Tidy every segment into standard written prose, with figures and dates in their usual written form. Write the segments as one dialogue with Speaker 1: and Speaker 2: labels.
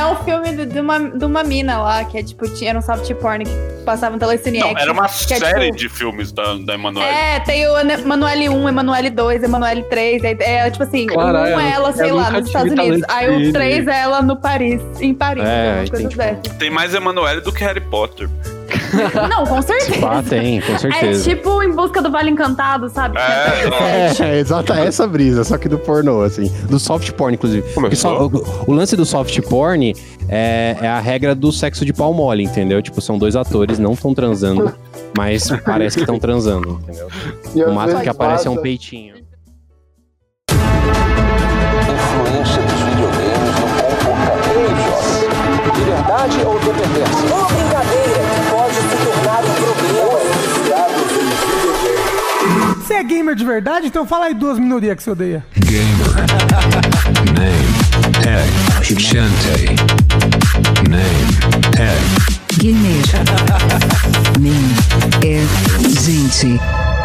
Speaker 1: é um filme de uma mina lá, que é tipo, era um soft porn que passava no Telecine.
Speaker 2: Não, era uma série
Speaker 1: tipo,
Speaker 2: de filmes da Emanuele.
Speaker 1: Tem o Emanuele 1, Emanuele 2, Emanuele 3. É tipo assim,
Speaker 3: Caralho,
Speaker 1: um é ela, sei lá, nos Estados Unidos. Aí o 3 é ela no Paris, em Paris. Umas coisas dessas.
Speaker 2: Tem mais Emanuele do que Harry Potter.
Speaker 1: Não, com certeza.
Speaker 4: Ah, tem, com certeza.
Speaker 1: É tipo Em Busca do Vale Encantado, sabe?
Speaker 4: Exato, essa brisa, só que do pornô, assim. Do soft porn, inclusive. O lance do soft porn é a regra do sexo de pau mole, entendeu? Tipo, são dois atores, não estão transando, mas parece que estão transando, entendeu? O máximo que aparece é um peitinho.
Speaker 5: Influência dos videogames no comportamento. De verdade ou dependência? Uma brincadeira que pode se tornar um problema.
Speaker 6: Você é gamer de verdade? Então fala aí 2 minorias que você odeia.
Speaker 7: Gamer. Name. Egg. Gente. Name. Egg.
Speaker 8: Gamer. Name. Gente.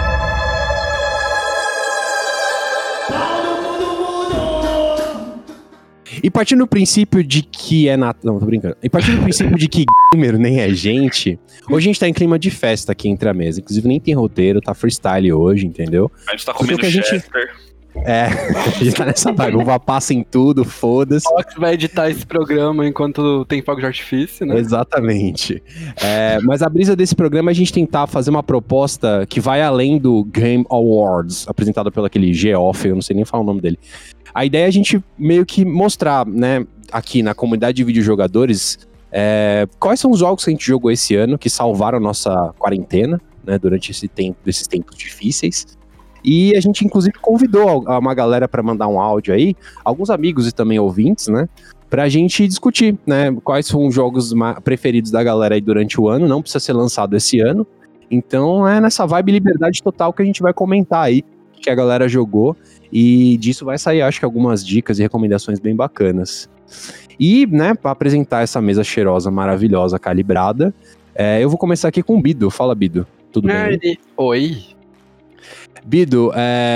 Speaker 4: E partindo do princípio de que Não, tô brincando. E partindo do princípio de que gamer nem é gente, hoje a gente tá em clima de festa aqui entre a mesa. Inclusive nem tem roteiro, tá freestyle hoje, entendeu?
Speaker 2: A gente tá comendo Chester.
Speaker 4: A gente tá nessa bagunça, passa em tudo, foda-se.
Speaker 3: O Fox vai editar esse programa enquanto tem fogo de artifício, né?
Speaker 4: Exatamente. Mas a brisa desse programa é a gente tentar fazer uma proposta que vai além do Game Awards, apresentado pelo aquele Geoff, eu não sei nem falar o nome dele. A ideia é a gente meio que mostrar, né, aqui na comunidade de videojogadores, quais são os jogos que a gente jogou esse ano, que salvaram a nossa quarentena, né, durante esses tempos difíceis. E a gente, inclusive, convidou uma galera para mandar um áudio aí, alguns amigos e também ouvintes, né, pra gente discutir, né, quais são os jogos preferidos da galera aí durante o ano, não precisa ser lançado esse ano. Então é nessa vibe liberdade total que a gente vai comentar aí o que a galera jogou. E disso vai sair, acho que, algumas dicas e recomendações bem bacanas. E, né, para apresentar essa mesa cheirosa, maravilhosa, calibrada, eu vou começar aqui com o Bido. Fala, Bido. Tudo bem?
Speaker 3: Oi.
Speaker 4: Bido,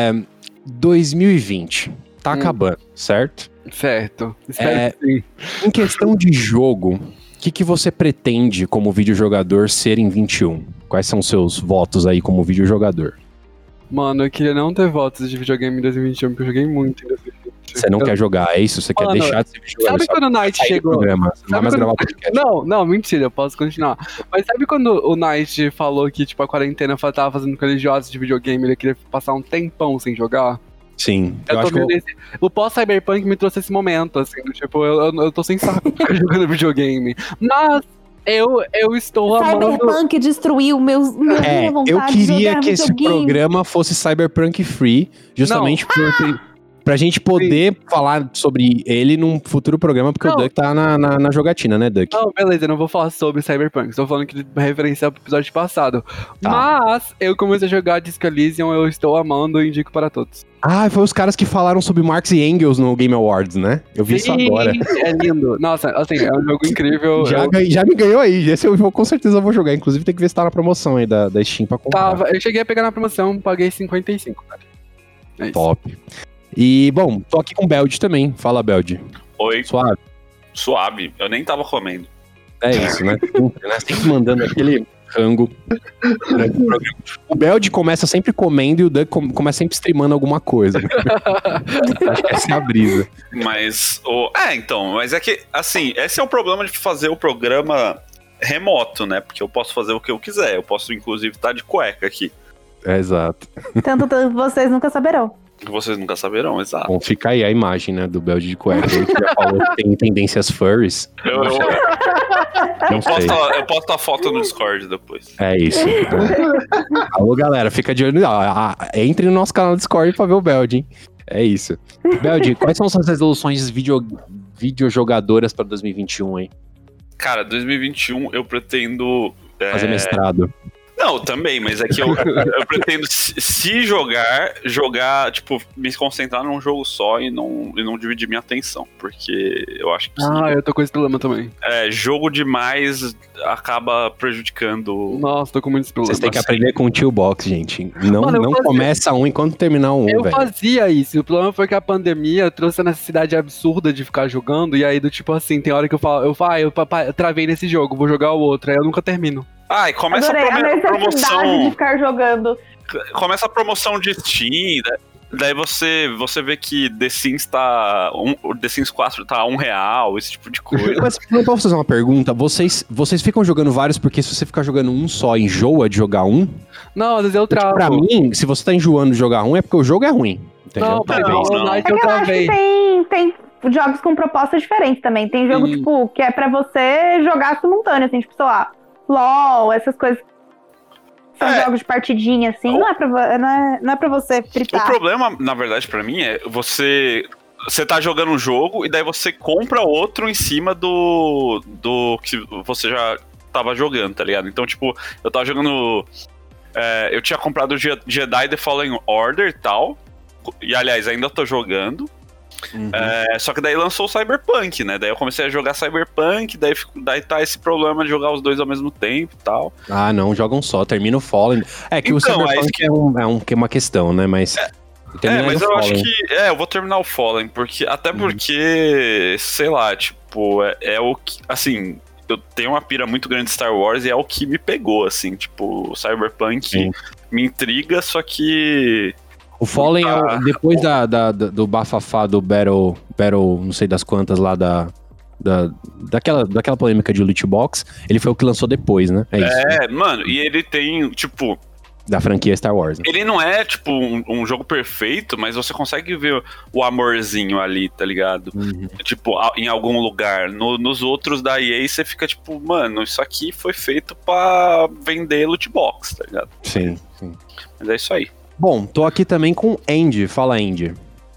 Speaker 4: 2020 tá acabando, certo?
Speaker 3: Certo. Espero que sim.
Speaker 4: Em questão de jogo, o que você pretende como videojogador ser em 21? Quais são os seus votos aí como videojogador?
Speaker 3: Mano, eu queria não ter votos de videogame em 2021, porque eu joguei muito em 2020.
Speaker 4: Você não quer jogar, é isso? Você quer deixar de ser videojogador?
Speaker 3: Sabe quando o Night chegou?
Speaker 4: Você não vai mais gravar podcast.
Speaker 3: Não, mentira, eu posso continuar. Mas sabe quando o Night falou que, tipo, a quarentena tava fazendo com ele jogos de videogame, ele queria passar um tempão sem jogar?
Speaker 4: Sim.
Speaker 3: O pós-Cyberpunk me trouxe esse momento, assim, tipo, eu tô sem saco de ficar jogando videogame. Mas eu estou amando...
Speaker 1: Cyberpunk destruiu minha vontade
Speaker 4: eu queria que esse
Speaker 1: videogame.
Speaker 4: programa fosse Cyberpunk Free, justamente pra gente poder falar sobre ele num futuro programa, porque o Duck tá na jogatina, né, Duck?
Speaker 3: Não, beleza, eu não vou falar sobre Cyberpunk, estou falando que referenciar pro episódio passado. Tá. Mas eu comecei a jogar Disco Elysium, eu estou amando e indico para todos.
Speaker 4: Ah, foi os caras que falaram sobre Marx e Engels no Game Awards, né? Eu vi isso agora.
Speaker 3: É lindo. Nossa, assim, é um jogo incrível.
Speaker 4: Já me ganhou aí. Esse eu com certeza vou jogar. Inclusive tem que ver se tá na promoção aí da Steam pra comprar.
Speaker 3: Eu cheguei a pegar na promoção, paguei 55, cara. É isso.
Speaker 4: Top. E, bom, tô aqui com o Beld também. Fala, Beld.
Speaker 2: Oi.
Speaker 4: Suave.
Speaker 2: Eu nem tava comendo.
Speaker 4: É isso, né? Sempre mandando aquele rango. O Beld começa sempre comendo e o Doug começa sempre streamando alguma coisa. Acho que essa é a brisa.
Speaker 2: Mas é que, assim, esse é o problema de fazer o programa remoto, né? Porque eu posso fazer o que eu quiser. Eu posso, inclusive, estar de cueca aqui.
Speaker 4: Exato.
Speaker 1: Tanto vocês nunca saberão.
Speaker 2: Vocês nunca saberão, exato.
Speaker 4: Bom, fica aí a imagem, né, do Beld de cueca. Ele que já falou que tem tendências furries.
Speaker 2: Eu posto a foto no Discord depois.
Speaker 4: É isso. Alô, galera, fica de olho. Entre no nosso canal do Discord pra ver o Beld, hein? É isso. Beld, quais são suas resoluções videojogadoras pra 2021, hein?
Speaker 2: Cara, 2021 eu pretendo...
Speaker 4: fazer mestrado.
Speaker 2: Não, também, mas é que eu pretendo, se jogar, tipo, me concentrar num jogo só e não dividir minha atenção, porque eu acho que...
Speaker 3: eu tô com esse problema também.
Speaker 2: Jogo demais, acaba prejudicando.
Speaker 3: Nossa, tô com muitos problemas.
Speaker 4: Vocês têm que aprender com o Tio Box, gente. Não começa um enquanto terminar um, velho.
Speaker 3: Eu fazia isso. O problema foi que a pandemia trouxe a necessidade absurda de ficar jogando. E aí, do tipo assim, tem hora que eu falo, eu travei nesse jogo, vou jogar o outro. Aí eu nunca termino.
Speaker 2: E começa
Speaker 1: a
Speaker 2: promoção
Speaker 1: de ficar jogando.
Speaker 2: Começa a promoção de Steam, né? Daí você vê que The Sims The Sims 4 tá R$1, esse tipo de coisa.
Speaker 4: Mas não posso fazer uma pergunta? Vocês ficam jogando vários porque se você ficar jogando um só, enjoa de jogar um?
Speaker 3: Não, às vezes eu travo.
Speaker 4: Pra mim, se você tá enjoando de jogar um, é porque o jogo é ruim. Entendeu?
Speaker 3: Não,
Speaker 1: É que eu acho que tem jogos com propostas diferentes também. Tem jogo, tipo, que é pra você jogar simultâneo, assim, tipo, sei lá, LOL, essas coisas. São jogos de partidinha, assim, não é pra você fritar.
Speaker 2: O problema, na verdade, pra mim, é você tá jogando um jogo e daí você compra outro em cima do que você já tava jogando, tá ligado? Então, tipo, eu tava jogando... eu tinha comprado o Jedi The Fallen Order e tal, e aliás, ainda tô jogando. Só que daí lançou o Cyberpunk, né? Daí eu comecei a jogar Cyberpunk, daí tá esse problema de jogar os dois ao mesmo tempo e tal.
Speaker 4: Ah, não, jogam só, termina o Fallen. É que então, o Cyberpunk é uma questão, né? Mas...
Speaker 2: mas eu acho que... eu vou terminar o Fallen, até porque, sei lá, tipo, é o que... Assim, eu tenho uma pira muito grande de Star Wars e é o que me pegou, assim, tipo, o Cyberpunk me intriga, só que...
Speaker 4: O Fallen, depois do bafafá do Battle, não sei das quantas lá, daquela polêmica de loot box, ele foi o que lançou depois, né? É isso.
Speaker 2: Mano, e ele tem, tipo...
Speaker 4: Da franquia Star Wars. Né?
Speaker 2: Ele não é, tipo, um jogo perfeito, mas você consegue ver o amorzinho ali, tá ligado? Tipo, em algum lugar. Nos outros da EA, você fica tipo, mano, isso aqui foi feito pra vender loot box, tá ligado?
Speaker 4: Sim.
Speaker 2: Mas é isso aí.
Speaker 4: Bom, tô aqui também com Andy. Fala, Andy.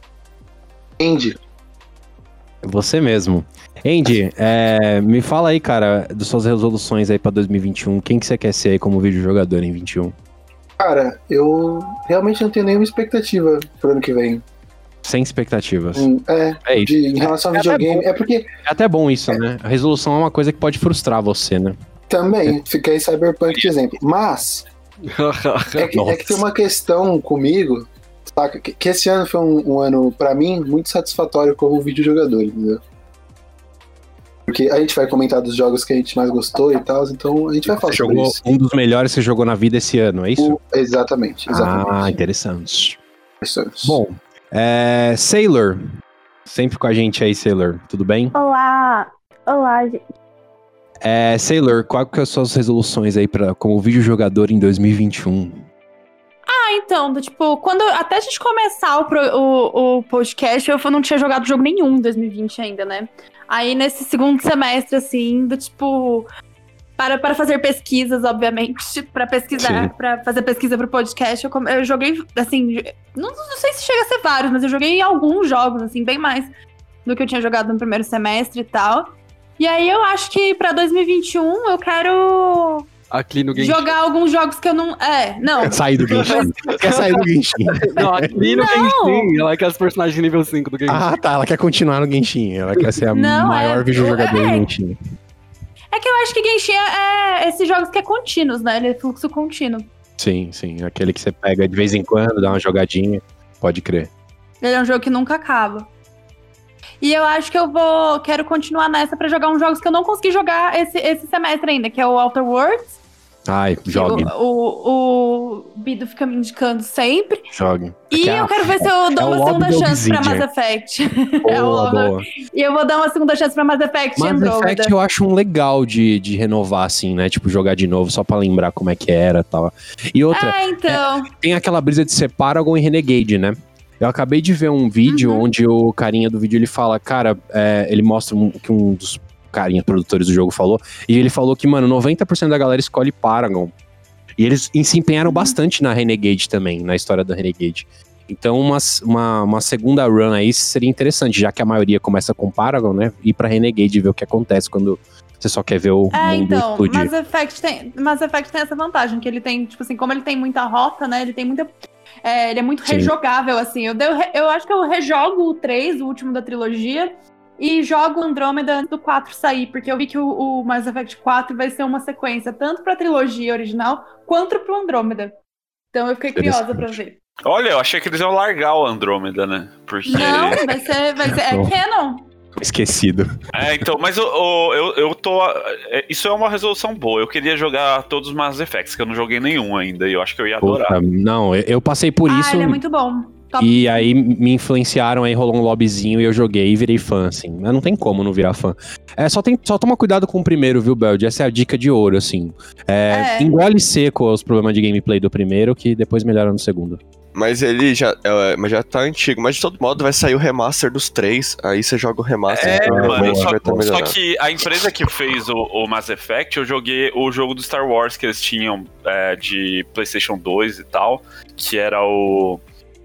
Speaker 9: Andy.
Speaker 4: Você mesmo. Andy, me fala aí, cara, das suas resoluções aí pra 2021. Quem que você quer ser aí como videojogador em 21?
Speaker 9: Cara, eu realmente não tenho nenhuma expectativa pro ano que vem.
Speaker 4: Sem expectativas.
Speaker 9: É isso. Em relação ao videogame, é porque...
Speaker 4: É até bom isso, né? A resolução é uma coisa que pode frustrar você, né?
Speaker 9: Também, fica aí Cyberpunk de exemplo. Mas... é que tem uma questão comigo, saca? Que esse ano foi um ano, pra mim, muito satisfatório como videojogador, entendeu? Porque a gente vai comentar dos jogos que a gente mais gostou e tal, então a gente vai falar sobre isso.
Speaker 4: Um dos melhores que você jogou na vida esse ano, é isso?
Speaker 9: Exatamente.
Speaker 4: Ah, interessante. Bom, Sailor, sempre com a gente aí, Sailor, tudo bem?
Speaker 1: Olá, gente.
Speaker 4: Sailor, qual que são as suas resoluções aí como videojogador em 2021?
Speaker 1: Então, tipo, até a gente começar o podcast, eu não tinha jogado jogo nenhum em 2020 ainda, né? Aí, nesse segundo semestre, assim, para fazer pesquisas, obviamente, para pesquisar, para fazer pesquisa pro podcast, eu joguei, assim, não sei se chega a ser vários, mas eu joguei alguns jogos, assim, bem mais do que eu tinha jogado no primeiro semestre e tal. E aí eu acho que pra 2021 eu quero
Speaker 3: aqui no Genshin.
Speaker 1: Jogar alguns jogos que eu não... não.
Speaker 4: Sair do Genshin. Quer sair do Genshin.
Speaker 3: Não, aqui no Genshin. Ela quer os personagens nível 5 do Genshin.
Speaker 4: Ah, tá. Ela quer continuar no Genshin. Ela quer ser a maior videojogadora do Genshin.
Speaker 1: É que eu acho que Genshin é esses jogos que é contínuos, né? Ele é fluxo contínuo.
Speaker 4: Sim. Aquele que você pega de vez em quando, dá uma jogadinha. Pode crer.
Speaker 1: Ele é um jogo que nunca acaba. E eu acho que quero continuar nessa pra jogar uns jogos que eu não consegui jogar esse semestre ainda, que é o Outer Worlds.
Speaker 4: Ai, jogue.
Speaker 1: O Bido fica me indicando sempre.
Speaker 4: Jogue.
Speaker 1: E eu quero ver se eu dou uma segunda chance pra Mass Effect.
Speaker 4: Boa.
Speaker 1: E eu vou dar uma segunda chance pra Mass Effect.
Speaker 4: Mass Effect eu acho legal de renovar, assim, né? Tipo, jogar de novo só pra lembrar como é que era e tal. E outra, tem aquela brisa de ser Paragon e Renegade, né? Eu acabei de ver um vídeo onde o carinha do vídeo, ele fala, cara, ele mostra que um dos carinhas produtores do jogo falou, e ele falou que, mano, 90% da galera escolhe Paragon. E eles se empenharam bastante na Renegade também, na história da Renegade. Então, uma segunda run aí seria interessante, já que a maioria começa com Paragon, né? Ir pra Renegade e ver o que acontece quando você só quer ver o mundo explodir.
Speaker 1: Mass Effect tem essa vantagem, que ele tem, tipo assim, como ele tem muita rota, né? Ele tem muita... ele é muito rejogável, assim. Eu acho que eu rejogo o 3, o último da trilogia, e jogo Andrômeda antes do 4 sair, porque eu vi que o Mass Effect 4 vai ser uma sequência tanto pra trilogia original quanto pro Andrômeda. Então eu fiquei curiosa pra ver.
Speaker 2: Olha, eu achei que eles iam largar o Andrômeda, né? Porque...
Speaker 1: Não, vai ser é canon.
Speaker 4: Esquecido.
Speaker 2: Então, mas eu tô... Isso é uma resolução boa. Eu queria jogar todos os Mass Effects, que eu não joguei nenhum ainda, e eu acho que eu ia adorar.
Speaker 4: Puta, não, eu passei por isso.
Speaker 1: Ele é muito bom. Top.
Speaker 4: E aí me influenciaram, aí rolou um lobbyzinho e eu joguei e virei fã, assim. Mas não tem como não virar fã. Só toma cuidado com o primeiro, viu, Beld? Essa é a dica de ouro, assim. Engole seco os problemas de gameplay do primeiro, que depois melhora no segundo.
Speaker 10: Mas ele já tá antigo. Mas de todo modo vai sair o remaster dos 3. Aí você joga o remaster.
Speaker 2: Mano, só que a empresa que fez o Mass Effect, eu joguei o jogo do Star Wars que eles tinham de PlayStation 2 e tal, que era o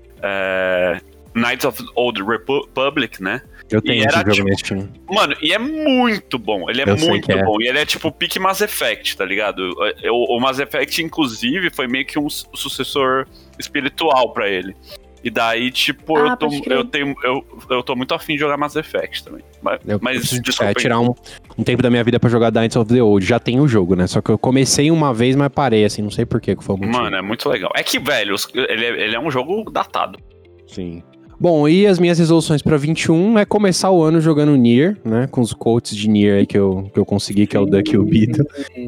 Speaker 2: Knights of the Old Republic, né?
Speaker 4: Eu tenho esse jogo no Steam.
Speaker 2: Mano, e é muito bom. Ele é muito bom. E ele é tipo pique Mass Effect, tá ligado? O Mass Effect, inclusive, foi meio que um sucessor espiritual pra ele. E daí, tipo, eu tô muito afim de jogar Mass Effect também. Mas desculpa.
Speaker 4: Tirar um tempo da minha vida pra jogar Knights of the Old. Já tem o jogo, né? Só que eu comecei uma vez, mas parei, assim. Não sei por que foi o motivo.
Speaker 2: Mano, é muito legal. É que, velho, ele é um jogo datado.
Speaker 4: Sim. Bom, e as minhas resoluções pra 21 é começar o ano jogando Nier, né? Com os quotes de Nier aí que eu consegui, que é o Duck e o Bito.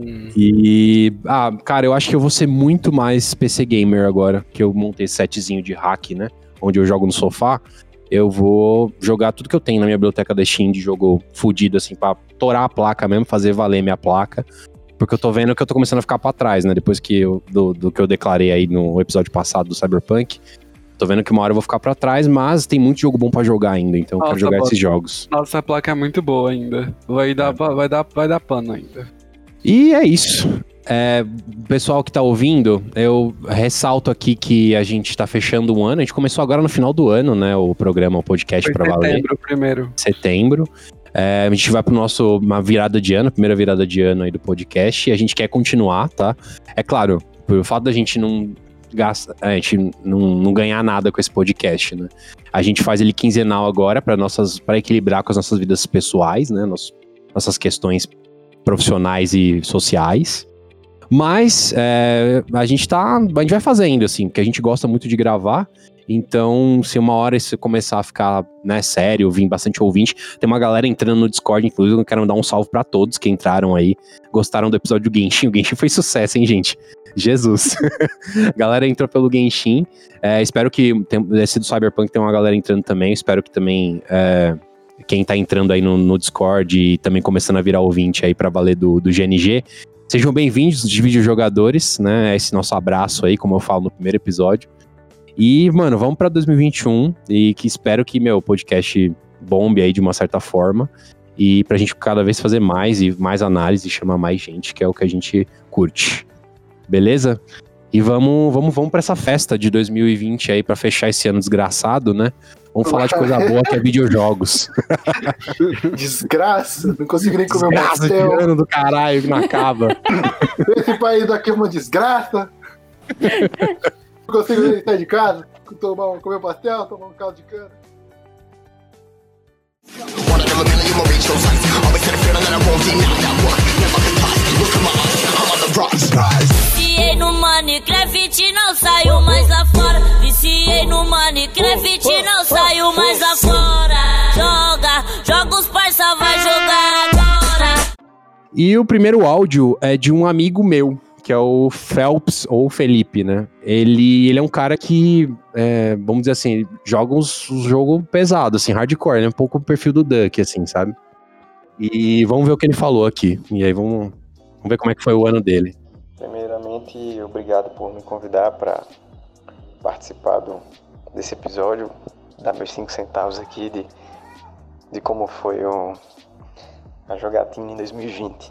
Speaker 4: E, cara, eu acho que eu vou ser muito mais PC Gamer agora, que eu montei esse setzinho de hack, né? Onde eu jogo no sofá. Eu vou jogar tudo que eu tenho na minha biblioteca da Steam de jogo fudido, assim, pra torar a placa mesmo, fazer valer minha placa. Porque eu tô vendo que eu tô começando a ficar pra trás, né? Depois que do que eu declarei aí no episódio passado do Cyberpunk. Tô vendo que uma hora eu vou ficar pra trás, mas tem muito jogo bom pra jogar ainda, então eu quero jogar esses jogos.
Speaker 3: Nossa, a placa é muito boa ainda. Vai dar pano ainda.
Speaker 4: E é isso. Pessoal que tá ouvindo, eu ressalto aqui que a gente tá fechando um ano. A gente começou agora no final do ano, né? O programa, o podcast pra valer. Setembro. A gente vai pro uma virada de ano, primeira virada de ano aí do podcast. E a gente quer continuar, tá? É claro, por fato da gente não ganhar nada com esse podcast, né? A gente faz ele quinzenal agora para equilibrar com as nossas vidas pessoais, né? Nossas questões profissionais e sociais. Mas a gente vai fazendo, assim, porque a gente gosta muito de gravar. Então, se uma hora isso começar a ficar, né, sério, vir bastante ouvinte, tem uma galera entrando no Discord, inclusive eu quero mandar um salve pra todos que entraram aí, gostaram do episódio do Genshin. O Genshin foi sucesso, hein, gente? Jesus. A galera entrou pelo Genshin. Espero que esse do Cyberpunk tenha uma galera entrando também. Espero que também quem tá entrando aí no Discord e também começando a virar ouvinte aí pra valer do GNG. Sejam bem-vindos, de videojogadores, né? Esse nosso abraço aí, como eu falo no primeiro episódio. E, mano, vamos pra 2021 e que espero que meu podcast bombe aí de uma certa forma. E pra gente cada vez fazer mais e mais análise e chamar mais gente, que é o que a gente curte. Beleza? E vamos pra essa festa de 2020 aí, pra fechar esse ano desgraçado, né? Vamos falar de coisa boa, que é videojogos.
Speaker 9: Desgraça, não consigo nem comer um
Speaker 4: pastel. Desgraça de ano do caralho, que não acaba.
Speaker 9: Esse país daqui é uma desgraça. Não consigo nem sair de casa, comer um pastel, tomar um caldo de cana.
Speaker 11: Viciei no Minecraft, não saiu mais lá fora. Viciei no Minecraft, não saiu mais lá fora. Joga os parça, vai jogar agora.
Speaker 4: E o primeiro áudio é de um amigo meu, que é o Phelps, ou Felipe, né? Ele é um cara que, vamos dizer assim, joga uns jogos pesados, assim, hardcore, né? Um pouco o perfil do Duck, assim, sabe? E vamos ver o que ele falou aqui. E aí vamos ver como é que foi o ano dele.
Speaker 12: Primeiramente, obrigado por me convidar para participar desse episódio, dar meus 5 centavos aqui de como foi a jogatina em 2020.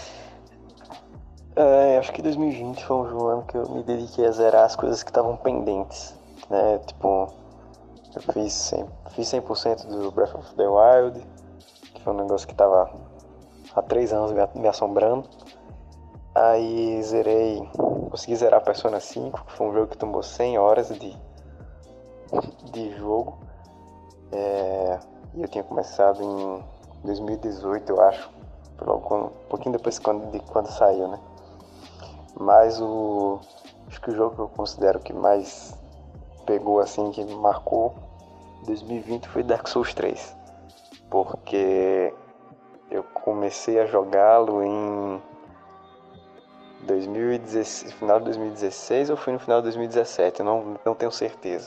Speaker 12: Acho que 2020 foi um ano que eu me dediquei a zerar as coisas que estavam pendentes, né? Tipo, eu fiz 100% do Breath of the Wild, que foi um negócio que tava há 3 anos me assombrando. Aí consegui zerar Persona 5, que foi um jogo que tomou 100 horas de jogo. E eu tinha começado em 2018, eu acho. Um pouquinho depois de quando saiu, né? Mas acho que o jogo que eu considero que mais pegou, assim, que me marcou 2020 foi Dark Souls 3. Porque eu comecei a jogá-lo em 2016, final de 2016 ou foi no final de 2017, eu não tenho certeza.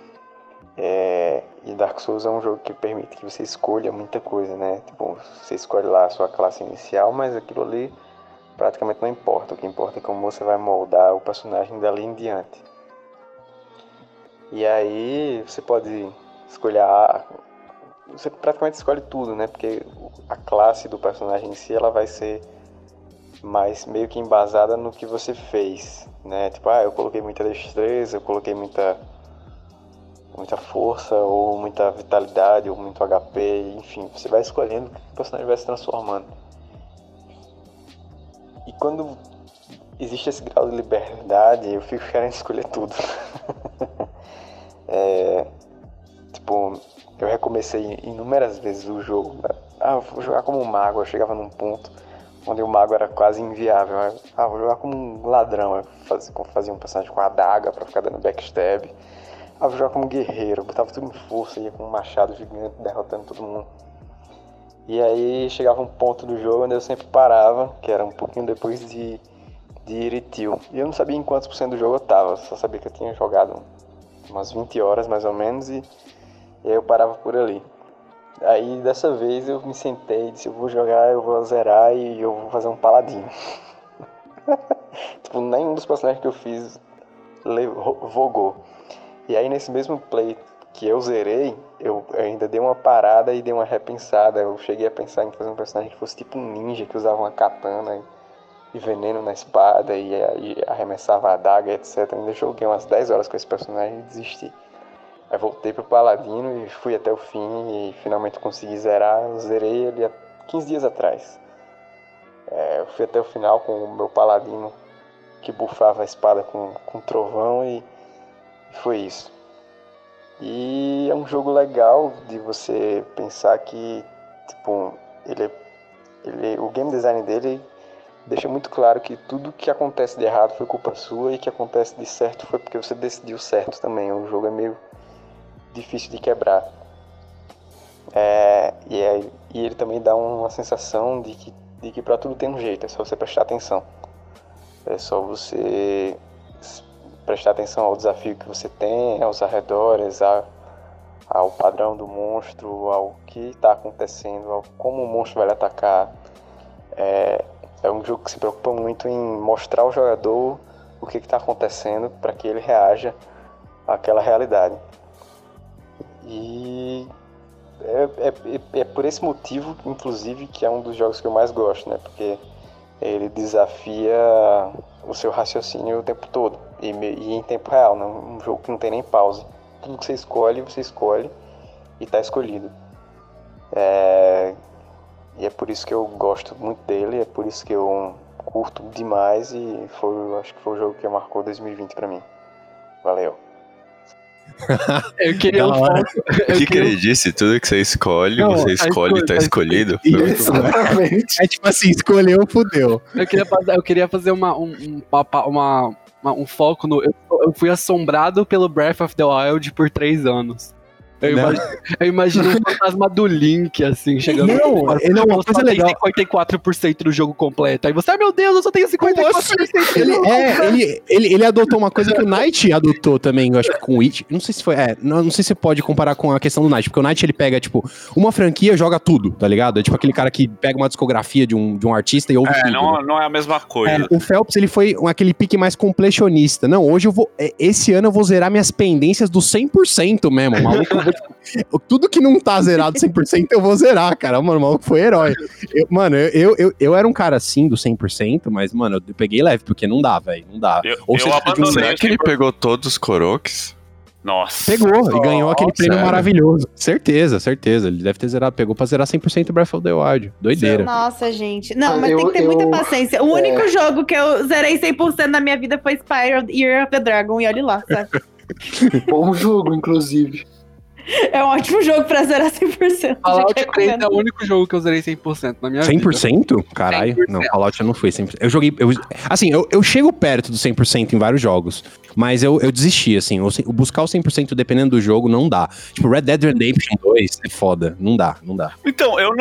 Speaker 12: E Dark Souls é um jogo que permite que você escolha muita coisa, né? Tipo, você escolhe lá a sua classe inicial, mas aquilo ali praticamente não importa. O que importa é como você vai moldar o personagem dali em diante. E aí você pode escolher você praticamente escolhe tudo, né? Porque a classe do personagem em si, ela vai ser mais meio que embasada no que você fez, né? Tipo, eu coloquei muita destreza, eu coloquei muita força, ou muita vitalidade, ou muito HP, enfim, você vai escolhendo que o personagem vai se transformando. E quando existe esse grau de liberdade, eu fico querendo escolher tudo. Tipo, eu recomecei inúmeras vezes o jogo. Vou jogar como um mago, eu chegava num ponto onde o mago era quase inviável. Vou jogar como um ladrão, eu fazia um personagem com adaga pra ficar dando backstab. Vou jogar como guerreiro, botava tudo em força, ia com um machado gigante, derrotando todo mundo. E aí chegava um ponto do jogo onde eu sempre parava, que era um pouquinho depois de Iritil. E eu não sabia em quantos % do jogo eu tava, só sabia que eu tinha jogado umas 20 horas mais ou menos, e aí eu parava por ali. Aí dessa vez eu me sentei e disse, eu vou jogar, eu vou zerar e eu vou fazer um paladino. Tipo, nenhum dos personagens que eu fiz vogou. E aí nesse mesmo play que eu zerei, eu ainda dei uma parada e dei uma repensada. Eu cheguei a pensar em fazer um personagem que fosse tipo um ninja, que usava uma katana e veneno na espada e arremessava a adaga, etc. Eu ainda joguei umas 10 horas com esse personagem e desisti. Aí voltei pro Paladino e fui até o fim e finalmente consegui zerar. Eu zerei ele há 15 dias atrás. Eu fui até o final com o meu Paladino que bufava a espada com trovão e foi isso. E é um jogo legal de você pensar que, tipo, o game design dele deixa muito claro que tudo que acontece de errado foi culpa sua e que acontece de certo foi porque você decidiu certo também. O jogo é meio difícil de quebrar. E ele também dá uma sensação de que pra tudo tem um jeito, é só você prestar atenção. É só você prestar atenção ao desafio que você tem, aos arredores, ao padrão do monstro, ao que está acontecendo, ao como o monstro vai lhe atacar. É um jogo que se preocupa muito em mostrar ao jogador o que está acontecendo para que ele reaja àquela realidade. E é por esse motivo, inclusive, que é um dos jogos que eu mais gosto, né? Porque ele desafia o seu raciocínio o tempo todo e em tempo real, não um jogo que não tem nem pausa. Tudo que você escolhe e está escolhido. E é por isso que eu gosto muito dele, é por isso que eu curto demais e acho que foi o jogo que marcou 2020 pra mim. Valeu.
Speaker 3: Eu queria
Speaker 10: O que ele disse? Tudo que você escolhe, você escolhe e tá escolhido.
Speaker 4: Exatamente. É tipo assim, escolheu, fudeu.
Speaker 3: Eu queria fazer um foco no... Eu fui assombrado pelo Breath of the Wild por 3 anos. Eu imagino o fantasma do Link, assim, chegando...
Speaker 4: Não, uma coisa legal.
Speaker 3: 54% do jogo completo. Aí você, meu Deus, eu só tenho 54%.
Speaker 4: Ele adotou uma coisa que o Knight adotou também, eu acho que com o Witch. Não sei se foi... não sei se você pode comparar com a questão do Knight, porque o Knight, ele pega, tipo, uma franquia, joga tudo, tá ligado? É tipo aquele cara que pega uma discografia de um artista e ouve tudo.
Speaker 2: Não é a mesma coisa.
Speaker 4: O Phelps, ele foi aquele pique mais completionista. Não, hoje eu vou... Esse ano eu vou zerar minhas pendências do 100% mesmo, maluco. Tudo que não tá zerado 100% eu vou zerar, cara. Mano, o maluco foi herói. Eu era um cara assim do 100%, mas, mano, eu peguei leve, porque não dá, velho. Não dá.
Speaker 10: Será que ele pegou todos os Koroks?
Speaker 2: Nossa.
Speaker 4: Pegou e ganhou aquele prêmio maravilhoso. Certeza. Ele deve ter zerado. Pegou pra zerar 100% Breath of the Wild. Doideira.
Speaker 1: Nossa, gente. Não, mas tem que ter muita paciência. O único jogo que eu zerei 100% na minha vida foi Spyro Year of the Dragon. E olha lá, sabe?
Speaker 9: Bom jogo, inclusive.
Speaker 1: É um ótimo jogo pra zerar 100%.
Speaker 3: Fallout 3 é o único jogo que eu zerei 100% na minha
Speaker 4: 100%?
Speaker 3: vida.
Speaker 4: Caralho.
Speaker 3: 100%.
Speaker 4: Não, Fallout eu não fui 100%. Eu joguei... Eu chego perto do 100% em vários jogos, mas eu desisti, assim. Buscar o 100% dependendo do jogo não dá. Tipo, Red Dead Redemption 2 é foda. Não dá.
Speaker 2: Então, eu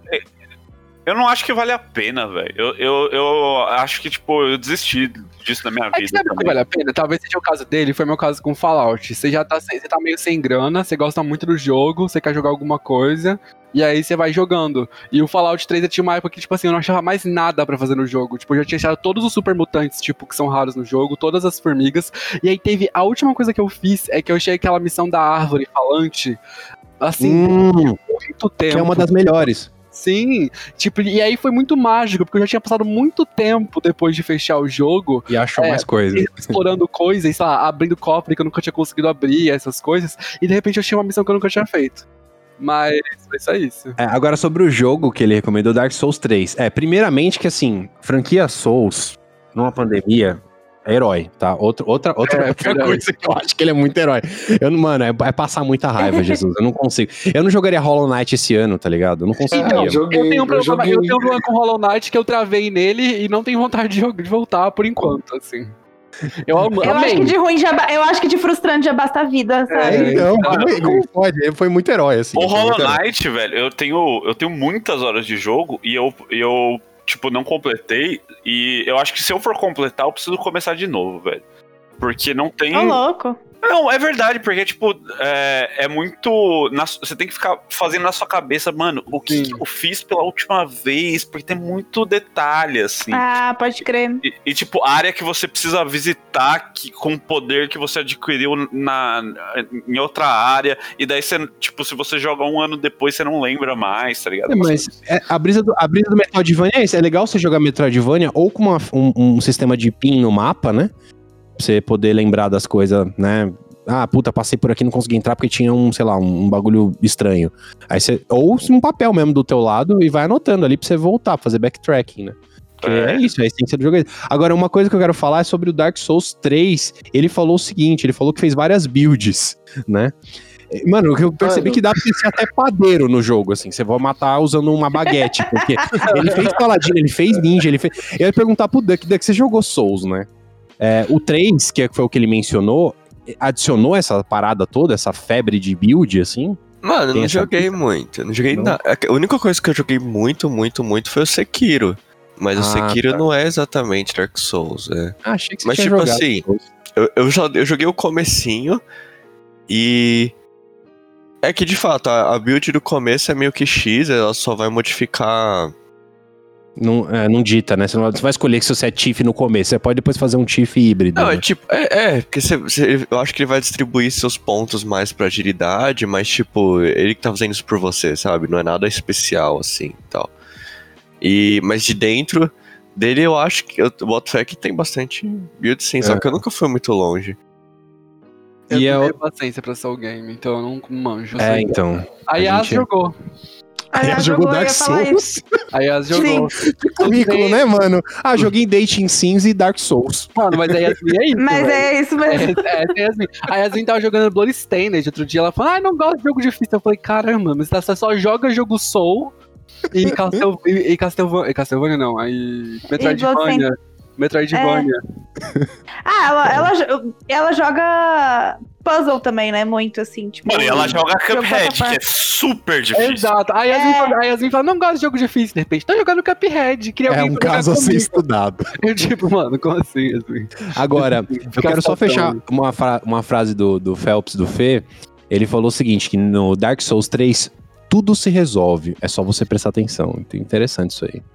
Speaker 2: não acho que vale a pena, velho. Eu acho que, tipo, eu desisti disso na minha vida.
Speaker 3: Sabe o que vale a pena? Talvez seja o caso dele, foi meu caso com Fallout. Você já tá meio sem grana, você gosta muito do jogo, você quer jogar alguma coisa, e aí você vai jogando. E o Fallout 3 eu tinha uma época que, tipo assim, eu não achava mais nada pra fazer no jogo. Tipo, eu já tinha achado todos os super mutantes, tipo, que são raros no jogo, todas as formigas. E aí a última coisa que eu fiz é que eu achei aquela missão da árvore falante, assim, muito tempo.
Speaker 4: Que é uma das melhores.
Speaker 3: Sim, tipo, e aí foi muito mágico, porque eu já tinha passado muito tempo depois de fechar o jogo.
Speaker 4: E achou mais coisas.
Speaker 3: Explorando coisas, sei lá, abrindo cofre que eu nunca tinha conseguido abrir, essas coisas. E de repente eu tinha uma missão que eu nunca tinha feito. Mas foi só isso.
Speaker 4: Agora, sobre o jogo que ele recomendou, Dark Souls 3. Primeiramente que, assim, franquia Souls, numa pandemia... É herói, tá? Outra coisa que eu acho que ele é muito herói. Mano, é passar muita raiva, Jesus. Eu não consigo. Eu não jogaria Hollow Knight esse ano, tá ligado? Eu não consigo.
Speaker 3: Eu tenho um problema com Hollow Knight que eu travei nele e não tenho vontade de voltar por enquanto, assim.
Speaker 1: Eu acho que de ruim eu acho que de frustrante já basta a vida, sabe?
Speaker 4: Então, como pode? Ele foi muito herói, assim.
Speaker 2: O Hollow Knight, velho, eu tenho muitas horas de jogo e eu tipo, não completei, e eu acho que se eu for completar, eu preciso começar de novo, velho. Porque não tem...
Speaker 1: Tá louco.
Speaker 2: Não, é verdade, porque, tipo, é muito... Você tem que ficar fazendo na sua cabeça, mano, o que eu fiz pela última vez, porque tem muito detalhe, assim.
Speaker 1: Ah, pode crer.
Speaker 2: E tipo, área que você precisa visitar com o poder que você adquiriu em outra área, e daí você, tipo, se você joga um ano depois, você não lembra mais, tá ligado?
Speaker 4: Mas a brisa do Metroidvania é isso, é legal você jogar Metroidvania ou com um sistema de pin no mapa, né? Pra você poder lembrar das coisas, né? Ah, puta, passei por aqui e não consegui entrar porque tinha um bagulho estranho. Aí você... Ou um papel mesmo do teu lado e vai anotando ali pra você voltar, fazer backtracking, né? Porque é isso, a essência do jogo é isso. Agora, uma coisa que eu quero falar é sobre o Dark Souls 3. Ele falou o seguinte, ele falou que fez várias builds, né? Mano, eu percebi que dá pra você ser até padeiro no jogo, assim. Você vai matar usando uma baguete, porque ele fez paladino, ele fez ninja, ele fez... Eu ia perguntar pro Duck, você jogou Souls, né? O 3, que foi o que ele mencionou, adicionou essa parada toda, essa febre de build, assim?
Speaker 10: Mano, eu não joguei muito. Não joguei nada. A única coisa que eu joguei muito foi o Sekiro. Mas o Sekiro não é exatamente Dark Souls,
Speaker 4: achei que você
Speaker 10: Mas
Speaker 4: tinha
Speaker 10: tipo
Speaker 4: jogado.
Speaker 10: assim, eu joguei o comecinho e... É que de fato, a build do começo é meio que X, ela só vai modificar...
Speaker 4: Não dita, né? Você não vai escolher que se você é Tiff no começo. Você pode depois fazer um Tiff híbrido.
Speaker 10: Não,
Speaker 4: né?
Speaker 10: tipo, porque eu acho que ele vai distribuir seus pontos mais pra agilidade, mas tipo, ele que tá fazendo isso por você, sabe? Não é nada especial, assim, e tal. Mas de dentro dele eu acho que eu boto fé que tem bastante build sim, só que eu nunca fui muito longe.
Speaker 3: Eu tenho paciência pra Soul Game, então eu não manjo.
Speaker 4: Então.
Speaker 3: A Yas jogou.
Speaker 4: A Yas jogou Dark Souls?
Speaker 3: A Yas jogou.
Speaker 4: Que currículo, né, mano? Joguei Dating Sims e Dark Souls.
Speaker 3: Mano, mas a Yasmin é isso.
Speaker 1: Mas é isso mesmo.
Speaker 3: A Yasmin tava jogando Bloodstained outro dia, ela falou, não gosto de jogo difícil. Eu falei, caramba, mas você só joga jogo Soul e Castlevania não, aí Metroidvania.
Speaker 1: Ela joga puzzle também, né? Muito assim, tipo...
Speaker 2: Mano, e ela joga Cuphead, que é super difícil.
Speaker 3: Exato. Aí a Yasmin fala, não gosto de jogo difícil, de repente. Tá jogando Cuphead.
Speaker 4: É um caso a ser estudado.
Speaker 3: Eu tipo, mano, como assim, Yasmin?
Speaker 4: Agora, eu quero só fechar uma frase do Phelps, do Fê. Ele falou o seguinte, que no Dark Souls 3, tudo se resolve. É só você prestar atenção. Então, interessante isso aí.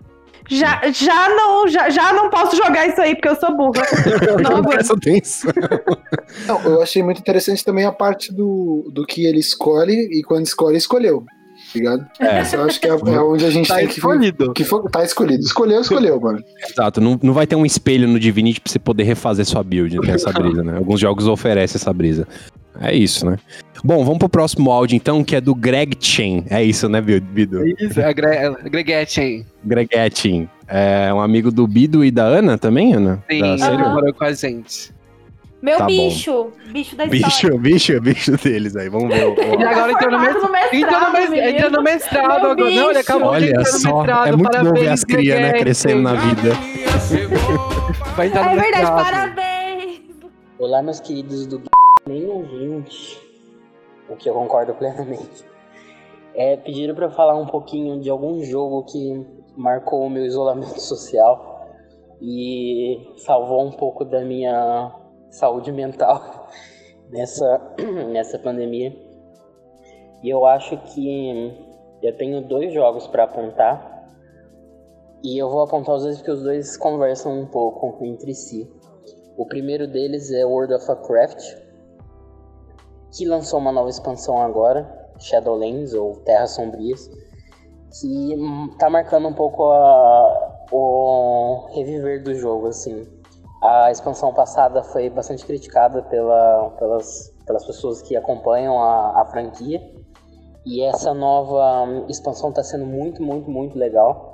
Speaker 1: Já não posso jogar isso aí, porque eu sou burra.
Speaker 4: Não presta atenção.
Speaker 9: Não, eu achei muito interessante também a parte do que ele escolhe e quando escolhe, escolheu. Ligado? Eu acho que é onde a gente tem
Speaker 3: escolhido.
Speaker 9: Tá escolhido. Escolheu, mano.
Speaker 4: Exato. Não vai ter um espelho no Divinity pra você poder refazer sua build, tem essa brisa, né? Alguns jogos oferecem essa brisa. É isso, né? Bom, vamos pro próximo áudio, então, que é do Greg Chen. É isso, né, Bidu?
Speaker 3: É isso, é Gregetchen.
Speaker 4: Gregetchen. É um amigo do Bidu e da Ana também, Ana?
Speaker 3: Sim, ele morou com a gente.
Speaker 1: Meu
Speaker 4: Tá
Speaker 1: bicho da história.
Speaker 4: Bicho deles aí, vamos ver.
Speaker 3: E agora entrou no mestrado agora. Não, ele acabou de
Speaker 4: Olha
Speaker 3: entrar no
Speaker 4: só,
Speaker 3: mestrado.
Speaker 4: é muito bom ver
Speaker 3: parabéns,
Speaker 4: as crias, né,
Speaker 3: Greg.
Speaker 4: crescendo na vida.
Speaker 3: Vai entrar no
Speaker 1: É verdade,
Speaker 3: mestrado.
Speaker 1: parabéns!
Speaker 13: Olá, meus queridos do nem ouvinte, o que eu concordo plenamente. Pediram pra eu falar um pouquinho de algum jogo que marcou o meu isolamento social e salvou um pouco da minha saúde mental nessa pandemia. E eu acho que eu tenho 2 jogos pra apontar, e eu vou apontar os dois porque os dois conversam um pouco entre si. O primeiro deles é World of Warcraft, que lançou uma nova expansão agora, Shadowlands, ou Terras Sombrias, que tá marcando um pouco o reviver do jogo, assim. A expansão passada foi bastante criticada pelas pessoas que acompanham a franquia, e essa nova expansão tá sendo muito, muito, muito legal.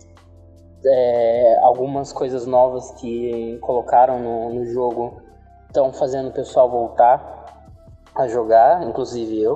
Speaker 13: Algumas coisas novas que colocaram no jogo estão fazendo o pessoal voltar a jogar, inclusive eu.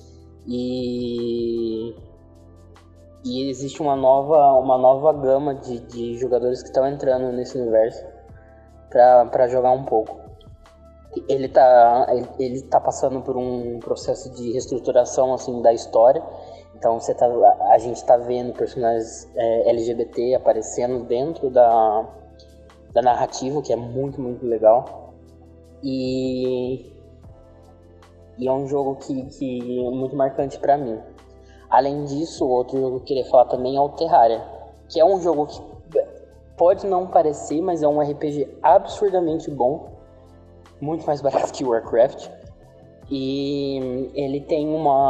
Speaker 13: E existe uma nova gama de jogadores que estão entrando nesse universo para jogar um pouco. Ele tá passando por um processo de reestruturação assim da história. Então a gente tá vendo personagens LGBT aparecendo dentro da narrativa, que é muito, muito legal. E é um jogo que é muito marcante pra mim. Além disso, outro jogo que eu queria falar também é o Terraria, que é um jogo que pode não parecer, mas é um RPG absurdamente bom, muito mais barato que Warcraft. E ele tem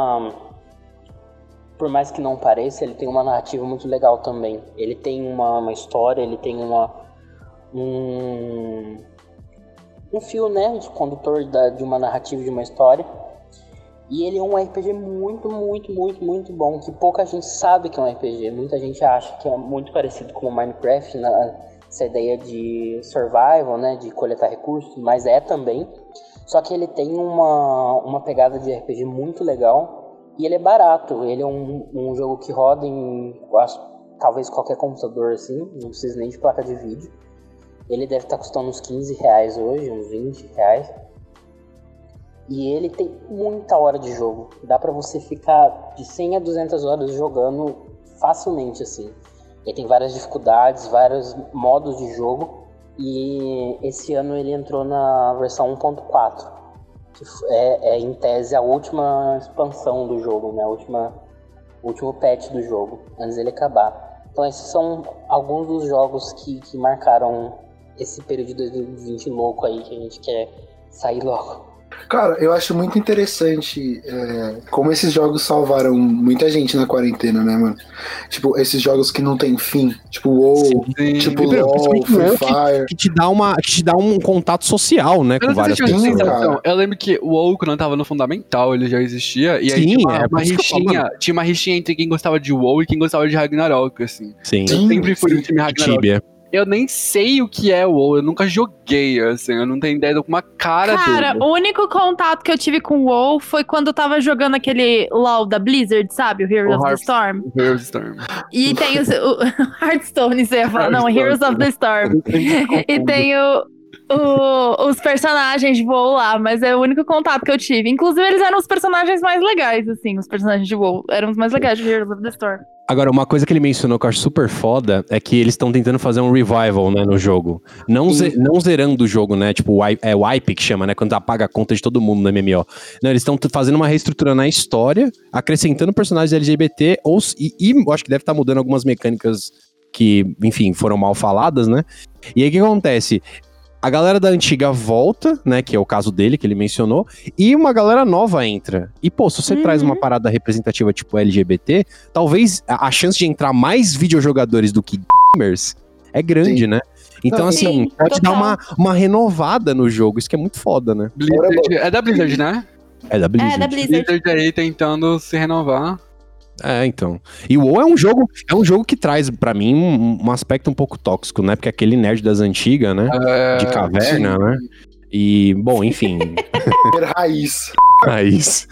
Speaker 13: por mais que não pareça, ele tem uma narrativa muito legal também. Ele tem uma história, ele tem um fio, né, de condutor de uma narrativa, de uma história. E ele é um RPG muito, muito, muito, muito bom, que pouca gente sabe que é um RPG. Muita gente acha que é muito parecido com o Minecraft, essa ideia de survival, né, de coletar recursos, mas é também. Só que ele tem uma pegada de RPG muito legal. E ele é barato, ele é um jogo que roda em talvez qualquer computador assim, não precisa nem de placa de vídeo. Ele deve estar custando uns R$15 hoje, uns R$20. E ele tem muita hora de jogo, dá pra você ficar de 100 a 200 horas jogando facilmente assim. Ele tem várias dificuldades, vários modos de jogo, e esse ano ele entrou na versão 1.4. Que em tese a última expansão do jogo, né? O último patch do jogo, antes dele acabar. Então esses são alguns dos jogos que marcaram esse período de 2020 louco aí, que a gente quer sair logo.
Speaker 9: Cara, eu acho muito interessante como esses jogos salvaram muita gente na quarentena, né, mano? Tipo, esses jogos que não tem fim. Tipo WoW, tipo LoL, Free Fire.
Speaker 4: Que te dá um contato social, né, com várias pessoas.
Speaker 3: Eu lembro que o WoW, quando eu tava no Fundamental, ele já existia. E aí tinha uma rixinha entre quem gostava de WoW e quem gostava de Ragnarok, assim.
Speaker 4: Sim.
Speaker 3: Eu sempre fui do time Ragnarok.
Speaker 4: Tibia.
Speaker 3: Eu nem sei o que é o WoW, eu nunca joguei, assim, eu não tenho ideia de uma cara dele.
Speaker 1: Cara, o único contato que eu tive com o WoW foi quando eu tava jogando aquele LoL da Blizzard, sabe? O Heroes of the Storm.
Speaker 3: Heroes of the Storm.
Speaker 1: E tem o Hearthstone, você ia falar. Não, Heroes of the Storm. E tem os personagens de WoW lá, mas é o único contato que eu tive. Inclusive, eles eram os personagens mais legais, assim, os personagens de WoW. Eram os mais legais de Heroes of the Storm.
Speaker 4: Agora, uma coisa que ele mencionou que eu acho super foda é que eles estão tentando fazer um revival, né, no jogo. Não zerando o jogo, né, tipo, wipe que chama, né, quando apaga a conta de todo mundo no MMO. Não, eles estão fazendo uma reestrutura na história, acrescentando personagens LGBT, e eu acho que deve estar mudando algumas mecânicas que, enfim, foram mal faladas, né. E aí o que acontece? A galera da antiga volta, né, que é o caso dele, que ele mencionou, e uma galera nova entra. E, pô, se você traz uma parada representativa tipo LGBT, talvez a chance de entrar mais videojogadores do que gamers é grande, né? Então, assim, pode dar uma renovada no jogo, isso que é muito foda, né?
Speaker 3: Blizzard, é da Blizzard, né?
Speaker 4: É da Blizzard.
Speaker 1: É da Blizzard.
Speaker 3: Blizzard aí tentando se renovar.
Speaker 4: Então. E o WoW é um jogo que traz, pra mim, um aspecto um pouco tóxico, né? Porque aquele nerd das antigas, né? De caverna, né? E, bom, enfim.
Speaker 9: Raiz.
Speaker 4: Raiz.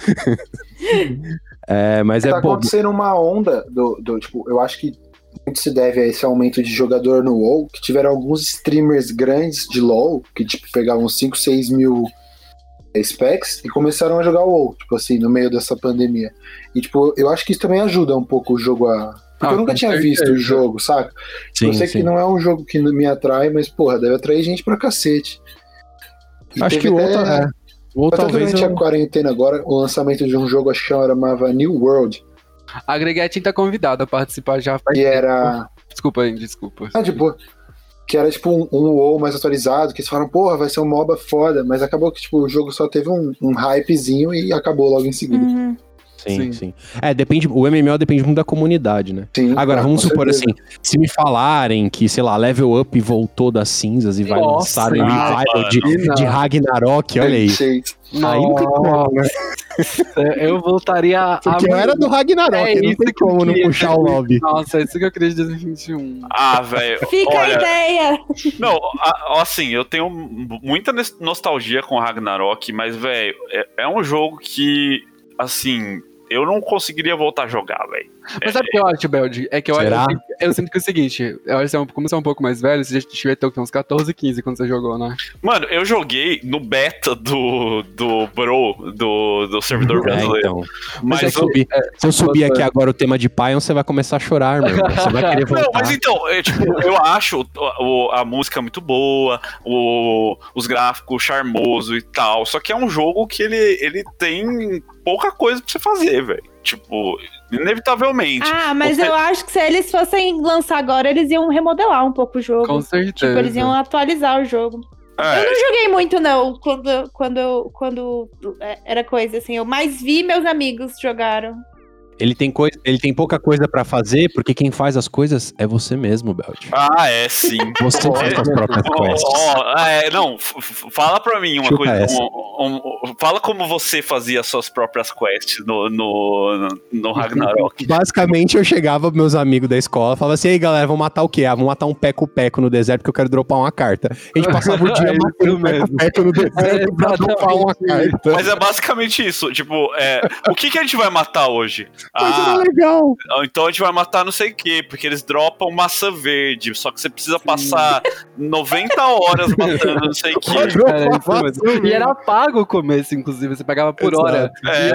Speaker 4: Mas
Speaker 9: tá acontecendo uma onda tipo, eu acho que muito se deve a esse aumento de jogador no WoW, que tiveram alguns streamers grandes de LoL, que tipo, pegavam 5, 6 mil specs e começaram a jogar WoW, tipo assim, no meio dessa pandemia. E tipo, eu acho que isso também ajuda um pouco o jogo a... Porque eu nunca tinha visto o jogo, saca?
Speaker 4: Sim,
Speaker 9: eu sei que não é um jogo que me atrai, mas, porra, deve atrair gente pra cacete. E
Speaker 4: acho que o outro
Speaker 9: ou talvez durante a quarentena agora, o lançamento de um jogo, acho que chamava New World.
Speaker 3: A Gregetin tá convidada a participar já faz
Speaker 9: tempo. Era...
Speaker 3: Desculpa.
Speaker 9: Tipo, que era tipo um WoW mais atualizado, que eles falaram, porra, vai ser um MOBA foda, mas acabou que tipo, o jogo só teve um hypezinho e acabou logo em seguida.
Speaker 1: Uhum.
Speaker 4: Sim. Depende, o MMO depende muito da comunidade, né?
Speaker 9: Sim,
Speaker 4: agora, vamos supor assim, se me falarem que, sei lá, Level Up voltou das cinzas e vai lançar um revival de Ragnarok, olha aí. Aí não tem como, né?
Speaker 3: Eu voltaria
Speaker 4: Porque eu era do Ragnarok, não tem como não puxar o lobby.
Speaker 3: Nossa, é isso que eu queria de 2021.
Speaker 2: Velho.
Speaker 1: Fica a ideia.
Speaker 2: Não, assim, eu tenho muita nostalgia com Ragnarok, mas, velho, é um jogo que, assim, eu não conseguiria voltar a jogar, velho.
Speaker 3: Mas sabe o que eu acho, Beld? É que eu sinto que é o seguinte, como você é um pouco mais velho, você já tiver uns 14, 15 quando você jogou, né?
Speaker 2: Mano, eu joguei no beta do servidor brasileiro.
Speaker 4: Então. Mas se eu subir aqui agora o tema de Pion, você vai começar a chorar, mano. Você vai querer voltar.
Speaker 2: Não, mas então, eu acho a música muito boa, os gráficos charmoso e tal, só que é um jogo que ele tem pouca coisa pra você fazer, velho. Tipo, inevitavelmente.
Speaker 1: Mas eu acho que se eles fossem lançar agora, eles iam remodelar um pouco o jogo.
Speaker 3: Com certeza.
Speaker 1: Tipo, eles iam atualizar o jogo. Eu não joguei muito, não, quando era coisa assim. Eu mais vi meus amigos jogaram.
Speaker 4: Ele tem pouca coisa pra fazer, porque quem faz as coisas é você mesmo, Belt.
Speaker 2: Sim.
Speaker 4: Você faz suas próprias quests.
Speaker 2: Não, fala pra mim uma coisa. Fala como você fazia suas próprias quests no Ragnarok.
Speaker 4: Basicamente, eu chegava pros meus amigos da escola, falava assim, aí galera, vamos matar o quê? Vamos matar um peco-peco no deserto, porque eu quero dropar uma carta. A gente passava o dia matando um peco-peco no deserto pra dropar uma carta.
Speaker 2: Mas é basicamente isso. Tipo, o que a gente vai matar hoje?
Speaker 4: Legal.
Speaker 2: Então a gente vai matar não sei o que, porque eles dropam maçã verde, só que você precisa passar 90 horas matando não sei o que.
Speaker 3: E era pago o começo, inclusive, você pagava por hora.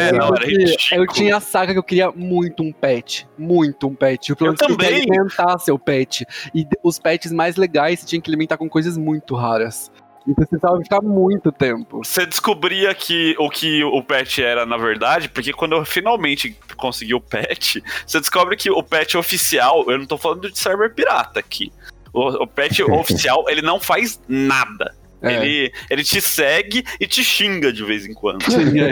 Speaker 3: Eu tinha a saga que eu queria muito um pet. O plano
Speaker 2: eu também.
Speaker 3: alimentar seu pet. E os pets mais legais você tinha que alimentar com coisas muito raras. Então você precisava ficar muito tempo.
Speaker 2: Você descobria que o pet era, na verdade, porque quando eu finalmente consegui o pet, você descobre que o pet oficial, eu não tô falando de server pirata aqui. O pet oficial, ele não faz nada. Ele te segue e te xinga de vez em quando.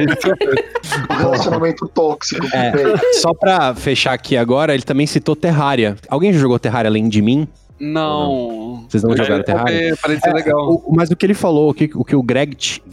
Speaker 9: Um relacionamento tóxico.
Speaker 4: Só pra fechar aqui agora, ele também citou Terraria. Alguém já jogou Terraria além de mim?
Speaker 3: Não.
Speaker 4: Vocês não jogaram Terraria?
Speaker 3: Parece ser legal.
Speaker 4: Mas o que ele falou, o que o Gregatin...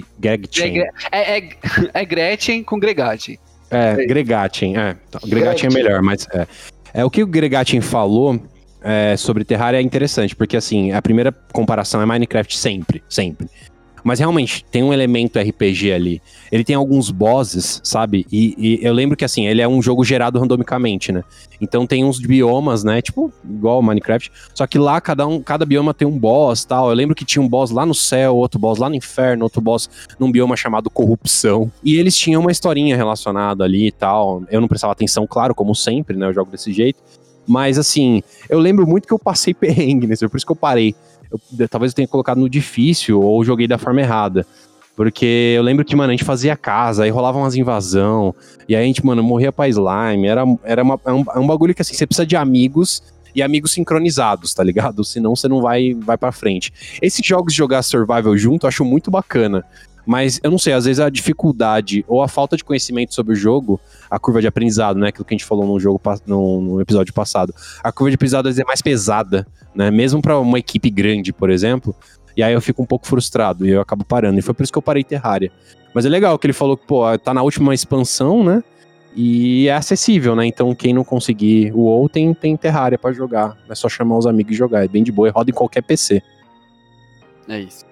Speaker 3: É Gretchen com Gregatin.
Speaker 4: Gregatin, Gregatin é melhor, mas o que o Gregatin falou sobre Terraria é interessante, porque assim, a primeira comparação é Minecraft sempre. Mas realmente, tem um elemento RPG ali. Ele tem alguns bosses, sabe? E eu lembro que, assim, ele é um jogo gerado randomicamente, né? Então tem uns biomas, né? Tipo, igual Minecraft. Só que lá, cada bioma tem um boss, tal. Eu lembro que tinha um boss lá no céu, outro boss lá no inferno, outro boss num bioma chamado Corrupção. E eles tinham uma historinha relacionada ali e tal. Eu não prestava atenção, claro, como sempre, né? Eu jogo desse jeito. Mas, assim, eu lembro muito que eu passei perrengue nesse, por isso que eu parei. Talvez eu tenha colocado no difícil ou joguei da forma errada. Porque eu lembro que, mano, a gente fazia casa, aí rolava umas invasão, e aí a gente, mano, morria pra slime. Era um bagulho que, assim, você precisa de amigos e amigos sincronizados, tá ligado? Senão você não vai pra frente. Esses jogos de jogar survival junto eu acho muito bacana. Mas eu não sei, às vezes a dificuldade ou a falta de conhecimento sobre o jogo, a curva de aprendizado, né? Aquilo que a gente falou no episódio passado. A curva de aprendizado às vezes é mais pesada, né? Mesmo pra uma equipe grande, por exemplo. E aí eu fico um pouco frustrado e eu acabo parando. E foi por isso que eu parei Terraria. Mas é legal que ele falou que, pô, tá na última expansão, né? E é acessível, né? Então quem não conseguir o WoW tem Terraria pra jogar. É só chamar os amigos e jogar. É bem de boa e roda em qualquer PC.
Speaker 3: É isso.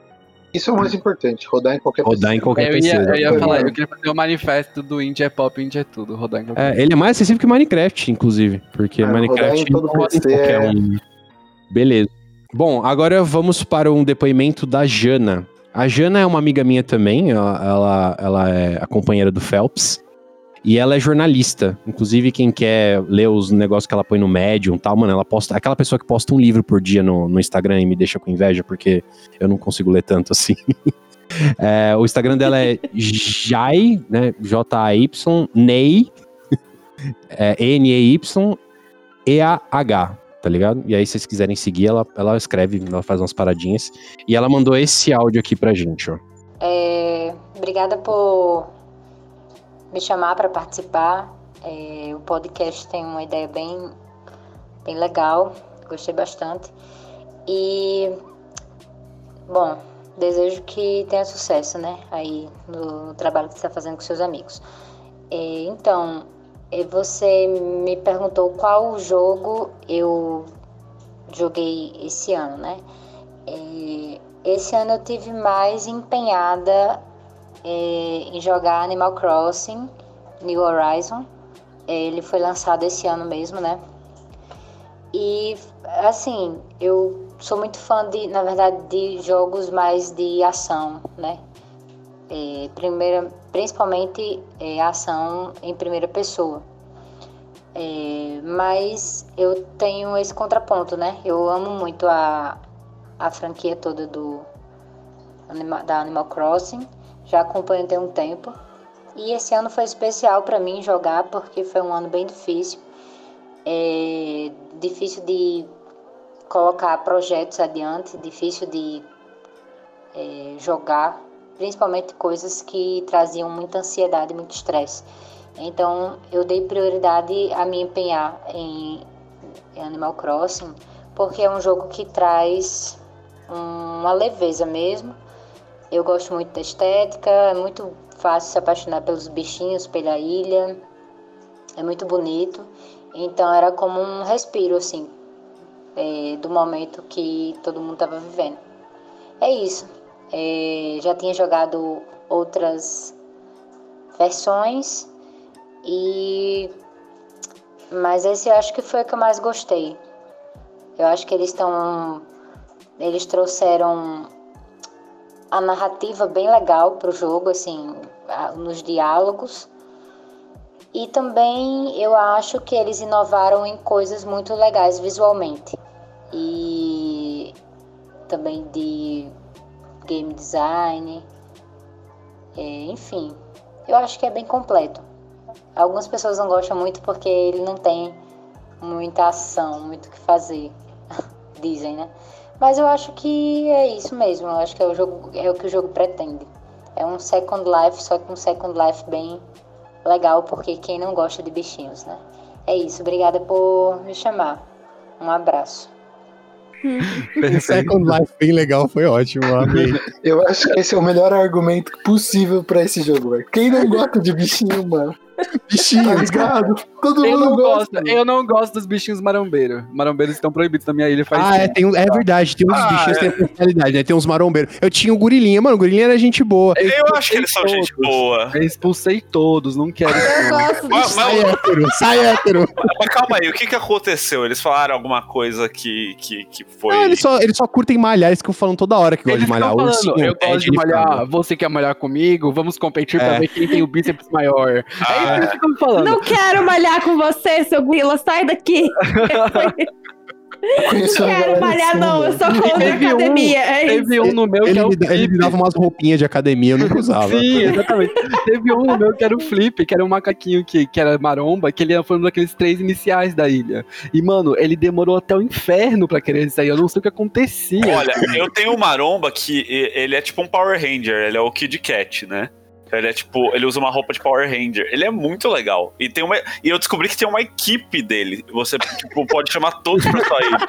Speaker 9: Isso é o mais importante, rodar em qualquer
Speaker 4: Rodar em qualquer PC.
Speaker 3: Eu ia falar, eu queria fazer o manifesto do Indie é Pop, Indie é tudo, rodar em qualquer
Speaker 4: Ele é mais acessível que Minecraft, inclusive, porque Minecraft
Speaker 9: rodar em todo
Speaker 4: roda em
Speaker 9: PC
Speaker 4: qualquer um. Beleza. Bom, agora vamos para um depoimento da Jana. A Jana é uma amiga minha também, ela é a companheira do Phelps. E ela é jornalista. Inclusive, quem quer ler os negócios que ela põe no Medium e tal, mano, ela posta. Aquela pessoa que posta um livro por dia no Instagram e me deixa com inveja, porque eu não consigo ler tanto assim. O Instagram dela é Jai, né? J-A-Y, Ney, N-E-Y-E-A-H, tá ligado? E aí, se vocês quiserem seguir, ela escreve, ela faz umas paradinhas. E ela mandou esse áudio aqui pra gente, ó.
Speaker 14: Obrigada por me chamar para participar. O podcast tem uma ideia bem legal, gostei bastante. E, bom, desejo que tenha sucesso, né, aí no trabalho que você está fazendo com seus amigos. Então, você me perguntou qual jogo eu joguei esse ano, né? Esse ano eu tive mais empenhada em jogar Animal Crossing New Horizon. Ele foi lançado esse ano mesmo, né? E, assim, eu sou muito fã, na verdade, de jogos mais de ação, né? Principalmente ação em primeira pessoa. Mas eu tenho esse contraponto, né? Eu amo muito a franquia toda da Animal Crossing. Já acompanho tem um tempo. E esse ano foi especial para mim jogar, porque foi um ano bem difícil. Difícil de colocar projetos adiante, difícil de jogar, principalmente coisas que traziam muita ansiedade e muito estresse. Então eu dei prioridade a me empenhar em Animal Crossing, porque é um jogo que traz uma leveza mesmo. Eu gosto muito da estética, é muito fácil se apaixonar pelos bichinhos, pela ilha, é muito bonito. Então era como um respiro, assim, do momento que todo mundo estava vivendo. É isso. Já tinha jogado outras versões, mas esse eu acho que foi o que eu mais gostei. Eu acho que eles trouxeram a narrativa bem legal pro jogo, assim, nos diálogos. E também eu acho que eles inovaram em coisas muito legais visualmente. E também de game design. Enfim, eu acho que é bem completo. Algumas pessoas não gostam muito porque ele não tem muita ação, muito o que fazer, dizem, né? Mas eu acho que é isso mesmo, eu acho que é o que o jogo pretende. É um Second Life, só que um Second Life bem legal, porque quem não gosta de bichinhos, né? É isso, obrigada por me chamar. Um abraço.
Speaker 4: Second Life bem legal, foi ótimo, amei.
Speaker 9: Eu acho que esse é o melhor argumento possível pra esse jogo, velho. Quem não gosta de bichinho, mano? Bichinho, tá ligado? Todo mundo gosta.
Speaker 3: Eu não gosto dos bichinhos marombeiros. Marombeiros estão proibidos na minha ilha faz tempo.
Speaker 4: É verdade, tem uns bichinhos que têm personalidade, né? Tem uns marombeiros. Eu tinha o Gorilinha, mano, o Gorilinha era gente boa.
Speaker 2: Eu acho que eles são gente boa.
Speaker 3: Eu expulsei todos, não quero.
Speaker 1: Eu gosto de
Speaker 4: Sai hétero.
Speaker 2: Mas calma aí, o que aconteceu? Eles falaram alguma coisa que foi...
Speaker 4: Não, eles só curtem malhar, eles ficam falando toda hora que gostam de malhar.
Speaker 3: Ursinho, eu gosto de malhar, você quer malhar comigo? Vamos competir pra ver quem tem o bíceps maior. É isso que ficam falando.
Speaker 1: Não quero malhar com você, seu Guila, sai daqui. Não quero malhar, não, eu sou contra a academia.
Speaker 3: Teve um no meu que é o Flip.
Speaker 4: Ele me dava umas roupinhas de academia, eu nunca usava.
Speaker 3: Sim, exatamente. Teve um no meu que era o Flip, que era um macaquinho que era maromba, que ele foi um daqueles 3 iniciais da ilha. E, mano, ele demorou até o inferno pra querer sair, eu não sei o que acontecia.
Speaker 2: Olha, eu tenho um maromba que ele é tipo um Power Ranger, ele é o Kid Cat, né? Ele é tipo, ele usa uma roupa de Power Ranger. Ele é muito legal. E eu descobri que tem uma equipe dele. Você tipo, pode chamar todos pra sua ilha.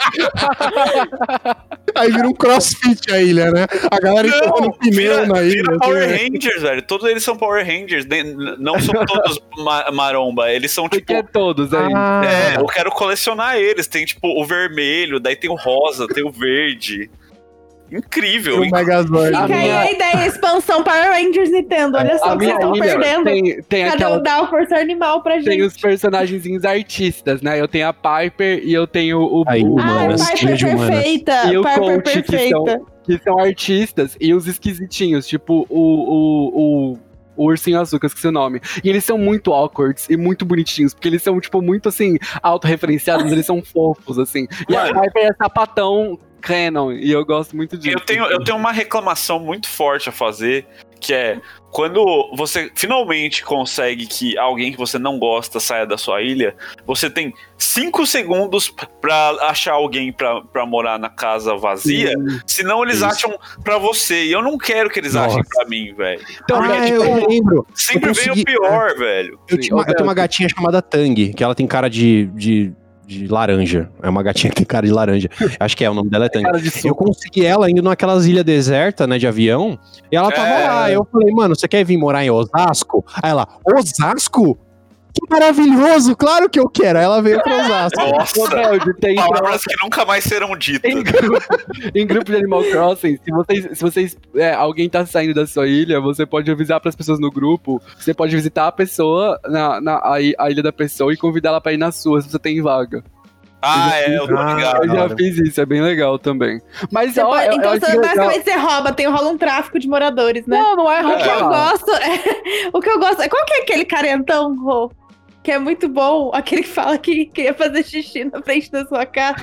Speaker 4: Aí vira um crossfit a ilha, né? A galera empurrando pneu na ilha.
Speaker 2: Vira Power Rangers, velho. Todos eles são Power Rangers. Não são todos maromba. Eles são tipo.
Speaker 3: Porque todos aí.
Speaker 2: Eu quero colecionar eles. Tem tipo o vermelho, daí tem o rosa, tem o verde. incrível.
Speaker 4: O Megazord.
Speaker 1: Fica aí a ideia, expansão Power Rangers Nintendo. Olha só o que vocês estão perdendo.
Speaker 3: Tem
Speaker 1: Cadê
Speaker 3: aquela...
Speaker 1: o dar força animal pra gente?
Speaker 3: Tem os personagens artistas, né? Eu tenho a Piper e eu tenho o...
Speaker 1: Piper perfeita.
Speaker 3: E o
Speaker 1: Piper
Speaker 3: Coach, que são artistas. E os esquisitinhos, tipo o ursinho azul, que eu esqueci o nome. E eles são muito awkward e muito bonitinhos, porque eles são, tipo, muito, assim, autorreferenciados, mas eles são fofos, assim. E a Piper é sapatão canon, e eu gosto muito disso.
Speaker 2: Eu tenho uma reclamação muito forte a fazer, que é quando você finalmente consegue que alguém que você não gosta saia da sua ilha, você tem 5 segundos pra achar alguém pra morar na casa vazia, senão eles acham pra você. E eu não quero que eles achem pra mim, velho.
Speaker 4: Então, eu lembro.
Speaker 2: Sempre vem o pior, velho.
Speaker 4: Eu tenho uma gatinha chamada Tang, que ela tem cara de laranja. É uma gatinha que tem cara de laranja. Acho que o nome dela é Tang. Eu consegui ela indo naquelas ilhas desertas, né, de avião, e ela tava lá. Eu falei, mano, você quer vir morar em Osasco? Aí ela, Osasco? Que maravilhoso, claro que eu quero. Aí ela veio pra Osasco.
Speaker 2: Nossa, tem palavras que nunca mais serão ditas.
Speaker 3: Em grupo de Animal Crossing, se vocês alguém tá saindo da sua ilha, você pode avisar pras pessoas no grupo, você pode visitar a pessoa, a ilha da pessoa e convidar ela pra ir na sua, se você tem vaga.
Speaker 2: Eu tô ligado.
Speaker 3: Eu já fiz isso, é bem legal também. Mas
Speaker 1: então, basicamente você rola um tráfico de moradores, né?
Speaker 3: Não é roubar.
Speaker 1: O que eu gosto, qual que é aquele carentão, Rô? Que é muito bom, aquele que fala que queria fazer xixi na frente da sua casa.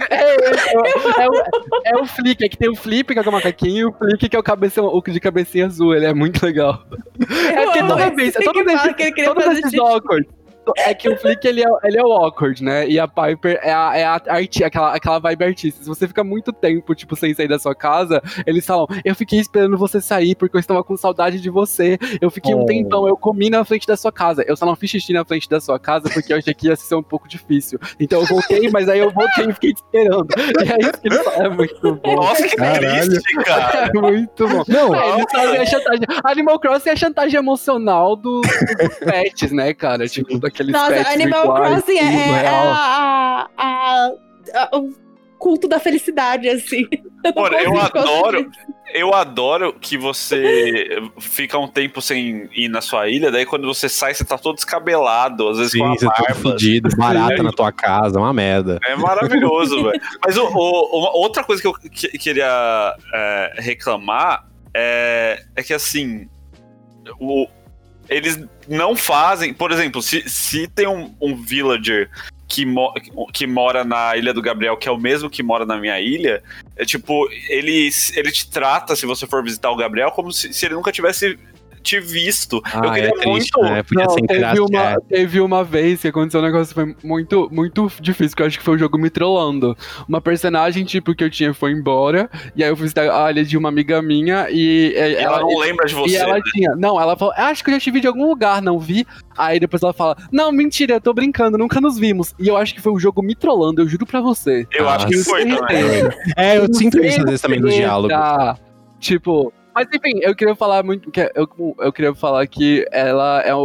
Speaker 3: É o Flick, é que tem o Flip, que é o macaquinho, e o Flick, que é o de cabecinha azul, ele é muito legal. Todos esses awkward. É que o Flick, ele é o awkward, né? E a Piper é aquela vibe artista. Se você fica muito tempo, tipo, sem sair da sua casa, eles falam, eu fiquei esperando você sair porque eu estava com saudade de você. Eu fiquei um tempão, eu comi na frente da sua casa. Eu só não fiz xixi na frente da sua casa porque eu achei que ia ser um pouco difícil. Então eu voltei, mas aí eu voltei e fiquei te esperando. E é isso que eles falam, é muito bom.
Speaker 2: Nossa, que triste, cara.
Speaker 3: É muito bom. Eles fazem a chantagem. Animal Crossing é a chantagem emocional dos pets, né, cara? Tipo, daqueles pets
Speaker 1: Animal
Speaker 3: virtuais,
Speaker 1: Crossing o culto da felicidade, assim.
Speaker 2: Mano, eu adoro que você fica um tempo sem ir na sua ilha, daí quando você sai, você tá todo descabelado, às vezes com a barba.
Speaker 4: Tá fudido, barata na tua casa, uma merda.
Speaker 2: É maravilhoso, velho. Mas outra coisa que eu queria reclamar é que, assim, eles não fazem... Por exemplo, se tem um villager que mora na Ilha do Gabriel, que é o mesmo que mora na minha ilha, ele te trata, se você for visitar o Gabriel, como se ele nunca tivesse te visto. Eu queria
Speaker 4: triste,
Speaker 2: muito...
Speaker 4: né? Podia ser
Speaker 3: teve uma vez que aconteceu um negócio que foi muito, muito difícil, que eu acho que foi o jogo me trollando. Uma personagem, tipo, que eu tinha foi embora, e aí eu fui visitar a ilha de uma amiga minha, e
Speaker 2: ela não lembra de você,
Speaker 3: e ela
Speaker 2: né?
Speaker 3: ela falou, acho que eu já te vi de algum lugar, não vi? Aí depois ela fala, não, mentira, eu tô brincando, nunca nos vimos. E eu acho que foi o jogo me trollando, eu juro pra você.
Speaker 2: Eu acho que foi também.
Speaker 4: Eu sinto isso às vezes também nos diálogos.
Speaker 3: Tipo... Mas enfim, eu queria falar eu queria falar que ela é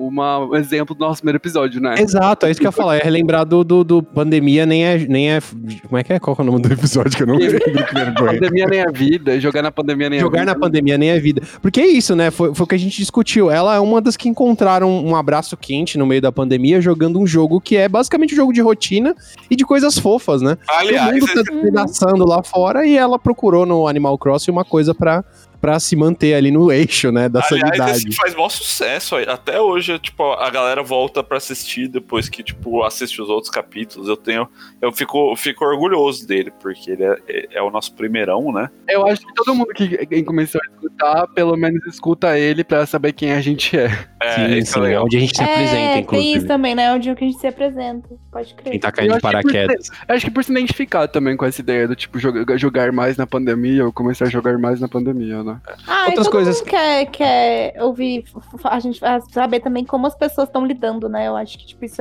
Speaker 3: um exemplo do nosso primeiro episódio, né?
Speaker 4: Exato, é isso que eu ia falar. É relembrar do Pandemia nem é. Como é que é? Qual é o nome do episódio que eu não lembro?
Speaker 3: Pandemia nem é vida, jogar na pandemia nem é vida.
Speaker 4: Jogar na pandemia nem é vida. Porque é isso, né? Foi o que a gente discutiu. Ela é uma das que encontraram um abraço quente no meio da pandemia, jogando um jogo que é basicamente um jogo de rotina e de coisas fofas, né?
Speaker 2: Aliás,
Speaker 4: o mundo tá despedaçando lá fora e ela procurou no Animal Crossing uma coisa pra se manter ali no eixo, né, da sanidade.
Speaker 2: Esse faz maior sucesso. Até hoje, tipo, a galera volta pra assistir depois que, tipo, assiste os outros capítulos. Eu fico orgulhoso dele, porque ele é o nosso primeirão, né?
Speaker 3: Eu acho que todo mundo que começou a escutar, pelo menos escuta ele pra saber quem a gente é.
Speaker 4: Sim, é onde a gente se apresenta, inclusive.
Speaker 1: Tem isso também, né? Onde a gente se apresenta. Pode crer.
Speaker 4: Quem tá caindo de paraquedas.
Speaker 3: Acho que por se identificar também com essa ideia do, tipo, jogar mais na pandemia, ou começar a jogar mais na pandemia, né?
Speaker 4: Outras coisas
Speaker 1: mundo quer ouvir a gente saber também como as pessoas estão lidando, né? Eu acho que tipo, isso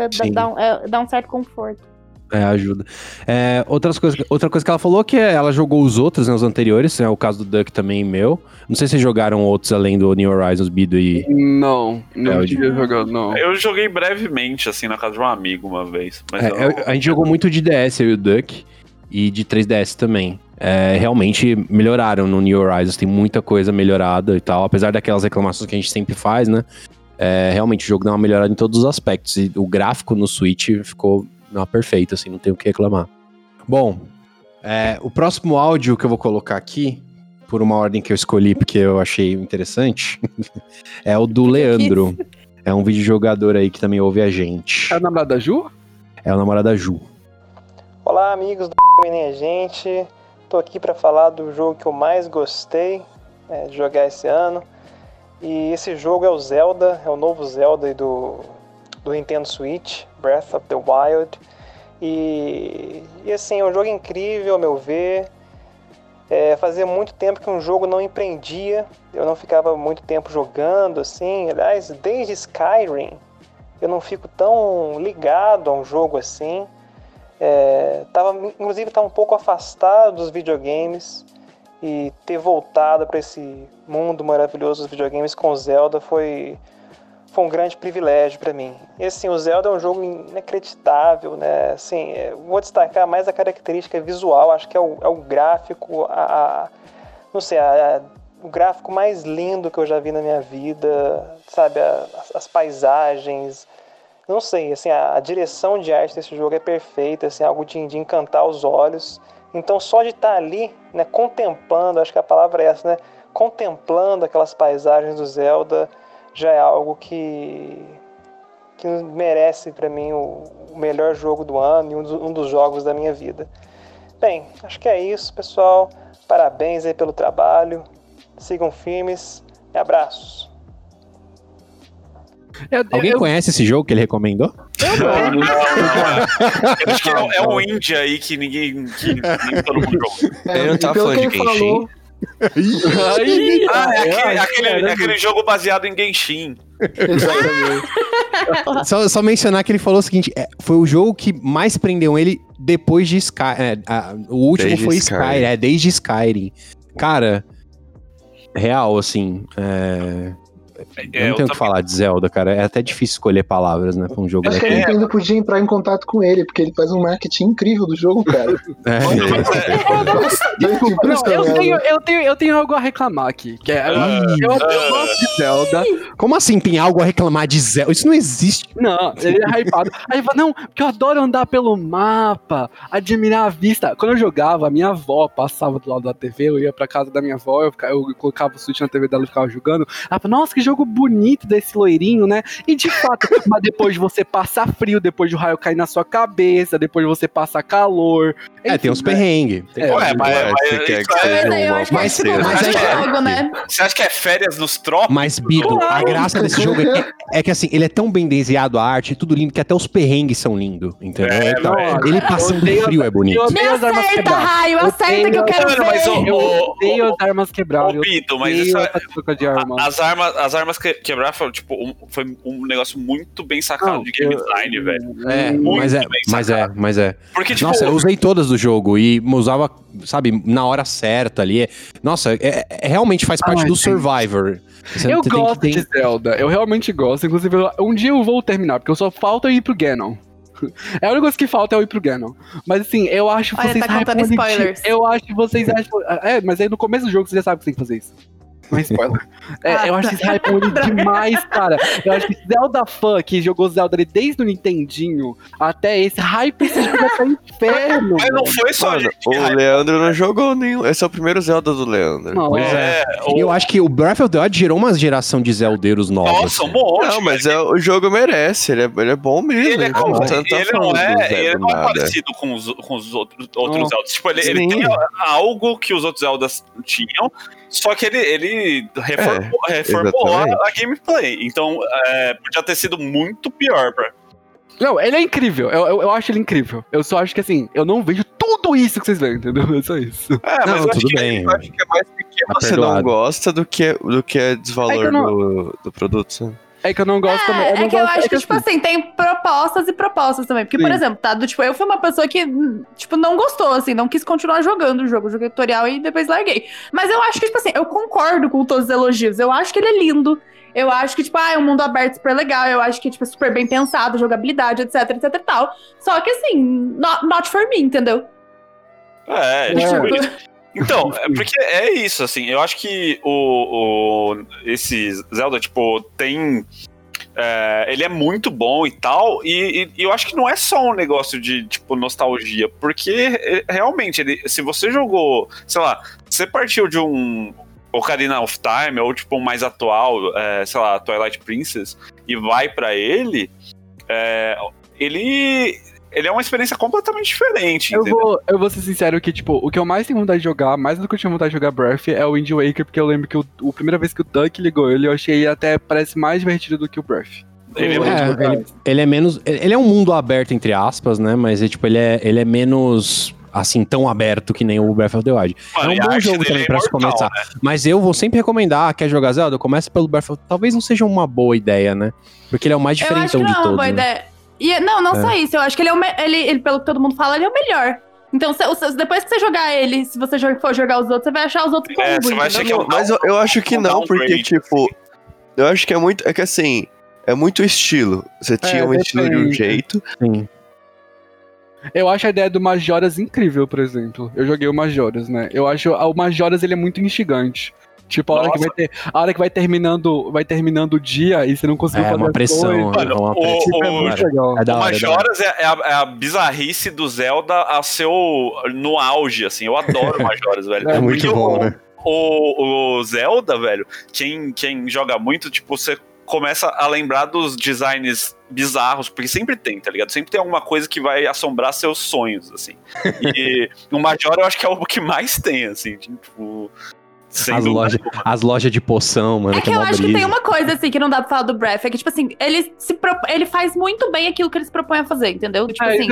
Speaker 1: dá um certo conforto.
Speaker 4: Ajuda. Outra coisa que ela falou que ela jogou os outros, né, os anteriores, o caso do Duck também meu. Não sei se vocês jogaram outros além do New Horizons, Bido e...
Speaker 3: Não tinha jogado, não.
Speaker 2: Eu joguei brevemente, assim, na casa de um amigo uma vez. Mas
Speaker 4: a gente jogou muito de DS, eu e o Duck, e de 3DS também. realmente melhoraram no New Horizons. Tem muita coisa melhorada e tal, apesar daquelas reclamações que a gente sempre faz, né? Realmente o jogo dá uma melhorada em todos os aspectos. E o gráfico no Switch ficou perfeito, assim, não tem o que reclamar. Bom, o próximo áudio que eu vou colocar aqui, por uma ordem que eu escolhi porque eu achei interessante, é o do Leandro. É um videojogador aí que também ouve a gente.
Speaker 3: É o namorado da Ju?
Speaker 4: É o namorado da Ju.
Speaker 15: Olá, amigos do Nem a Gente. Tô aqui para falar do jogo que eu mais gostei de jogar esse ano. E esse jogo é o Zelda, é o novo Zelda aí do Nintendo Switch, Breath of the Wild. E assim, é um jogo incrível, ao meu ver. Fazia muito tempo que um jogo não me prendia, eu não ficava muito tempo jogando, assim. Aliás, desde Skyrim, eu não fico tão ligado a um jogo assim. Inclusive, estava um pouco afastado dos videogames. E ter voltado para esse mundo maravilhoso dos videogames com Zelda foi um grande privilégio para mim. E assim, o Zelda é um jogo inacreditável, né? Assim, vou destacar mais a característica visual, acho que é o gráfico, o gráfico mais lindo que eu já vi na minha vida, sabe? As paisagens, não sei, assim, a direção de arte desse jogo é perfeita, assim, algo de encantar os olhos. Então, só de estar ali, né, contemplando, acho que a palavra é essa, né? Contemplando aquelas paisagens do Zelda, já é algo que merece para mim o melhor jogo do ano e um dos jogos da minha vida. Bem, acho que é isso, pessoal. Parabéns aí pelo trabalho. Sigam firmes e abraços.
Speaker 4: Alguém conhece esse jogo que ele recomendou?
Speaker 2: Eu acho que é um indie aí que ninguém todo mundo joga.
Speaker 10: Ele não tá falando de Genshin.
Speaker 2: Aquele jogo baseado em Genshin.
Speaker 4: Exatamente. Só mencionar que ele falou o seguinte: foi o jogo que mais prendeu ele depois de Skyrim. O último desde foi Skyrim, desde Skyrim. Cara, real, assim. Eu não tenho o que falar de Zelda, cara. É até difícil escolher palavras, né, pra um jogo
Speaker 9: daquele. Acho que a Nintendo podia entrar em contato com ele, porque ele faz um marketing incrível do jogo, cara.
Speaker 3: Eu tenho algo a reclamar aqui. Que eu gosto de Zelda.
Speaker 4: Como assim tem algo a reclamar de Zelda? Isso não existe.
Speaker 3: Não, ele é hypado. Aí ele fala, não, porque eu adoro andar pelo mapa, admirar a vista. Quando eu jogava, a minha avó passava do lado da TV, eu ia pra casa da minha avó, eu colocava o Switch na TV dela e ficava jogando. Ela falava, nossa, que jogo bonito desse loirinho, né? E de fato, mas depois de você passar frio, depois de o raio cair na sua cabeça, depois de você passar calor. Enfim,
Speaker 4: tem uns perrengues.
Speaker 2: Você acha que é férias nos trópicos?
Speaker 4: Mas, Bido, a graça desse jogo é que assim, ele é tão bem desenhado, a arte, tudo lindo, que até os perrengues são lindos, entendeu? Então, ele passando frio é bonito.
Speaker 1: Me acerta, raio, acerta que eu quero ver.
Speaker 3: Eu odeio as armas quebradas.
Speaker 2: Bido, mas as armas quebrar foi, foi um negócio muito bem sacado de game design, velho.
Speaker 4: Mas é.
Speaker 2: Porque,
Speaker 4: nossa, eu usei todas do jogo e usava, sabe, na hora certa ali. Nossa, realmente faz parte do Survivor.
Speaker 3: Eu gosto de Zelda, eu realmente gosto. Inclusive, um dia eu vou terminar, porque só falta eu ir pro Ganon. É a única coisa que falta é eu ir pro Ganon. Mas assim, eu acho que vocês...
Speaker 1: tá contando spoilers.
Speaker 3: Eu acho que vocês acham... mas aí no começo do jogo você já sabe que você tem que fazer isso. Não é spoiler. Eu acho esse hype demais, cara. Eu acho que Zelda fã que jogou Zelda ali desde o Nintendinho até esse hype, esse jogo é pra inferno.
Speaker 2: Mas não foi só, gente.
Speaker 10: O Leandro não jogou nenhum. Esse é o primeiro Zelda do Leandro.
Speaker 4: Eu acho que o Breath of the Wild gerou uma geração de Zeldeiros novos.
Speaker 2: Nossa, um monte.
Speaker 10: Não, mas o jogo merece. Ele é bom mesmo.
Speaker 2: Ele não é parecido com os outros Zeldas. Tipo, ele tem algo que os outros Zeldas tinham. Só que ele reformou a gameplay. Então, podia ter sido muito pior.
Speaker 3: Não, ele é incrível. Eu acho ele incrível. Eu só acho que, assim, eu não vejo tudo isso que vocês veem, entendeu? É só isso.
Speaker 10: Mas eu tudo bem. Eu acho que é mais porque você não gosta do que é desvalor do produto, sabe?
Speaker 3: É que eu não gosto também.
Speaker 1: Eu acho que, tipo assim, tem propostas e propostas também. Porque, por exemplo, eu fui uma pessoa que, não gostou, assim, não quis continuar jogando o jogo. Joguei tutorial e depois larguei. Mas eu acho que, tipo assim, eu concordo com todos os elogios. Eu acho que ele é lindo. Eu acho que, é um mundo aberto super legal. Eu acho que, é super bem pensado, jogabilidade, etc e tal. Só que, assim, not for me, entendeu?
Speaker 2: Então, porque é isso, assim, eu acho que esse Zelda, tipo, tem... ele é muito bom e tal, e eu acho que não é só um negócio de, tipo, nostalgia, porque realmente, se você jogou, sei lá, você partiu de um Ocarina of Time, ou tipo um mais atual, sei lá, Twilight Princess, e vai pra ele é uma experiência completamente diferente.
Speaker 3: Eu vou ser sincero que, tipo, o que eu mais tenho vontade de jogar, mais do que eu tinha vontade de jogar Breath, é o Wind Waker, porque eu lembro que a primeira vez que o Duck ligou ele, eu achei até parece mais divertido do que o Breath.
Speaker 4: Ele é menos... Ele é um mundo aberto, entre aspas, né? Mas ele é menos... assim, tão aberto que nem o Breath of the Wild.
Speaker 2: Mano,
Speaker 4: é um bom jogo também pra se começar. Né? Mas eu vou sempre recomendar, quer jogar Zelda? Começa pelo Breath of the Wild. Talvez não seja uma boa ideia, né? Porque ele é o mais diferentão de todos. Eu acho que não é uma boa ideia.
Speaker 1: E, não só isso. Eu acho que ele, pelo que todo mundo fala, ele é o melhor. Então, depois que você jogar ele, se você for jogar os outros, você vai achar os outros como ruim.
Speaker 10: Mas eu acho que não, porque, tipo... Eu acho que é muito... É que, assim... É muito estilo. Você tinha um estilo de um jeito...
Speaker 4: Sim.
Speaker 3: Eu acho a ideia do Majora's incrível, por exemplo. Eu joguei o Majora's, né? Eu acho o Majora's, ele é muito instigante. Tipo, a hora que vai terminando o dia e você não conseguiu fazer
Speaker 4: uma pressão.
Speaker 2: É muito legal. O Majora's é a bizarrice do Zelda no auge, assim. Eu adoro o Majora's, velho.
Speaker 10: É muito bom, né?
Speaker 2: O Zelda, velho, quem joga muito, tipo, você começa a lembrar dos designs bizarros, porque sempre tem, tá ligado? Sempre tem alguma coisa que vai assombrar seus sonhos, assim. E o Majora eu acho que é o que mais tem, assim, tipo...
Speaker 4: As lojas de poção, mano.
Speaker 1: É que eu acho que tem uma coisa, assim, que não dá pra falar do Breath, é que, tipo assim, ele faz muito bem aquilo que ele se propõe a fazer, entendeu? Tipo assim,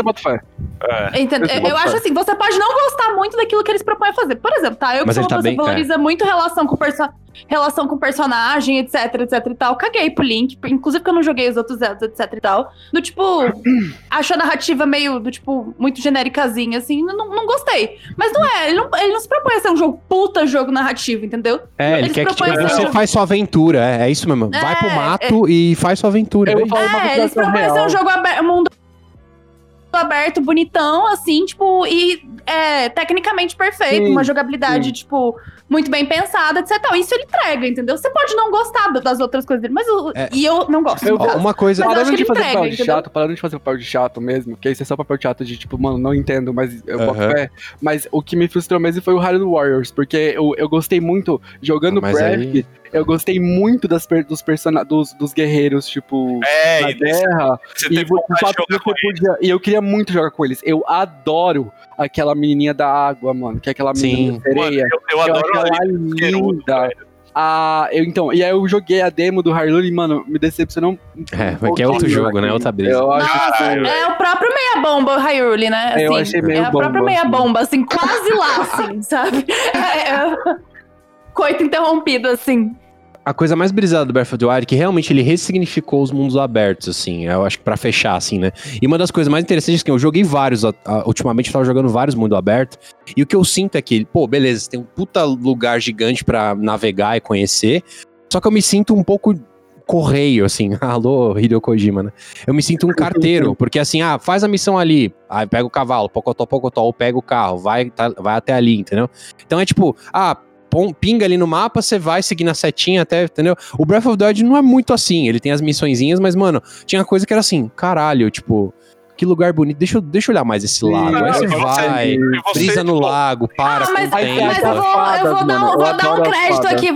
Speaker 1: eu acho assim, você pode não gostar muito daquilo que ele se propõe a fazer. Por exemplo, tá? Eu que sou uma pessoa que valoriza muito relação com personagem, etc e tal. Caguei pro Link, inclusive porque eu não joguei os outros Zeldas, etc e tal. Do tipo, acho a narrativa meio, do tipo, muito genéricazinha, assim, não gostei. Mas não é, ele não se propõe a ser um jogo narrativo, entendeu?
Speaker 4: Ele quer que você faz sua aventura, é isso mesmo. Vai pro mato e faz sua aventura.
Speaker 1: Ele se propõe a ser um jogo mundo aberto, bonitão, assim, tipo, e tecnicamente perfeito, uma jogabilidade, tipo, muito bem pensada, etc. Isso ele entrega, entendeu? Você pode não gostar das outras coisas dele, mas e eu não gosto.
Speaker 4: Uma coisa...
Speaker 3: Parando de fazer papel de chato, parando de fazer papel de chato mesmo, que isso é só papel de chato de, tipo, mano, não entendo, mas eu boto fé. Mas o que me frustrou mesmo foi o Hyrule Warriors, porque eu gostei muito, jogando Breath, eu gostei muito dos guerreiros, tipo, na guerra. E eu queria muito jogar com eles. Eu adoro aquela menininha da água, mano, que é aquela menina sereia.
Speaker 2: Mano, eu adoro
Speaker 3: ela linda. E aí eu joguei a demo do Hyrule e, mano, me decepcionou.
Speaker 4: Porque é outro jogo, né? Outra brisa.
Speaker 1: É o próprio meia-bomba, o Hyrule, né? Assim,
Speaker 3: eu achei meio
Speaker 1: a própria meia-bomba, assim, quase lá, assim, sabe? Coito interrompido, assim.
Speaker 4: A coisa mais brisada do Breath of the Wild é que realmente ele ressignificou os mundos abertos, assim, eu acho que pra fechar, assim, né? E uma das coisas mais interessantes é que eu joguei vários, ultimamente eu tava jogando vários mundos abertos, e o que eu sinto é que, pô, beleza, você tem um puta lugar gigante pra navegar e conhecer, só que eu me sinto um pouco correio, assim, alô, Hideo Kojima, né? Eu me sinto um carteiro, porque assim, faz a missão ali, aí pega o cavalo, pocotó, ou pega o carro, vai até ali, entendeu? Então é tipo, pinga ali no mapa, você vai seguindo a setinha até, entendeu? O Breath of the Wild não é muito assim, ele tem as missõezinhas, mas, mano, tinha coisa que era assim, caralho, tipo, que lugar bonito, deixa eu olhar mais esse lago, aí você vai, brisa no lago, para,
Speaker 1: mas eu vou dar um crédito aqui,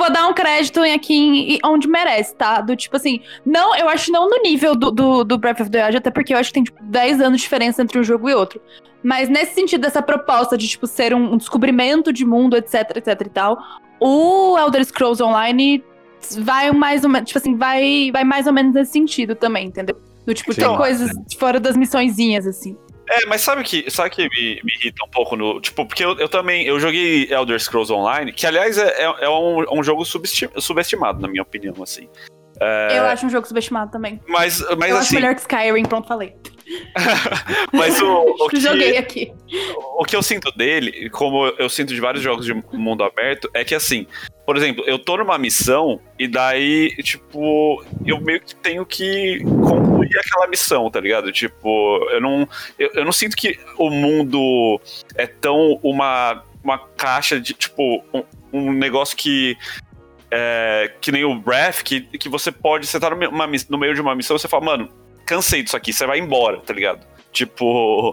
Speaker 1: onde merece, tá? Do tipo assim, não, eu acho não no nível do Breath of the Wild, até porque eu acho que tem, tipo, 10 anos de diferença entre um jogo e outro. Mas nesse sentido, dessa proposta de, tipo, ser um descobrimento de mundo, etc e tal, o Elder Scrolls Online vai mais ou menos, tipo assim, vai mais ou menos nesse sentido também, entendeu? Do tipo, tem coisas fora das missõezinhas, assim.
Speaker 2: Mas sabe que me irrita um pouco no... Tipo, porque eu joguei Elder Scrolls Online, que, aliás, é um jogo subestimado, na minha opinião, assim.
Speaker 1: Eu acho um jogo subestimado também.
Speaker 2: Mas
Speaker 1: eu
Speaker 2: assim,
Speaker 1: acho melhor que Skyrim, pronto, falei.
Speaker 2: Mas o que
Speaker 1: joguei aqui.
Speaker 2: O que eu sinto dele, como eu sinto de vários jogos de mundo aberto, é que assim, por exemplo, eu tô numa missão e daí, tipo, eu meio que tenho que concluir aquela missão, tá ligado? Tipo, eu não sinto que o mundo é tão uma uma caixa de, tipo, um negócio que nem o Breath, que você tá no meio de uma missão e você fala, mano, cansei disso aqui, você vai embora, tá ligado? Tipo,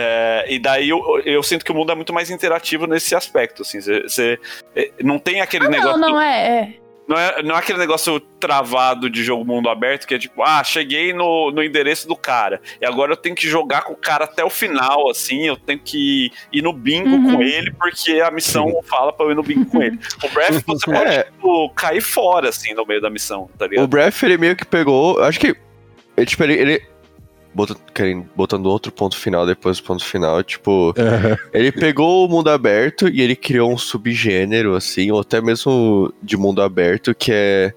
Speaker 2: e daí eu sinto que o mundo é muito mais interativo nesse aspecto, assim, você não tem aquele negócio... Não é aquele negócio travado de jogo mundo aberto, que é tipo, cheguei no endereço do cara, e agora eu tenho que jogar com o cara até o final, assim, eu tenho que ir no bingo com ele, porque a missão fala pra eu ir no bingo com ele. O Breath, você pode, tipo, cair fora, assim, no meio da missão, tá ligado?
Speaker 10: O Breath, ele meio que pegou, acho que, ele botando outro ponto final depois do ponto final, tipo, ele pegou o mundo aberto e ele criou um subgênero, assim, ou até mesmo de mundo aberto, que é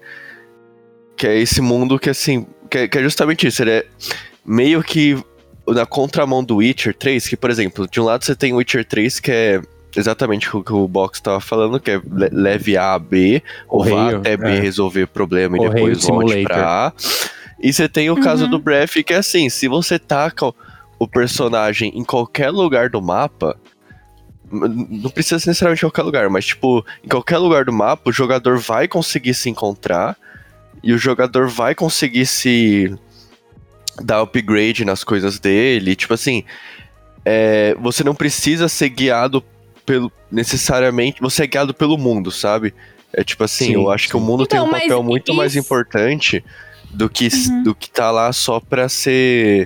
Speaker 10: esse mundo que, assim, que é justamente isso, ele é meio que na contramão do Witcher 3, que, por exemplo, de um lado você tem o Witcher 3, que é exatamente o que o Box tava falando, que é leve A a B, ou vá até B resolver problema e depois volte pra A. E você tem o caso do Breath, que é assim, se você taca o personagem em qualquer lugar do mapa, não precisa ser necessariamente em qualquer lugar, mas tipo, em qualquer lugar do mapa, o jogador vai conseguir se encontrar, e o jogador vai conseguir se dar upgrade nas coisas dele, tipo assim, você não precisa ser guiado necessariamente, você é guiado pelo mundo, sabe? É tipo assim, eu acho que o mundo tem um papel muito mais importante do que tá lá só pra ser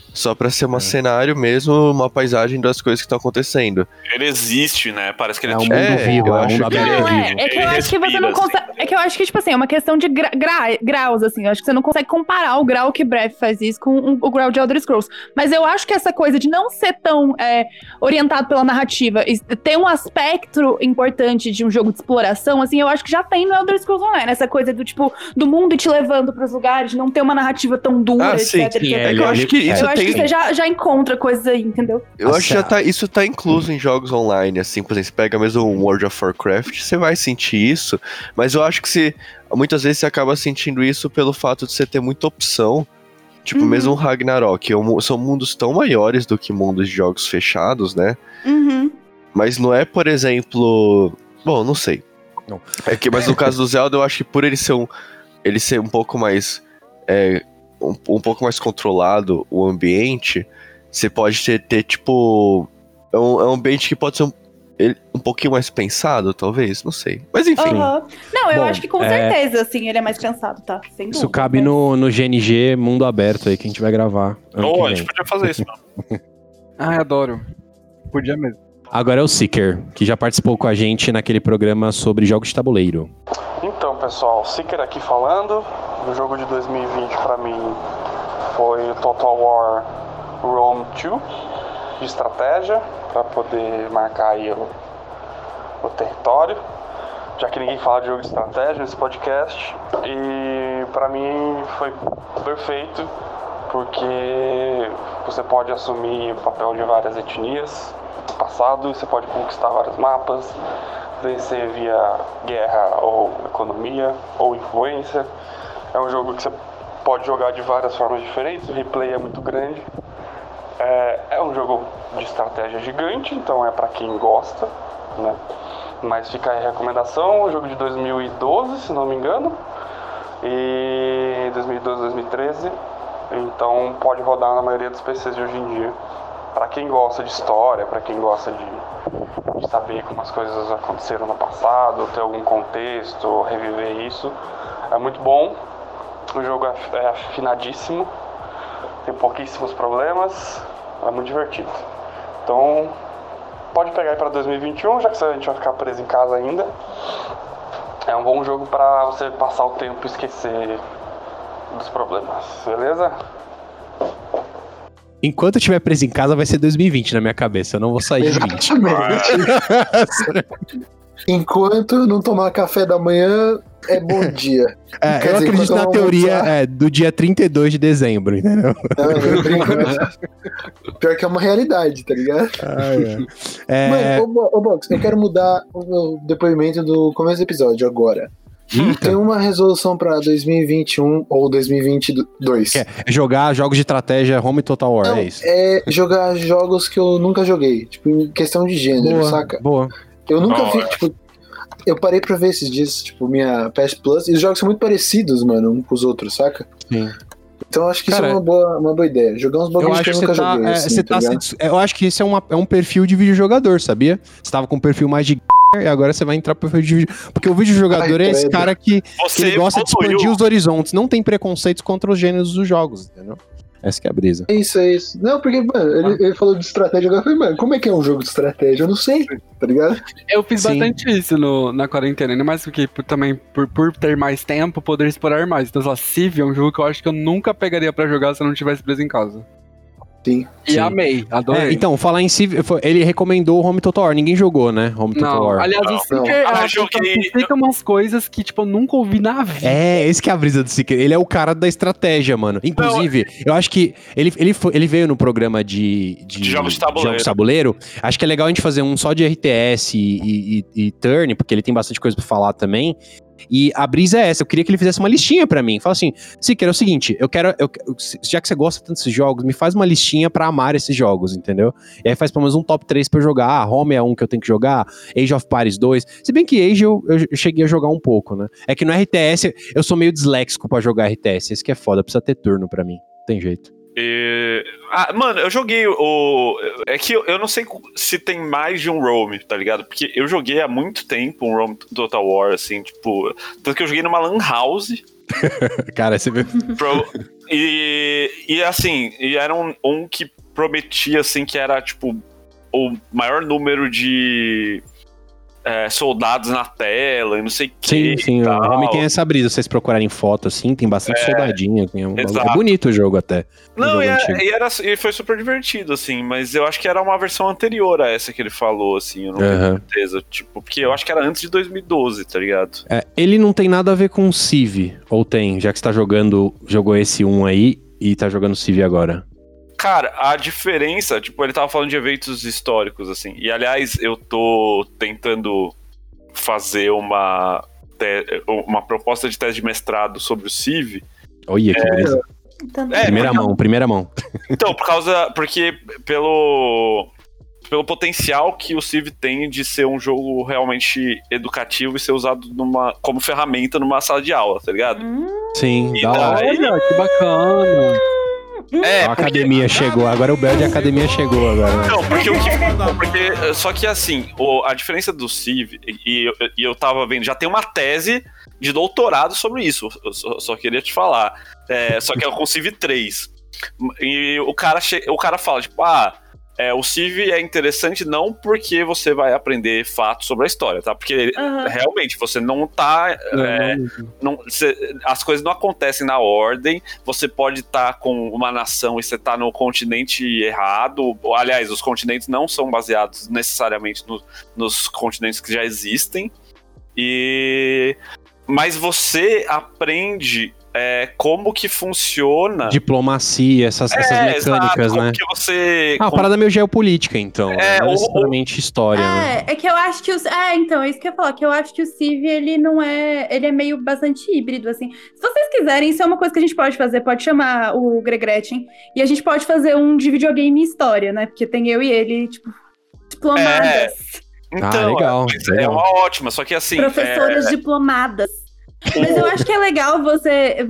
Speaker 10: um cenário mesmo, uma paisagem das coisas que estão acontecendo.
Speaker 2: Ele existe, né? Parece que ele
Speaker 4: é um mundo vivo,
Speaker 2: eu
Speaker 4: acho que
Speaker 1: é que eu acho que você não consegue. É que eu acho que, tipo assim, é uma questão de graus, assim. Eu acho que você não consegue comparar o grau que Breath faz isso com o grau de Elder Scrolls. Mas eu acho que essa coisa de não ser tão orientado pela narrativa e ter um aspecto importante de um jogo de exploração, assim, eu acho que já tem no Elder Scrolls Online. Essa coisa do, tipo, do mundo te levando pros lugares, de não ter uma narrativa tão dura, etc.
Speaker 10: Eu acho que isso
Speaker 1: acho que você já encontra coisas aí, entendeu?
Speaker 10: Eu acho que isso tá incluso em jogos online, assim, por exemplo, você pega mesmo um World of Warcraft, você vai sentir isso, mas eu acho que muitas vezes você acaba sentindo isso pelo fato de você ter muita opção, tipo, mesmo o Ragnarok, são mundos tão maiores do que mundos de jogos fechados, né? Mas não é, por exemplo, bom, não sei. Não. Mas no caso do Zelda, eu acho que por ele ser um pouco mais um pouco mais controlado o ambiente, você pode ter tipo, é um ambiente que pode ser um pouquinho mais pensado, talvez, não sei. Mas enfim.
Speaker 1: Não, eu acho que com certeza, assim, ele é mais pensado, tá? Sem dúvida.
Speaker 4: Isso cabe no GNG Mundo Aberto aí, que a gente vai gravar.
Speaker 2: A gente podia fazer isso, mano.
Speaker 3: Adoro. Podia mesmo.
Speaker 4: Agora é o Seeker, que já participou com a gente naquele programa sobre jogos de tabuleiro.
Speaker 16: Então, pessoal, Seeker aqui falando. O jogo de 2020 pra mim foi Total War Rome 2, de estratégia, pra poder marcar aí o território, já que ninguém fala de jogo de estratégia nesse podcast. E pra mim foi perfeito, porque você pode assumir o papel de várias etnias do passado, você pode conquistar vários mapas, vencer via guerra ou economia ou influência. É um jogo que você pode jogar de várias formas diferentes, o replay é muito grande. É um jogo de estratégia gigante, então é pra quem gosta, né? Mas fica aí a recomendação, um jogo de 2012, se não me engano, e 2012, 2013, então pode rodar na maioria dos PCs de hoje em dia. Pra quem gosta de história, pra quem gosta de saber como as coisas aconteceram no passado, ter algum contexto, reviver isso, é muito bom. O jogo é afinadíssimo, tem pouquíssimos problemas, é muito divertido. Então, pode pegar aí pra 2021, já que a gente vai ficar preso em casa ainda. É um bom jogo pra você passar o tempo e esquecer dos problemas, beleza?
Speaker 4: Enquanto eu estiver preso em casa, vai ser 2020 na minha cabeça. Eu não vou sair de 20.
Speaker 9: Enquanto eu não tomar café da manhã, é bom dia.
Speaker 4: Eu acredito na teoria do dia 32 de dezembro, entendeu?
Speaker 9: Não brinco. Pior que é uma realidade, tá ligado? Mano, Box, eu quero mudar o meu depoimento do começo do episódio agora. Tem uma resolução pra 2021 ou 2022.
Speaker 4: É jogar jogos de estratégia Home Total War, é isso?
Speaker 9: É jogar jogos que eu nunca joguei. Tipo, em questão de gênero, saca?
Speaker 4: Boa.
Speaker 9: Eu nunca vi, tipo... Eu parei pra ver esses dias, tipo, minha PS Plus, e os jogos são muito parecidos, mano, um com os outros, saca?
Speaker 4: Sim.
Speaker 9: Então eu acho que isso é uma boa ideia. Jogar uns bagulhos que eu nunca joguei. Assim,
Speaker 4: eu acho que esse é um perfil de videojogador, sabia? Você tava com um perfil mais de e agora você vai entrar pro perfil de vídeo. Porque o videojogador é esse cara que ele gosta de expandir os horizontes, não tem preconceitos contra os gêneros dos jogos, entendeu? Essa que é a brisa.
Speaker 9: É isso. Não, porque, mano, ele falou de estratégia, agora eu falei, mano, como é que é um jogo de estratégia? Eu não sei, tá ligado?
Speaker 3: Eu fiz bastante isso na quarentena, ainda mais porque também por ter mais tempo, poder explorar mais. Então, sei lá, Civ é um jogo que eu acho que eu nunca pegaria pra jogar se eu não tivesse preso em casa.
Speaker 9: Sim.
Speaker 3: E amei, adorei.
Speaker 4: Então, falar em Civ, ele recomendou o Home Total War, ninguém jogou, né? Home Total War.
Speaker 3: Aliás, o Seeker explica umas coisas que, tipo, eu nunca ouvi na vida.
Speaker 4: Esse que é a brisa do Seeker. Ele é o cara da estratégia, mano. Inclusive, eu acho que ele veio no programa de
Speaker 2: jogos de
Speaker 4: tabuleiro. Acho que é legal a gente fazer um só de RTS e Turn, porque ele tem bastante coisa pra falar também. E a brisa é essa, eu queria que ele fizesse uma listinha pra mim. Fala assim, Seeker, é o seguinte, já que você gosta tanto desses jogos, me faz uma listinha pra amar esses jogos, entendeu? E aí faz pelo menos um top 3 pra eu jogar. Home é um que eu tenho que jogar, Age of Empires 2. Se bem que Age eu cheguei a jogar um pouco, né? É que no RTS eu sou meio disléxico pra jogar RTS, esse que é foda, precisa ter turno pra mim, não tem jeito.
Speaker 2: Mano, eu joguei é que eu não sei se tem mais de um roam, tá ligado? Porque eu joguei há muito tempo um roam Total War, assim, tipo... Tanto que eu joguei numa lan house.
Speaker 4: Cara, você viu?
Speaker 2: E assim, era um que prometia, assim, que era, tipo, o maior número de... soldados na tela e não sei o que.
Speaker 4: Sim, o Home tem essa brisa. Se vocês procurarem foto assim, tem bastante soldadinho. É bonito o jogo até.
Speaker 2: Não, e foi super divertido, assim, mas eu acho que era uma versão anterior a essa que ele falou, assim, eu não tenho certeza. Tipo, porque eu acho que era antes de 2012, tá ligado?
Speaker 4: Ele não tem nada a ver com Civ, ou tem? Já que você jogou esse 1 aí e tá jogando Civ agora.
Speaker 2: Cara, a diferença, tipo, ele tava falando de eventos históricos, assim. E, aliás, eu tô tentando fazer uma proposta de tese de mestrado sobre o Civ.
Speaker 4: Olha, que beleza. Primeira mão.
Speaker 2: Então, porque pelo potencial que o Civ tem de ser um jogo realmente educativo e ser usado como ferramenta numa sala de aula, tá ligado?
Speaker 4: Sim,
Speaker 2: da hora.
Speaker 3: Olha, que bacana.
Speaker 4: A academia chegou, agora o Bel de academia chegou agora.
Speaker 2: Não, porque só que assim, a diferença do Civ, e eu tava vendo, já tem uma tese de doutorado sobre isso, eu só queria te falar. Só que é com o Civ 3. E o cara fala, tipo, o Civ é interessante não porque você vai aprender fatos sobre a história, tá? Porque realmente você não tá... as coisas não acontecem na ordem, você pode estar com uma nação e você tá no continente errado. Aliás, os continentes não são baseados necessariamente nos continentes que já existem. Mas você aprende... como que funciona
Speaker 4: diplomacia, essas mecânicas, né?
Speaker 2: Que você...
Speaker 4: uma parada meio geopolítica, então. Não necessariamente história, né?
Speaker 1: É que eu acho que então, é isso que eu ia falar, que eu acho que o Civ, ele não é... Ele é meio bastante híbrido, assim. Se vocês quiserem, isso é uma coisa que a gente pode fazer, pode chamar o Gregretin, e a gente pode fazer um de videogame e história, né? Porque tem eu e ele, tipo, diplomadas.
Speaker 2: Então,
Speaker 4: legal.
Speaker 2: É uma ótima, só que assim...
Speaker 1: Professoras diplomadas. Mas eu acho que é legal você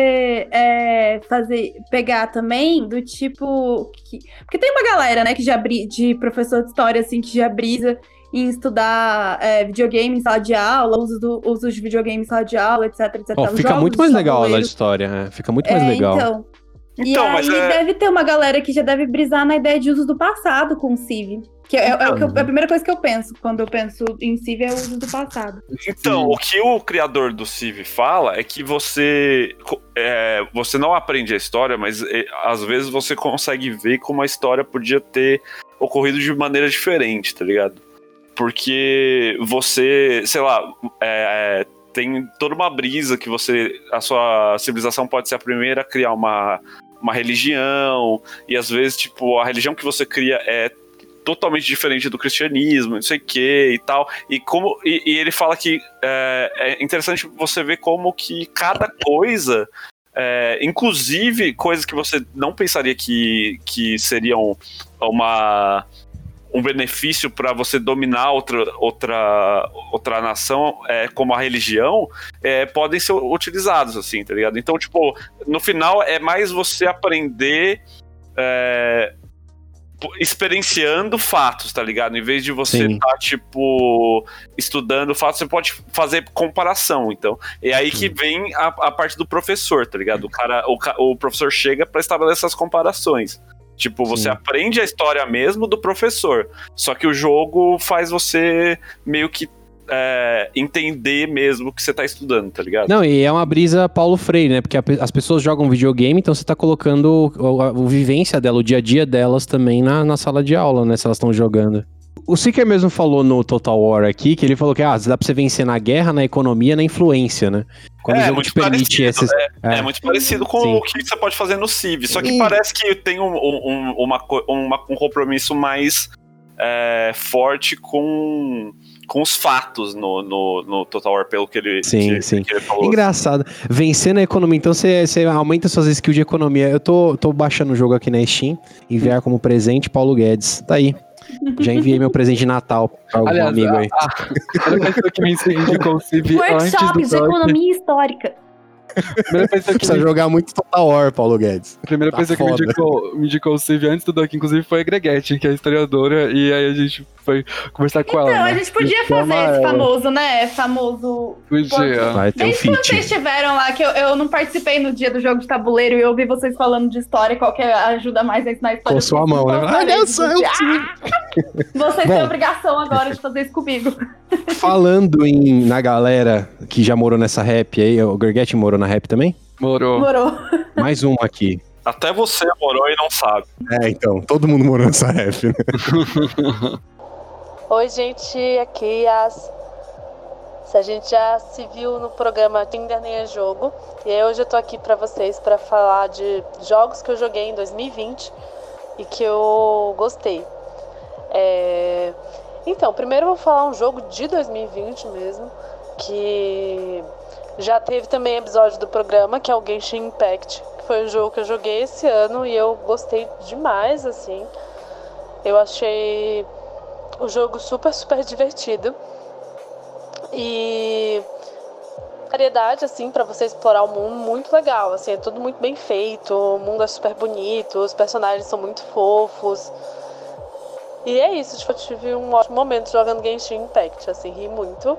Speaker 1: pegar também do tipo... Porque tem uma galera, né, que de professor de história, assim, que já brisa em estudar videogame em sala de aula, uso de videogame em sala de aula, etc.
Speaker 4: Fica muito mais legal a história, né? Fica muito mais legal.
Speaker 1: Então, e aí deve ter uma galera que já deve brisar na ideia de uso do passado com o Civ. Que é a primeira coisa que eu penso quando eu penso em Civ é o uso do passado.
Speaker 2: Então, o que o criador do Civ fala é que você não aprende a história, mas às vezes você consegue ver como a história podia ter ocorrido de maneira diferente, tá ligado? Porque você, sei lá, tem toda uma brisa que a sua civilização pode ser a primeira a criar uma religião, e às vezes, tipo, a religião que você cria totalmente diferente do cristianismo, não sei o que e tal. E ele fala que é interessante você ver como que cada coisa, inclusive coisas que você não pensaria que seriam um benefício para você dominar outra nação, como a religião, podem ser utilizados, assim, tá ligado? Então, tipo, no final é mais você aprender experienciando fatos, tá ligado? Em vez de você estar, tipo, estudando fatos, você pode fazer comparação, então. É aí que vem a parte do professor, tá ligado? O professor chega para estabelecer essas comparações. Tipo, você aprende a história mesmo do professor, só que o jogo faz você meio que entender mesmo o que você tá estudando, tá ligado?
Speaker 4: Não, e é uma brisa Paulo Freire, né? Porque as pessoas jogam videogame, então você tá colocando a vivência dela, o dia a dia delas também na sala de aula, né? Se elas estão jogando. O Seeker mesmo falou no Total War aqui, que ele falou que dá pra você vencer na guerra, na economia, na influência, né? Quando o jogo te permite esses...
Speaker 2: É muito parecido com o que você pode fazer no Civ, só que parece que tem um compromisso mais forte com os fatos no Total War, pelo que ele, que ele falou.
Speaker 4: Engraçado. Vencer na economia, então você aumenta suas skills de economia. Eu tô baixando o jogo aqui na Steam, enviar como presente Paulo Guedes. Tá aí. Já enviei meu presente de Natal pra algum amigo aí.
Speaker 3: Era uma pessoa que me indicou o Civ
Speaker 1: Workshops de economia histórica.
Speaker 4: Precisa jogar muito Total War, Paulo Guedes.
Speaker 3: A primeira pessoa que me indicou o Civ antes do Duck, inclusive, foi a Greguete, que é historiadora, e aí a gente foi conversar com ela.
Speaker 1: Então, a gente podia fazer esse famoso, né?
Speaker 3: Podia.
Speaker 4: Vai ter um
Speaker 1: feat. Quando vocês estiveram lá, que eu não participei no dia do jogo de tabuleiro e eu ouvi vocês falando de história, qualquer ajuda mais a ensinar a história.
Speaker 4: Com sua mão, né?
Speaker 1: Vocês têm obrigação agora de fazer isso comigo.
Speaker 4: Falando na galera que já morou nessa rap aí, o Greguete morou na rap também?
Speaker 3: Morou.
Speaker 4: Mais uma aqui.
Speaker 2: Até você morou e não sabe.
Speaker 4: Então, todo mundo morou nessa rap, né?
Speaker 17: Oi, gente, aqui a gente já se viu no programa Tinder Nem é Jogo, e aí hoje eu tô aqui pra vocês pra falar de jogos que eu joguei em 2020 e que eu gostei. Então, primeiro eu vou falar um jogo de 2020 mesmo, que já teve também episódio do programa, que é o Genshin Impact, que foi um jogo que eu joguei esse ano e eu gostei demais, assim. Eu achei o jogo super, super divertido. E variedade, assim, pra você explorar o mundo, muito legal, assim, é tudo muito bem feito, o mundo é super bonito, os personagens são muito fofos. E é isso, tipo, eu tive um ótimo momento jogando Genshin Impact, assim, ri muito.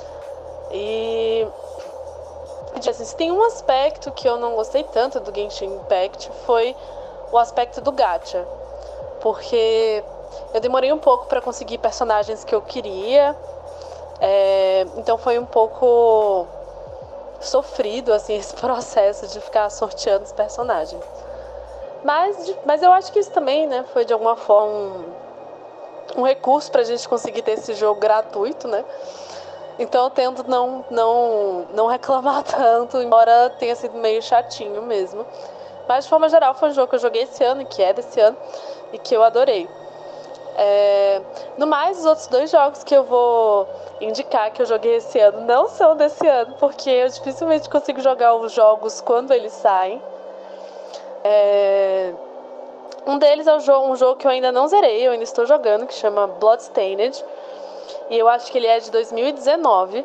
Speaker 17: E assim, se tem um aspecto que eu não gostei tanto do Genshin Impact, foi o aspecto do gacha. Porque eu demorei um pouco pra conseguir personagens que eu queria. Então foi um pouco sofrido, assim, esse processo de ficar sorteando os personagens. Mas eu acho que isso também, né, foi de alguma forma um recurso pra gente conseguir ter esse jogo gratuito, né? Então eu tento não reclamar tanto, embora tenha sido meio chatinho mesmo. Mas de forma geral foi um jogo que eu joguei esse ano, e que é desse ano, e que eu adorei. No mais, os outros dois jogos que eu vou indicar que eu joguei esse ano não são desse ano, porque eu dificilmente consigo jogar os jogos quando eles saem. Um deles é um jogo que eu ainda não zerei, eu ainda estou jogando, que chama Bloodstained. E eu acho que ele é de 2019.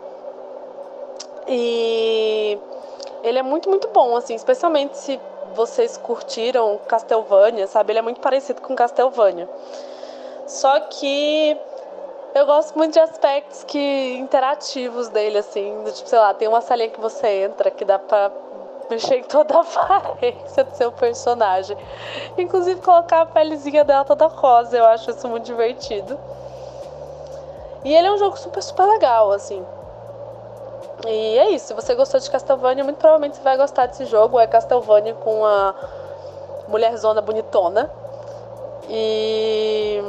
Speaker 17: E ele é muito, muito bom, assim, especialmente se vocês curtiram Castlevania, sabe? Ele é muito parecido com Castlevania. Só que eu gosto muito de aspectos interativos dele, assim. Tipo, sei lá, tem uma salinha que você entra que dá pra mexer em toda a aparência do seu personagem. Inclusive colocar a pelezinha dela toda rosa, eu acho isso muito divertido. E ele é um jogo super, super legal, assim. E é isso, se você gostou de Castlevania, muito provavelmente você vai gostar desse jogo. É Castlevania com a mulherzona bonitona. E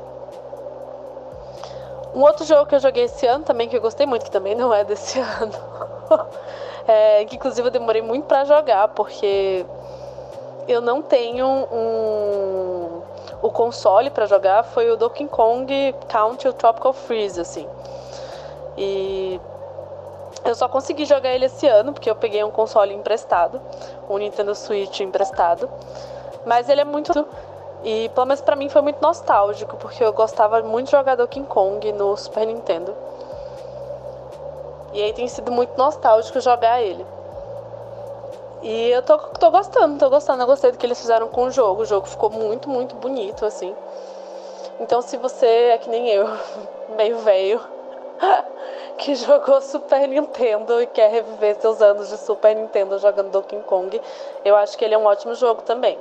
Speaker 17: um outro jogo que eu joguei esse ano também, que eu gostei muito, que também não é desse ano, que inclusive eu demorei muito pra jogar, porque eu não tenho o console pra jogar foi o Donkey Kong Country Tropical Freeze, assim. E eu só consegui jogar ele esse ano, porque eu peguei um console emprestado, um Nintendo Switch emprestado. Mas ele é muito... E pelo menos pra mim foi muito nostálgico, porque eu gostava muito de jogar Donkey Kong no Super Nintendo. E aí tem sido muito nostálgico jogar ele. E eu tô gostando. Eu gostei do que eles fizeram com o jogo. O jogo ficou muito, muito bonito, assim. Então se você é que nem eu, meio velho, que jogou Super Nintendo e quer reviver seus anos de Super Nintendo jogando Donkey Kong, eu acho que ele é um ótimo jogo também.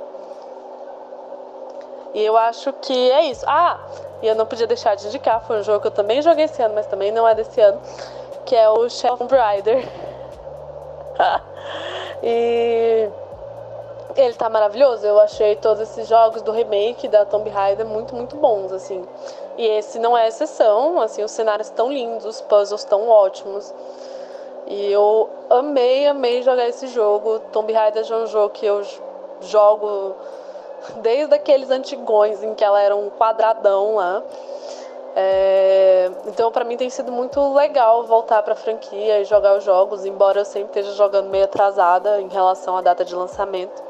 Speaker 17: E eu acho que é isso. E eu não podia deixar de indicar, foi um jogo que eu também joguei esse ano, mas também não é desse ano, que é o Tomb Raider. E ele tá maravilhoso. Eu achei todos esses jogos do remake da Tomb Raider muito, muito bons, assim. E esse não é exceção, assim, os cenários tão lindos, os puzzles tão ótimos. E eu amei jogar esse jogo. Tomb Raider é um jogo que eu jogo desde aqueles antigões em que ela era um quadradão lá. Então pra mim tem sido muito legal voltar pra franquia e jogar os jogos, embora eu sempre esteja jogando meio atrasada em relação à data de lançamento.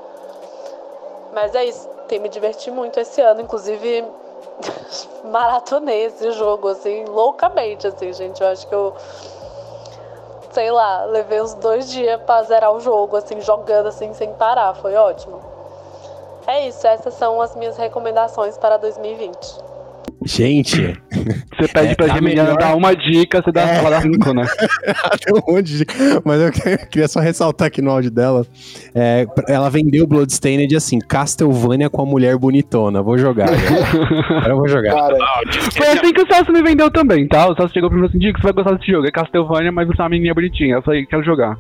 Speaker 17: Mas é isso, tem me divertido muito esse ano, inclusive maratonei esse jogo, assim, loucamente, assim, gente. Eu acho que eu, sei lá, levei uns 2 dias pra zerar o jogo, assim, jogando, assim, sem parar, foi ótimo. É isso, essas são as minhas recomendações para 2020.
Speaker 4: Gente,
Speaker 3: você pede pra Geminiana dar uma dica, você dá 5, né?
Speaker 4: Tem um monte de dica, mas eu queria só ressaltar aqui no áudio dela. Ela vendeu Bloodstained assim, Castlevania com a mulher bonitona. Vou jogar. Agora eu vou jogar.
Speaker 9: Cara,
Speaker 3: foi assim que o Celso me vendeu também, tá? O Celso chegou pra mim e falou assim: Dico, você vai gostar desse jogo. É Castlevania, mas você é uma menina bonitinha. Eu falei, quero jogar.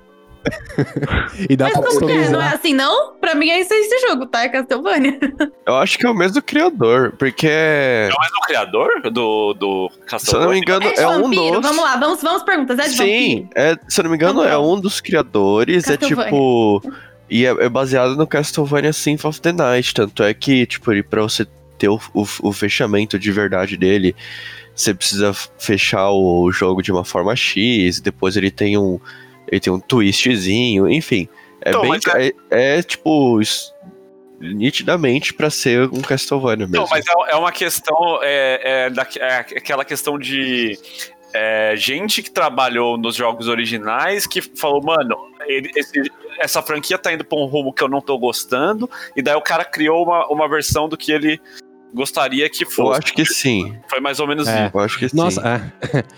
Speaker 4: E dá
Speaker 1: mas
Speaker 4: pra
Speaker 1: como que é? Não é assim, não? Pra mim é esse jogo, tá? É Castlevania.
Speaker 10: Eu acho que é o mesmo criador, porque...
Speaker 2: É o mesmo criador do Castlevania?
Speaker 10: Se eu não me engano, é um dos...
Speaker 1: Vamos lá, vamos perguntas. É de
Speaker 10: Sim, se eu não me engano, é um dos criadores. É tipo... E é baseado no Castlevania Symphony of the Night. Tanto é que, tipo, pra você ter o fechamento de verdade dele, você precisa fechar o jogo de uma forma X, e depois ele tem um twistzinho, enfim.
Speaker 2: Então,
Speaker 10: tipo, nitidamente pra ser um Castlevania mesmo.
Speaker 2: Não, mas é uma questão, aquela questão de gente que trabalhou nos jogos originais que falou, mano, essa franquia tá indo pra um rumo que eu não tô gostando, e daí o cara criou uma versão do que ele gostaria que fosse.
Speaker 10: Eu acho que sim.
Speaker 2: Foi mais ou menos isso.
Speaker 10: Eu acho que sim.
Speaker 4: Nossa,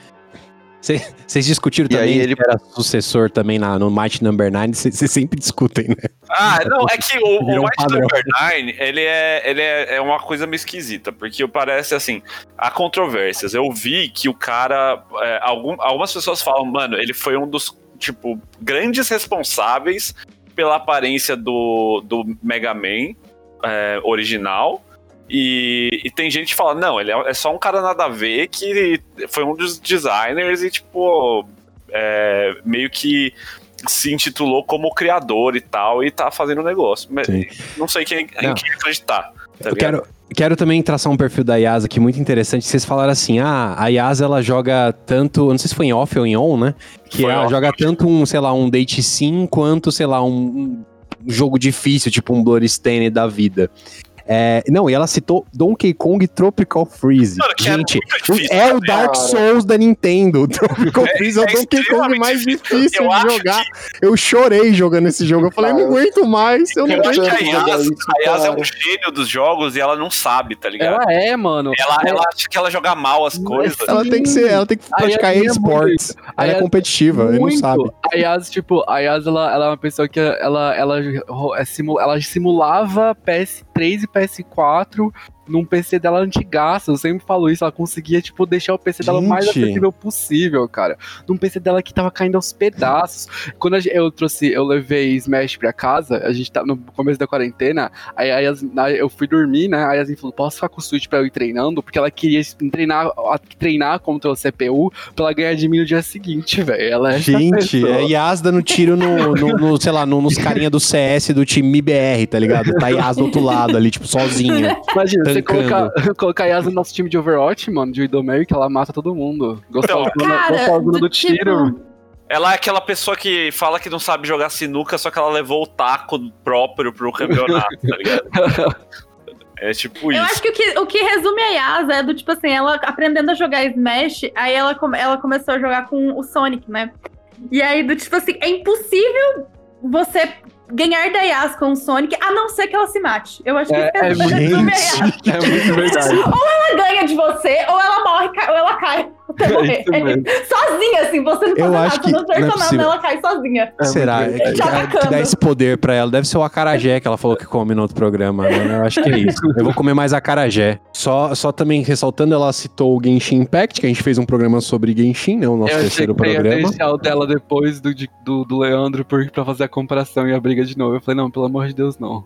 Speaker 4: Vocês discutiram também ele era sucessor tambem no Mighty Number 9, vocês sempre discutem, né?
Speaker 2: Não, é que o Mighty Number 9, ele é uma coisa meio esquisita, porque parece assim, há controvérsias. Eu vi que o cara, algumas pessoas falam, mano, ele foi um dos, tipo, grandes responsáveis pela aparência do Mega Man original. E tem gente que fala, não, ele é só um cara nada a ver, que foi um dos designers e, tipo, meio que se intitulou como criador e tal, e tá fazendo o negócio. Mas não sei em quem acreditar. Tá
Speaker 4: eu quero também traçar um perfil da Yasa aqui muito interessante. Vocês falaram assim, a Yasa, ela joga tanto, não sei se foi em off ou em on, né? Que ela joga tanto um Date Sim, quanto, sei lá, um jogo difícil, tipo um Bloodstained da vida. Não, e ela citou Donkey Kong Tropical Freeze.
Speaker 2: Mano,
Speaker 4: gente, o Dark Souls da Nintendo. O Tropical Freeze é o Donkey Kong mais difícil de jogar. Eu chorei jogando esse jogo. Eu falei, eu não aguento mais. Eu acho
Speaker 2: que a Yasa é um gênio dos jogos e ela não sabe, tá ligado?
Speaker 3: Ela é, mano.
Speaker 2: Ela acha que ela joga mal as coisas.
Speaker 4: Ela tem que praticar esportes. Ela é competitiva, ele não sabe.
Speaker 3: A Yasa, ela é uma pessoa que ela simulava PS3 e PS4 num PC dela antigaço, eu sempre falo isso, ela conseguia, tipo, deixar o PC dela o mais acessível possível, cara. Num PC dela que tava caindo aos pedaços. Quando eu levei Smash pra casa, a gente tá no começo da quarentena, aí eu fui dormir, né, aí a Yasmin falou, posso ficar com o Switch pra eu ir treinando? Porque ela queria treinar contra o CPU pra ela ganhar de mim no dia seguinte, velho.
Speaker 4: Gente, é Yas dando tiro no sei lá, nos carinha do CS do time MIBR, tá ligado? Tá Yas do outro lado ali, tipo, sozinho.
Speaker 3: Imagina, você colocar a Yasa no nosso time de Overwatch, mano, de Widowmaker, que ela mata todo mundo. Gostosona do tiro.
Speaker 2: Ela é aquela pessoa que fala que não sabe jogar sinuca, só que ela levou o taco próprio pro campeonato, tá ligado? É tipo isso.
Speaker 1: Eu acho que o que resume a Yasa é do tipo assim, ela aprendendo a jogar Smash, aí ela começou a jogar com o Sonic, né? E aí do tipo assim, é impossível você ganhar da Yasa com o Sonic, a não ser que ela se mate. Eu acho que isso resume a Yasa.
Speaker 3: É muito verdade.
Speaker 1: Ou ela ganha de você, ou ela morre, ou ela cai. Sozinha, assim, você não faz nada, você não acertou nada, ela cai sozinha.
Speaker 4: Será? Que dá esse poder pra ela? Deve ser o acarajé que ela falou que come no outro programa, né? Eu acho que é isso. Eu vou comer mais acarajé. Só também ressaltando, ela citou o Genshin Impact, que a gente fez um programa sobre Genshin, né? O nosso terceiro programa. Eu
Speaker 3: deixar o dela depois do Leandro pra fazer a comparação e a briga de novo. Eu falei, não, pelo amor de Deus, não.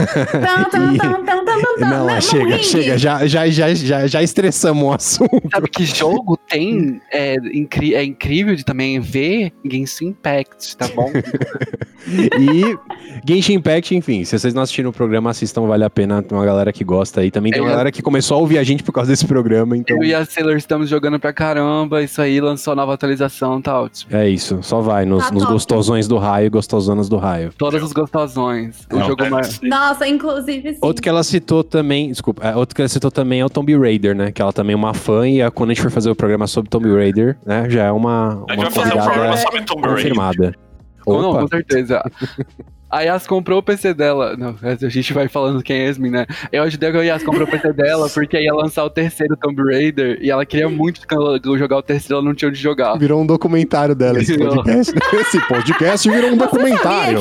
Speaker 4: Não, chega. Já estressamos o assunto.
Speaker 3: Sabe que jogo tem? É incrível de também ver Genshin Impact, tá bom?
Speaker 4: E Genshin Impact, enfim, se vocês não assistiram o programa, assistam, vale a pena. Tem uma galera que gosta aí. Também tem uma galera que começou a ouvir a gente por causa desse programa. Então...
Speaker 3: Eu e a Sailor estamos jogando pra caramba. Isso aí lançou nova atualização, tá ótimo.
Speaker 4: É isso, só vai nos gostosões do raio e gostosonas do raio.
Speaker 3: Todas os gostosões. O jogo mais...
Speaker 1: Nossa, inclusive sim.
Speaker 4: Outro que ela citou também é o Tomb Raider, né? Que ela também é uma fã e quando a gente for fazer o programa sobre Tomb Raider, né? Já é uma convidada confirmada.
Speaker 3: Não, com certeza. A Yas comprou o PC dela. Não, a gente vai falando quem é Yasmin, né? Eu ajudei que a Yas comprou o PC dela porque ia lançar o terceiro Tomb Raider e ela queria muito jogar o terceiro, ela não tinha onde jogar.
Speaker 4: Virou um documentário dela esse podcast. Esse podcast virou um documentário.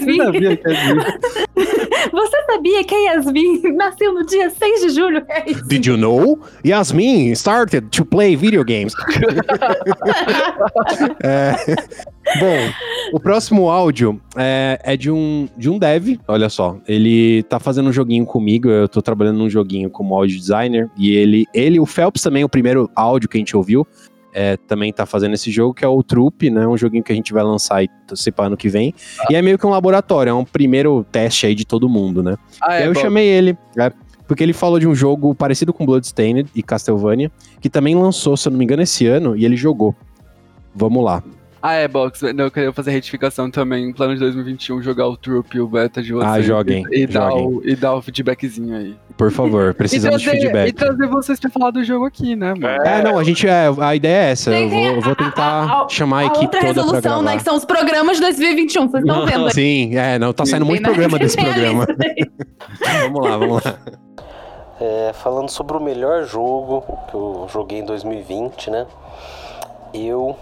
Speaker 1: Você sabia que a Yasmin nasceu no dia 6 de julho? É isso.
Speaker 4: Did you know? Yasmin started to play video games. Bom, o próximo áudio é de um dev, olha só. Ele tá fazendo um joguinho comigo, eu tô trabalhando num joguinho como audio designer, e ele o Phelps também, o primeiro áudio que a gente ouviu, também tá fazendo esse jogo, que é o Troop, né? Um joguinho que a gente vai lançar aí, para ano que vem. E é meio que um laboratório, é um primeiro teste aí de todo mundo, né? E aí eu chamei ele, porque ele falou de um jogo parecido com Bloodstained e Castlevania, que também lançou, se eu não me engano, esse ano, e ele jogou. Vamos lá.
Speaker 3: Box, eu queria fazer retificação também, plano de 2021, jogar o Troop e o beta de vocês.
Speaker 4: Joguem.
Speaker 3: E dar o feedbackzinho aí.
Speaker 4: Por favor, precisamos de feedback.
Speaker 3: E trazer vocês pra falar do jogo aqui, né, mano?
Speaker 4: Não, a ideia é essa, eu vou tentar chamar a equipe toda pra gravar.
Speaker 1: Outra resolução, né, que são os programas de 2021, vocês estão vendo.
Speaker 4: Sim, tá saindo muito programa desse programa. Vamos lá.
Speaker 18: Falando sobre o melhor jogo que eu joguei em 2020, né, eu...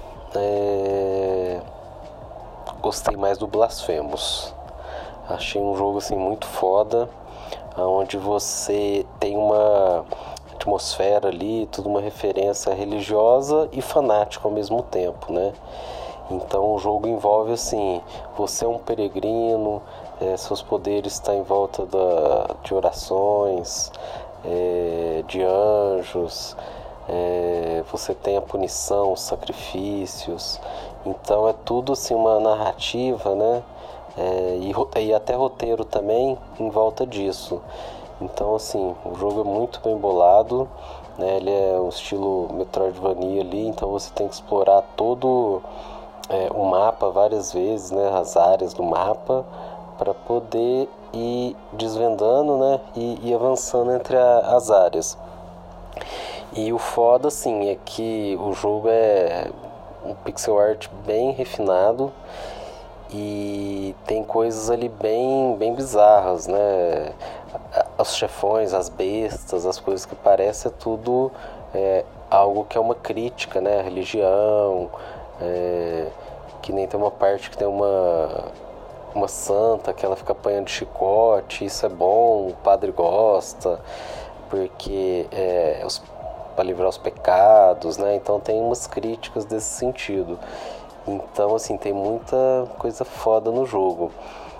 Speaker 18: gostei mais do Blasphemous. Achei um jogo assim muito foda, onde você tem uma atmosfera ali, tudo uma referência religiosa e fanática ao mesmo tempo, né? Então o jogo envolve assim, você é um peregrino, seus poderes estão em volta de orações, de anjos. Você tem a punição, os sacrifícios, então é tudo assim uma narrativa, né? E até roteiro também em volta disso. Então assim, o jogo é muito bem bolado, né? Ele é um estilo Metroidvania ali, então você tem que explorar todo o mapa várias vezes, né? As áreas do mapa, para poder ir desvendando, né? E avançando entre as áreas. E o foda, assim, é que o jogo é um pixel art bem refinado e tem coisas ali bem bizarras, né? Os chefões, as bestas, as coisas que parecem, é tudo algo que é uma crítica, né? A religião, que nem tem uma parte que tem uma santa que ela fica apanhando chicote, isso é bom, o padre gosta, porque para livrar os pecados, né? Então tem umas críticas desse sentido. Então, assim, tem muita coisa foda no jogo.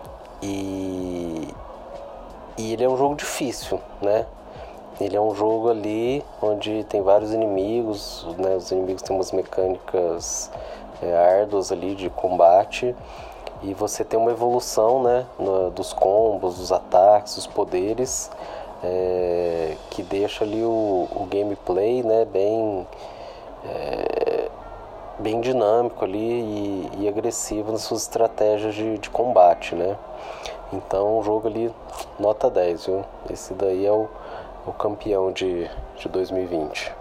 Speaker 18: E ele é um jogo difícil, né? Ele é um jogo ali onde tem vários inimigos, né? Os inimigos têm umas mecânicas árduas ali de combate. E você tem uma evolução, né? Dos combos, dos ataques, dos poderes, que deixa ali o gameplay, né, bem dinâmico ali e agressivo nas suas estratégias de combate, né? Então o jogo ali, nota 10, viu? Esse daí é o campeão de 2020.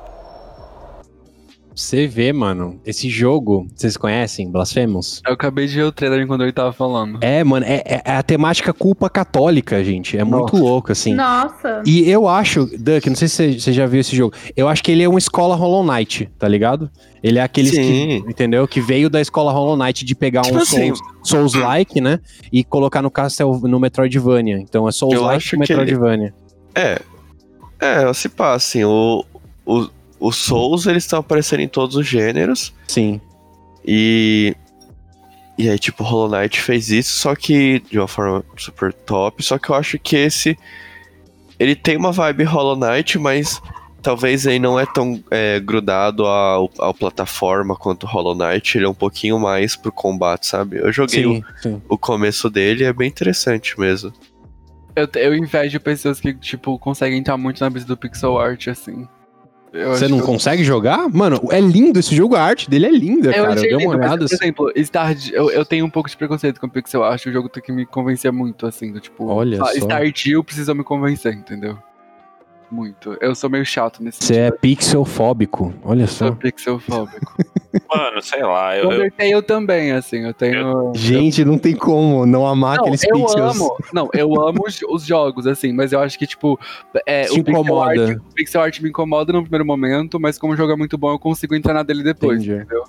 Speaker 4: Você vê, mano, esse jogo, vocês conhecem, Blasphemous?
Speaker 3: Eu acabei de ver o trailer enquanto ele tava falando.
Speaker 4: Mano, é a temática culpa católica, gente. É muito louco, assim.
Speaker 1: Nossa.
Speaker 4: E eu acho, Duck, não sei se você já viu esse jogo, eu acho que ele é uma escola Hollow Knight, tá ligado? Ele é aqueles que, entendeu? Que veio da escola Hollow Knight de pegar
Speaker 10: tipo assim,
Speaker 4: Souls-like, né? E colocar no Metroidvania. Então é Souls-like e Metroidvania.
Speaker 10: Se pá, assim, os Souls, eles estão aparecendo em todos os gêneros.
Speaker 4: Sim.
Speaker 10: E aí, tipo, Hollow Knight fez isso, só que de uma forma super top. Só que eu acho que ele tem uma vibe Hollow Knight, mas talvez aí não é tão grudado ao plataforma quanto Hollow Knight. Ele é um pouquinho mais pro combate, sabe? Eu joguei o começo dele, é bem interessante mesmo.
Speaker 3: Eu invejo pessoas que, tipo, conseguem entrar muito na brisa do pixel art, assim.
Speaker 4: Você não consegue jogar? Mano, é lindo esse jogo, a arte dele é linda, cara. Eu dei uma olhada.
Speaker 3: Por exemplo, eu tenho um pouco de preconceito com pixel art, o jogo tem que me convencer muito, assim, do tipo...
Speaker 4: Olha só.
Speaker 3: Stardew precisa me convencer, entendeu? Muito. Eu sou meio chato nesse
Speaker 4: sentido. Você é pixelfóbico, olha só.
Speaker 3: Eu sou pixelfóbico.
Speaker 2: Mano, sei lá.
Speaker 3: Eu também, assim, eu tenho...
Speaker 4: Gente, não tem como não amar aqueles pixels.
Speaker 3: Eu amo os jogos, assim, mas eu acho que, tipo... O pixel art me incomoda no primeiro momento, mas como o jogo é muito bom, eu consigo entrar na dele depois, entendeu?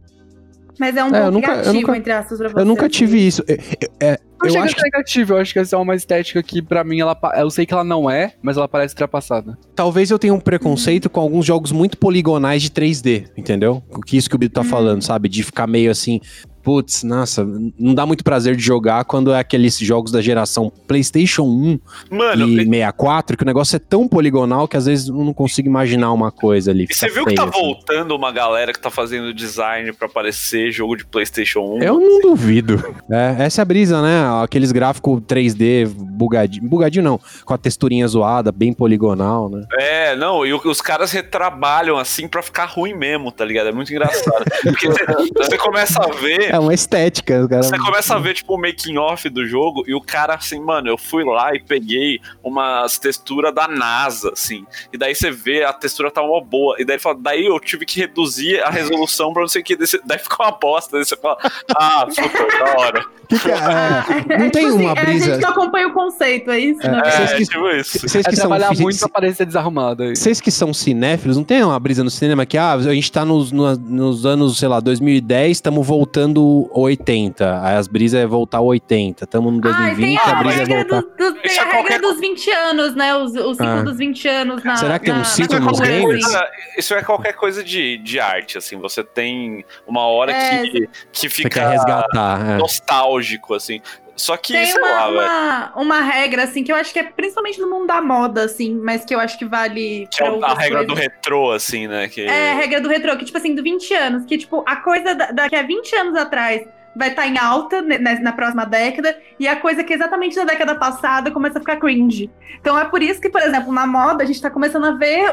Speaker 1: Mas é um pouco negativo, entre aspas, pra você.
Speaker 4: Eu nunca tive isso.
Speaker 3: Eu acho que é negativo, eu acho que é só uma estética que, pra mim, eu sei que ela não é, mas ela parece ultrapassada.
Speaker 4: Talvez eu tenha um preconceito com alguns jogos muito poligonais de 3D, entendeu? Isso que o Bito tá falando, sabe? De ficar meio assim... Putz, nossa, não dá muito prazer de jogar quando é aqueles jogos da geração PlayStation 1 e 64, que o negócio é tão poligonal que às vezes eu não consigo imaginar uma coisa ali.
Speaker 2: E você viu que tá voltando uma galera que tá fazendo design pra parecer jogo de PlayStation 1?
Speaker 4: Eu não duvido. Essa é a brisa, né? Aqueles gráficos 3D bugadinho não, com a texturinha zoada, bem poligonal, né?
Speaker 2: E os caras retrabalham assim pra ficar ruim mesmo, tá ligado? É muito engraçado. Porque você começa a ver...
Speaker 4: É uma estética, cara.
Speaker 2: Você começa a ver, tipo, o making off do jogo e o cara, assim, mano, eu fui lá e peguei umas texturas da NASA, assim. E daí você vê, a textura tá uma boa. E daí ele fala, daí eu tive que reduzir a resolução pra não sei o que. Daí fica uma bosta. Daí você fala, super, da hora.
Speaker 4: Não tem uma brisa.
Speaker 1: A gente não acompanha o conceito, é isso?
Speaker 2: Tipo isso.
Speaker 4: Vocês que
Speaker 3: trabalhar
Speaker 4: são
Speaker 3: muito pra parecer desarrumado aí.
Speaker 4: Vocês que são cinéfilos, não tem uma brisa no cinema que a gente tá nos anos, sei lá, 2010, estamos voltando 80. Aí as brisas é voltar 80. Estamos no 2020, a brisa é voltar...
Speaker 1: Tem a regra dos 20 anos, né? O ciclo dos 20 anos na...
Speaker 4: Será que tem um ciclo nos games?
Speaker 2: Isso é qualquer coisa de arte, assim. Você tem uma hora que fica...
Speaker 4: Você quer resgatar,
Speaker 2: nostálgico, assim. Só que,
Speaker 1: tem uma regra, assim, que eu acho que é principalmente no mundo da moda, assim, mas que eu acho que vale...
Speaker 2: Que é a regra do retrô, assim, né?
Speaker 1: É, a regra do retrô, que, tipo assim, do 20 anos, que, tipo, a coisa daqui a 20 anos atrás vai estar em alta na próxima década, e a coisa que é exatamente da década passada começa a ficar cringe. Então é por isso que, por exemplo, na moda, a gente tá começando a ver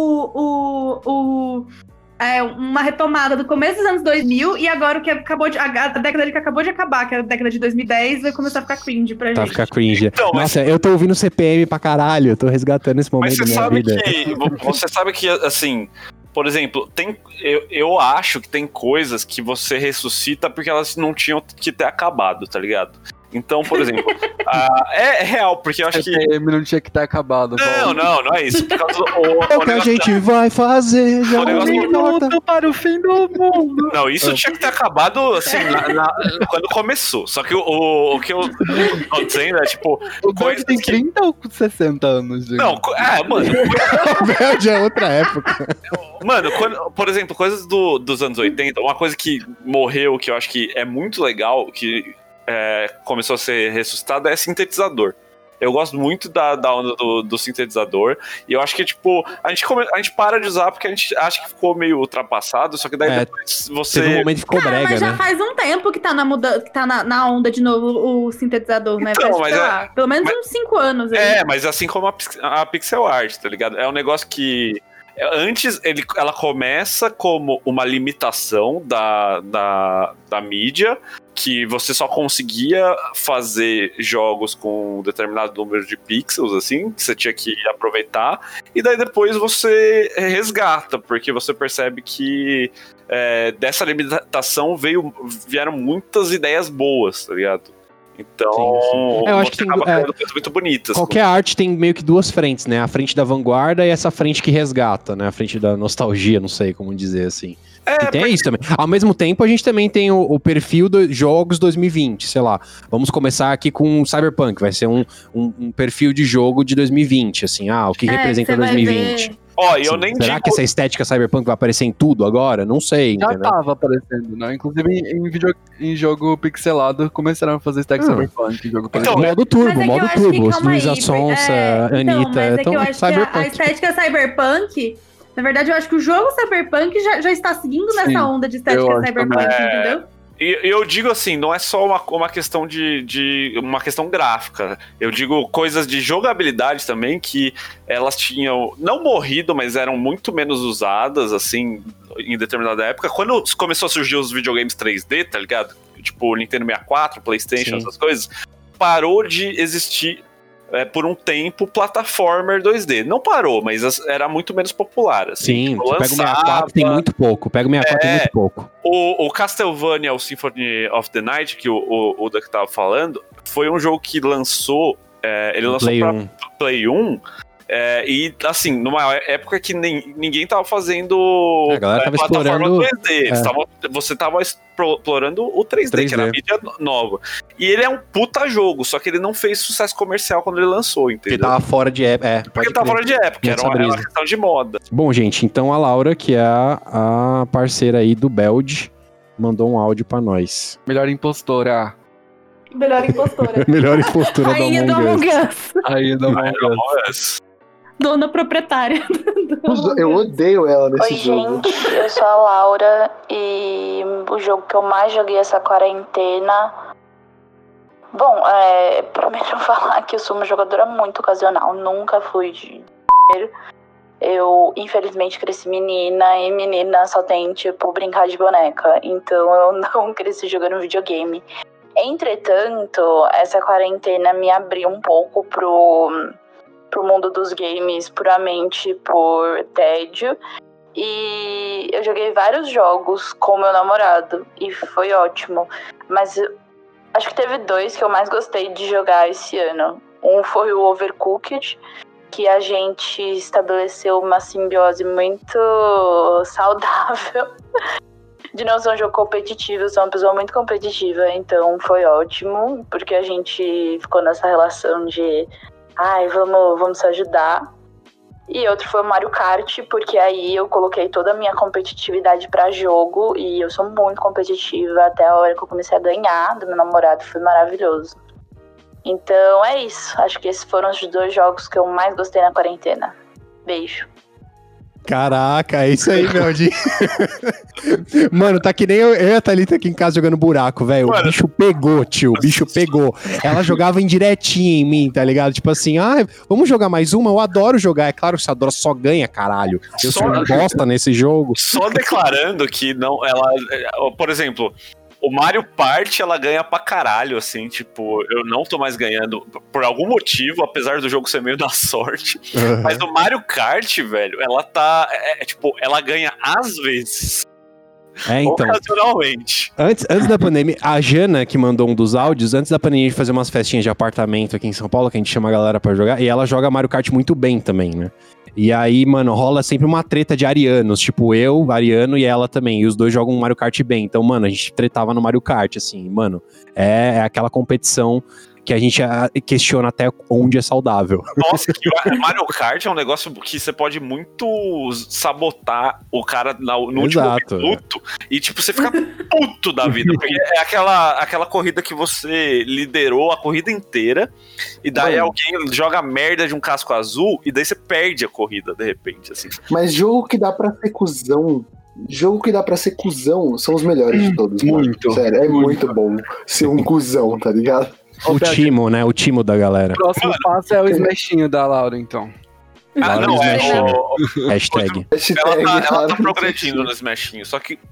Speaker 1: uma retomada do começo dos anos 2000 e agora o que acabou a década que acabou de acabar, que é a década de 2010, vai começar a ficar cringe pra gente.
Speaker 4: Vai ficar cringe. Então, nossa, eu tô ouvindo CPM pra caralho, eu tô resgatando esse momento da minha vida.
Speaker 2: Você sabe que, assim, por exemplo, eu acho que tem coisas que você ressuscita porque elas não tinham que ter acabado, tá ligado? Então, por exemplo, é real, porque eu acho que...
Speaker 3: CPM não tinha que ter acabado.
Speaker 2: Não é isso. Por causa
Speaker 4: o que a gente vai fazer já
Speaker 3: não importa para o fim do mundo.
Speaker 2: Não, isso tinha que ter acabado, assim, quando começou. Só que o que eu tô dizendo é, tipo...
Speaker 3: O Doug tem 30 ou 60 anos? Gente?
Speaker 2: Não, mano...
Speaker 4: Já é outra época.
Speaker 2: Mano, por exemplo, coisas dos anos 80, uma coisa que morreu, que eu acho que é muito legal, que... começou a ser ressuscitado, é sintetizador. Eu gosto muito da onda do sintetizador. E eu acho que, tipo, a gente para de usar porque a gente acha que ficou meio ultrapassado, só que daí depois você...
Speaker 4: Teve um momento que ficou brega,
Speaker 1: mas já
Speaker 4: né?
Speaker 1: faz um tempo que tá na onda de novo o sintetizador, né?
Speaker 2: Então,
Speaker 1: Faz, sei lá, pelo menos uns 5 anos. Aí.
Speaker 2: Mas assim como a pixel art, tá ligado? É um negócio que... Antes, ela começa como uma limitação da mídia, que você só conseguia fazer jogos com um determinado número de pixels, assim, que você tinha que aproveitar, e daí depois você resgata, porque você percebe que dessa limitação vieram muitas ideias boas, tá ligado? Então,
Speaker 4: sim. Eu acho que
Speaker 2: acaba criando coisas muito bonitas.
Speaker 4: Qualquer arte tem meio que duas frentes, né? A frente da vanguarda e essa frente que resgata, né? A frente da nostalgia, não sei como dizer assim. E tem isso também. Ao mesmo tempo, a gente também tem o perfil dos jogos 2020, sei lá. Vamos começar aqui com Cyberpunk, vai ser um perfil de jogo de 2020, assim. O que representa 2020?
Speaker 2: Eu nem
Speaker 4: será que essa estética Cyberpunk vai aparecer em tudo agora? Não sei,
Speaker 3: já
Speaker 4: entendeu?
Speaker 3: tava aparecendo, né? Inclusive em jogo pixelado começaram a fazer estética Cyberpunk.
Speaker 4: Modo turbo, Luísa Sonsa, Anitta,
Speaker 1: então, eu acho que a estética Cyberpunk... Na verdade, eu acho que o jogo Cyberpunk já está seguindo nessa onda de estética Cyberpunk, entendeu?
Speaker 2: E eu digo assim, não é só uma questão de uma questão gráfica. Eu digo coisas de jogabilidade também, que elas tinham, não morrido, mas eram muito menos usadas, assim, em determinada época. Quando começou a surgir os videogames 3D, tá ligado? Tipo, Nintendo 64, PlayStation, essas coisas, parou de existir por um tempo plataformer 2D. Não parou, mas era muito menos popular. Assim.
Speaker 4: Sim, tipo, pega o 64 tem muito pouco. Pega o 64 tem muito pouco.
Speaker 2: O Castlevania, o Symphony of the Night, que o Duck tava falando, foi um jogo que lançou... ele lançou pra Play 1... e assim, numa época que ninguém tava fazendo
Speaker 4: a galera tava
Speaker 2: plataforma
Speaker 4: explorando
Speaker 2: 2D. Você tava explorando o 3D, que era a mídia nova. E ele é um puta jogo, só que ele não fez sucesso comercial quando ele lançou, entendeu?
Speaker 4: Porque tava fora de época.
Speaker 2: Porque tava fora de época, era uma questão de moda.
Speaker 4: Bom, gente, então a Laura, que é a parceira aí do Beld, mandou um áudio pra nós.
Speaker 3: Melhor impostora.
Speaker 1: Melhor impostora.
Speaker 4: Melhor impostora
Speaker 1: do Among Us.
Speaker 3: Aí do Among Us.
Speaker 1: Dona proprietária.
Speaker 9: Eu odeio ela nesse jogo.
Speaker 19: Oi, gente, eu sou a Laura e o jogo que eu mais joguei essa quarentena... Bom, prometo falar que eu sou uma jogadora muito ocasional, nunca fui de... Eu, infelizmente, cresci menina e menina só tem, tipo, brincar de boneca, então eu não cresci jogando videogame. Entretanto, essa quarentena me abriu um pouco pro mundo dos games puramente por tédio. E eu joguei vários jogos com meu namorado e foi ótimo. Mas acho que teve 2 que eu mais gostei de jogar esse ano. Um foi o Overcooked, que a gente estabeleceu uma simbiose muito saudável. De não ser um jogo competitivo, eu sou uma pessoa muito competitiva, então foi ótimo, porque a gente ficou nessa relação de vamos se ajudar. E outro foi o Mario Kart, porque aí eu coloquei toda a minha competitividade pra jogo, e eu sou muito competitiva, até a hora que eu comecei a ganhar do meu namorado, foi maravilhoso. Então é isso, acho que esses foram os 2 jogos que eu mais gostei na quarentena. Beijo.
Speaker 4: Caraca, é isso aí, Meldi. Mano, tá que nem eu e a Thalita aqui em casa jogando buraco, velho. O bicho pegou, tio. O bicho pegou. Ela jogava indiretinha em mim, tá ligado? Tipo assim, vamos jogar mais uma? Eu adoro jogar. É claro que você adora, só ganha, caralho. Eu sou uma bosta nesse jogo.
Speaker 2: Só declarando que não, ela... Por exemplo... O Mario Party, ela ganha pra caralho, assim, tipo, eu não tô mais ganhando por algum motivo, apesar do jogo ser meio na sorte. Uhum. Mas o Mario Kart, velho, ela tá, tipo, ela ganha às vezes.
Speaker 4: Então.
Speaker 2: Ocasionalmente.
Speaker 4: Antes da pandemia, a Jana, que mandou um dos áudios, antes da pandemia a gente fazer umas festinhas de apartamento aqui em São Paulo, que a gente chama a galera pra jogar, e ela joga Mario Kart muito bem também, né? E aí, mano, rola sempre uma treta de arianos, tipo eu, ariano e ela também, e os dois jogam Mario Kart bem, então, mano, a gente tretava no Mario Kart, assim, mano, é aquela competição que a gente questiona até onde é saudável.
Speaker 2: Nossa, que o Mario Kart é um negócio que você pode muito sabotar o cara no último minuto e, tipo, você fica puto da vida. Porque é aquela corrida que você liderou a corrida inteira e daí alguém joga merda de um casco azul e daí você perde a corrida, de repente, assim.
Speaker 9: Mas jogo que dá pra ser cuzão... Jogo que dá pra ser cuzão são os melhores de todos.
Speaker 3: Muito.
Speaker 9: Mano. Sério, é muito bom ser um cuzão, tá ligado?
Speaker 4: O timo, né? O timo da galera.
Speaker 3: O próximo passo é o smashinho da Laura, então.
Speaker 4: Hashtag.
Speaker 2: Ela tá progredindo no smashinho, só que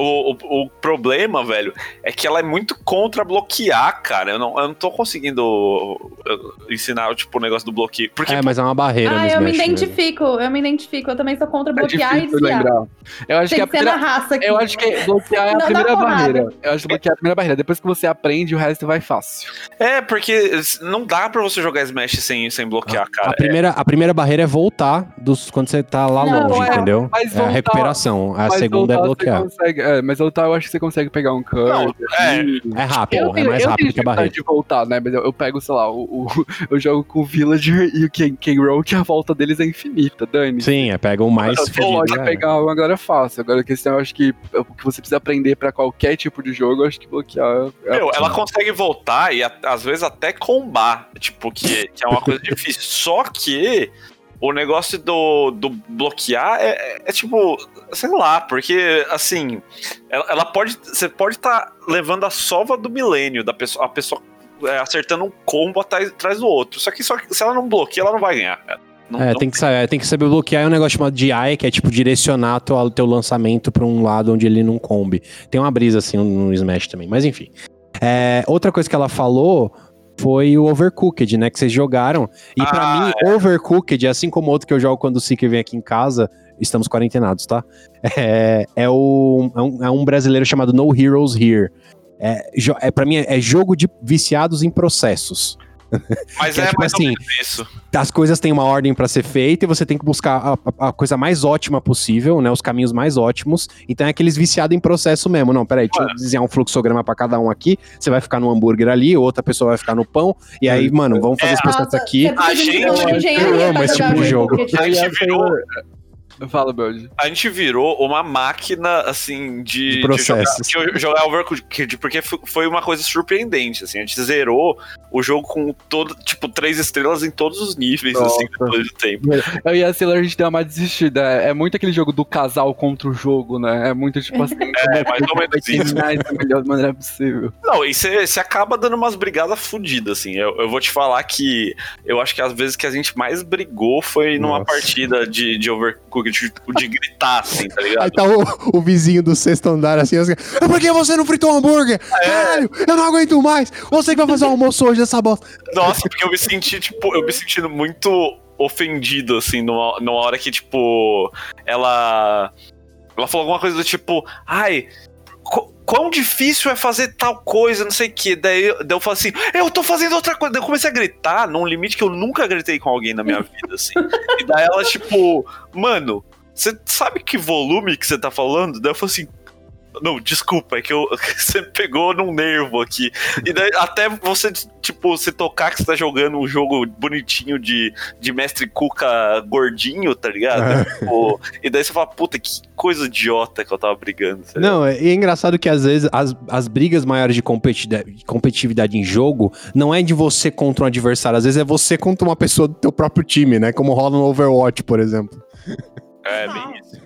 Speaker 2: o problema, velho, é que ela é muito contra bloquear, cara. Eu não tô conseguindo ensinar, tipo, o negócio do bloqueio. Porque,
Speaker 4: mas é uma barreira no
Speaker 1: eu
Speaker 4: Smash,
Speaker 1: me identifico. Eu também sou contra bloquear e desviar.
Speaker 3: Eu acho
Speaker 1: Tem
Speaker 3: que
Speaker 1: que ser na raça aqui.
Speaker 3: Eu acho que bloquear é a primeira barreira. Eu acho que bloquear é a primeira barreira. Depois que você aprende, o resto vai fácil.
Speaker 2: Porque não dá pra você jogar Smash sem bloquear, cara.
Speaker 4: A primeira barreira é voltar quando você tá lá longe, entendeu? É a recuperação. A segunda é bloquear.
Speaker 3: Mas voltar eu acho que você consegue pegar um curve.
Speaker 4: É rápido, é mais rápido que a barreira.
Speaker 3: De voltar, né? Mas eu pego, sei lá, eu jogo com o Villager e o King Roll, que a volta deles é infinita, Dani.
Speaker 4: Sim, pega o mais
Speaker 3: pode pegar uma agora fácil. Agora a questão, eu acho que o que você precisa aprender pra qualquer tipo de jogo, eu acho que bloquear
Speaker 2: ela consegue voltar e às vezes até combar, tipo, que é uma coisa difícil. Só que o negócio do bloquear é tipo, sei lá, porque assim, você pode estar levando a sova do milênio da pessoa, a pessoa acertando um combo atrás do outro. Só que se ela não bloqueia, ela não vai ganhar, cara.
Speaker 4: Tem que saber bloquear. É um negócio chamado DI, que é tipo direcionar teu lançamento pra um lado onde ele não combe. Tem uma brisa assim no Smash também, mas enfim. Outra coisa que ela falou foi o Overcooked, né, que vocês jogaram. E pra mim, Overcooked, assim como outro que eu jogo quando o Seeker vem aqui em casa, estamos quarentenados, tá? É um brasileiro chamado No Heroes Here. Pra mim, é jogo de viciados em processos.
Speaker 2: Mas
Speaker 4: tipo
Speaker 2: mais
Speaker 4: assim,
Speaker 2: ou menos isso.
Speaker 4: As coisas têm uma ordem pra ser feita e você tem que buscar a coisa mais ótima possível, né? Os caminhos mais ótimos. Então é aqueles viciados em processo mesmo. Não, peraí, deixa eu desenhar um fluxograma pra cada um aqui. Você vai ficar no hambúrguer ali, outra pessoa vai ficar no pão. E aí, mano, vamos fazer esse processo aqui.
Speaker 1: Eu amo
Speaker 4: esse tipo de jogo.
Speaker 3: Fala, Bud.
Speaker 2: A gente virou uma máquina, assim, de
Speaker 4: processos.
Speaker 2: Jogar Overcooked, porque foi uma coisa surpreendente, assim. A gente zerou o jogo com 3 estrelas em todos os níveis, assim, depois do tempo.
Speaker 3: Eu e a Sailor, a gente deu uma desistida. É muito aquele jogo do casal contra o jogo, né? É muito, tipo assim...
Speaker 2: mais ou menos isso.
Speaker 3: Da melhor maneira possível.
Speaker 2: Não, e você acaba dando umas brigadas fodidas, assim. Eu vou te falar que eu acho que as vezes que a gente mais brigou foi numa partida de Overcooked, de gritar, assim, tá ligado?
Speaker 4: Aí tá o vizinho do sexto andar, assim, por que você não fritou um hambúrguer? Caralho, eu não aguento mais. Você que vai fazer o almoço hoje dessa bosta.
Speaker 2: Nossa, porque eu me sentindo muito ofendido, assim, numa hora que, tipo, ela falou alguma coisa do tipo, quão difícil é fazer tal coisa, não sei o que. Daí eu falo assim, eu tô fazendo outra coisa. Daí eu comecei a gritar num limite que eu nunca gritei com alguém na minha vida, assim. E daí ela, tipo, mano, você sabe que volume que você tá falando? Daí eu falo assim, não, desculpa, é que você pegou num nervo aqui. E daí até você, tipo, se tocar que você tá jogando um jogo bonitinho de mestre Cuca gordinho, tá ligado? Tipo, e daí você fala, puta, que coisa idiota que eu tava brigando. Tá
Speaker 4: não, é engraçado que às vezes as brigas maiores de competitividade em jogo não é de você contra um adversário, às vezes é você contra uma pessoa do teu próprio time, né? Como rola no Overwatch, por exemplo.
Speaker 2: É, bem isso.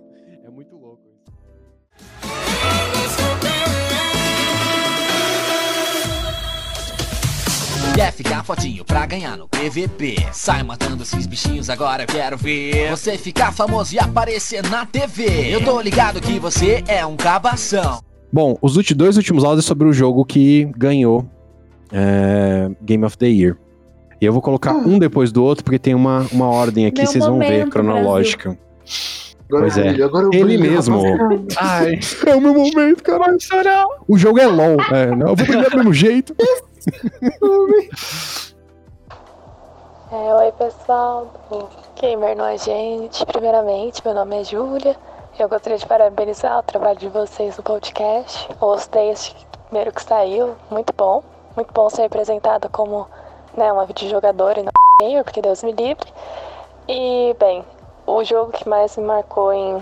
Speaker 20: Quer ficar fotinho pra ganhar no PVP? Sai matando esses bichinhos, agora eu quero ver você ficar famoso e aparecer na TV. Eu tô ligado que você é um cabação.
Speaker 4: Bom, os dois últimos áudios é sobre o jogo que ganhou Game of the Year. E eu vou colocar um depois do outro, porque tem uma ordem aqui, vocês vão ver, cronológica. Pois é, ele mesmo. Ai, é o meu momento, caralho. O jogo é LOL, eu vou brilhar do mesmo jeito.
Speaker 21: Oi pessoal do Gamer Nojente. Primeiramente, meu nome é Júlia. Eu gostaria de parabenizar o trabalho de vocês no podcast. Ouço desde o primeiro que saiu, muito bom. muito bom ser representada como, né, uma videojogadora e não gamer, porque Deus me livre. E, bem, o jogo que mais me marcou em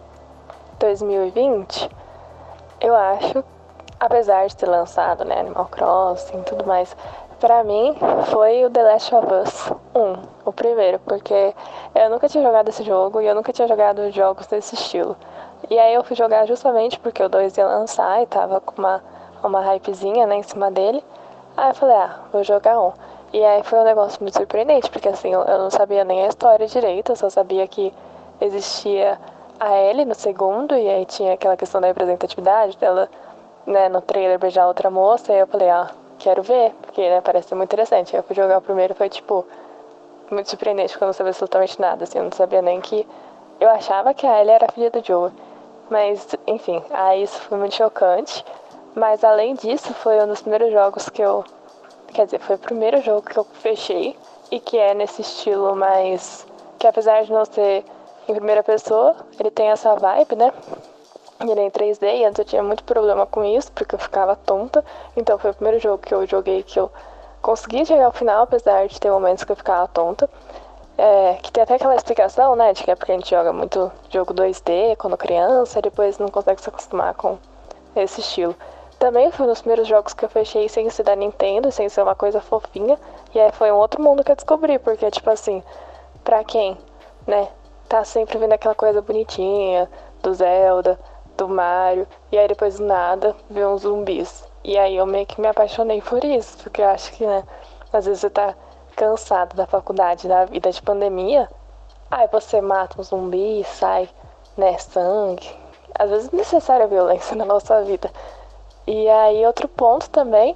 Speaker 21: 2020, eu acho, apesar de ter lançado, né, Animal Crossing e tudo mais, pra mim foi o The Last of Us 1, o primeiro, porque eu nunca tinha jogado esse jogo e eu nunca tinha jogado jogos desse estilo. E aí eu fui jogar justamente porque o 2 ia lançar e tava com uma hypezinha, né, em cima dele. Aí eu falei, vou jogar um. E aí foi um negócio muito surpreendente, porque assim, eu não sabia nem a história direito, eu só sabia que existia a Ellie no segundo, e aí tinha aquela questão da representatividade dela, né, no trailer beijar outra moça, e aí eu falei, quero ver, porque, né, parece ser muito interessante. Aí eu fui jogar o primeiro, foi tipo, muito surpreendente, porque eu não sabia absolutamente nada, assim, eu não sabia nem que... Eu achava que a Ellie era filha do Joel, mas, enfim, aí isso foi muito chocante. Mas além disso, foi um dos primeiros jogos que eu... Quer dizer, foi o primeiro jogo que eu fechei, e que é nesse estilo mais... Que apesar de não ser em primeira pessoa, ele tem essa vibe, né? Ele é em 3D, e antes eu tinha muito problema com isso, porque eu ficava tonta. Então foi o primeiro jogo que eu joguei que eu consegui chegar ao final, apesar de ter momentos que eu ficava tonta. Que tem até aquela explicação, né, de que é porque a gente joga muito jogo 2D quando criança, e depois não consegue se acostumar com esse estilo. Também foi um dos primeiros jogos que eu fechei sem ser da Nintendo, sem ser uma coisa fofinha. E aí foi um outro mundo que eu descobri, porque, tipo assim, pra quem, né, tá sempre vendo aquela coisa bonitinha do Zelda, do Mario, e aí depois do nada vê uns zumbis. E aí eu meio que me apaixonei por isso, porque eu acho que, né, às vezes você tá cansado da faculdade, da vida de pandemia, aí você mata um zumbi, sai, né, sangue. Às vezes é necessária a violência na nossa vida. E aí outro ponto também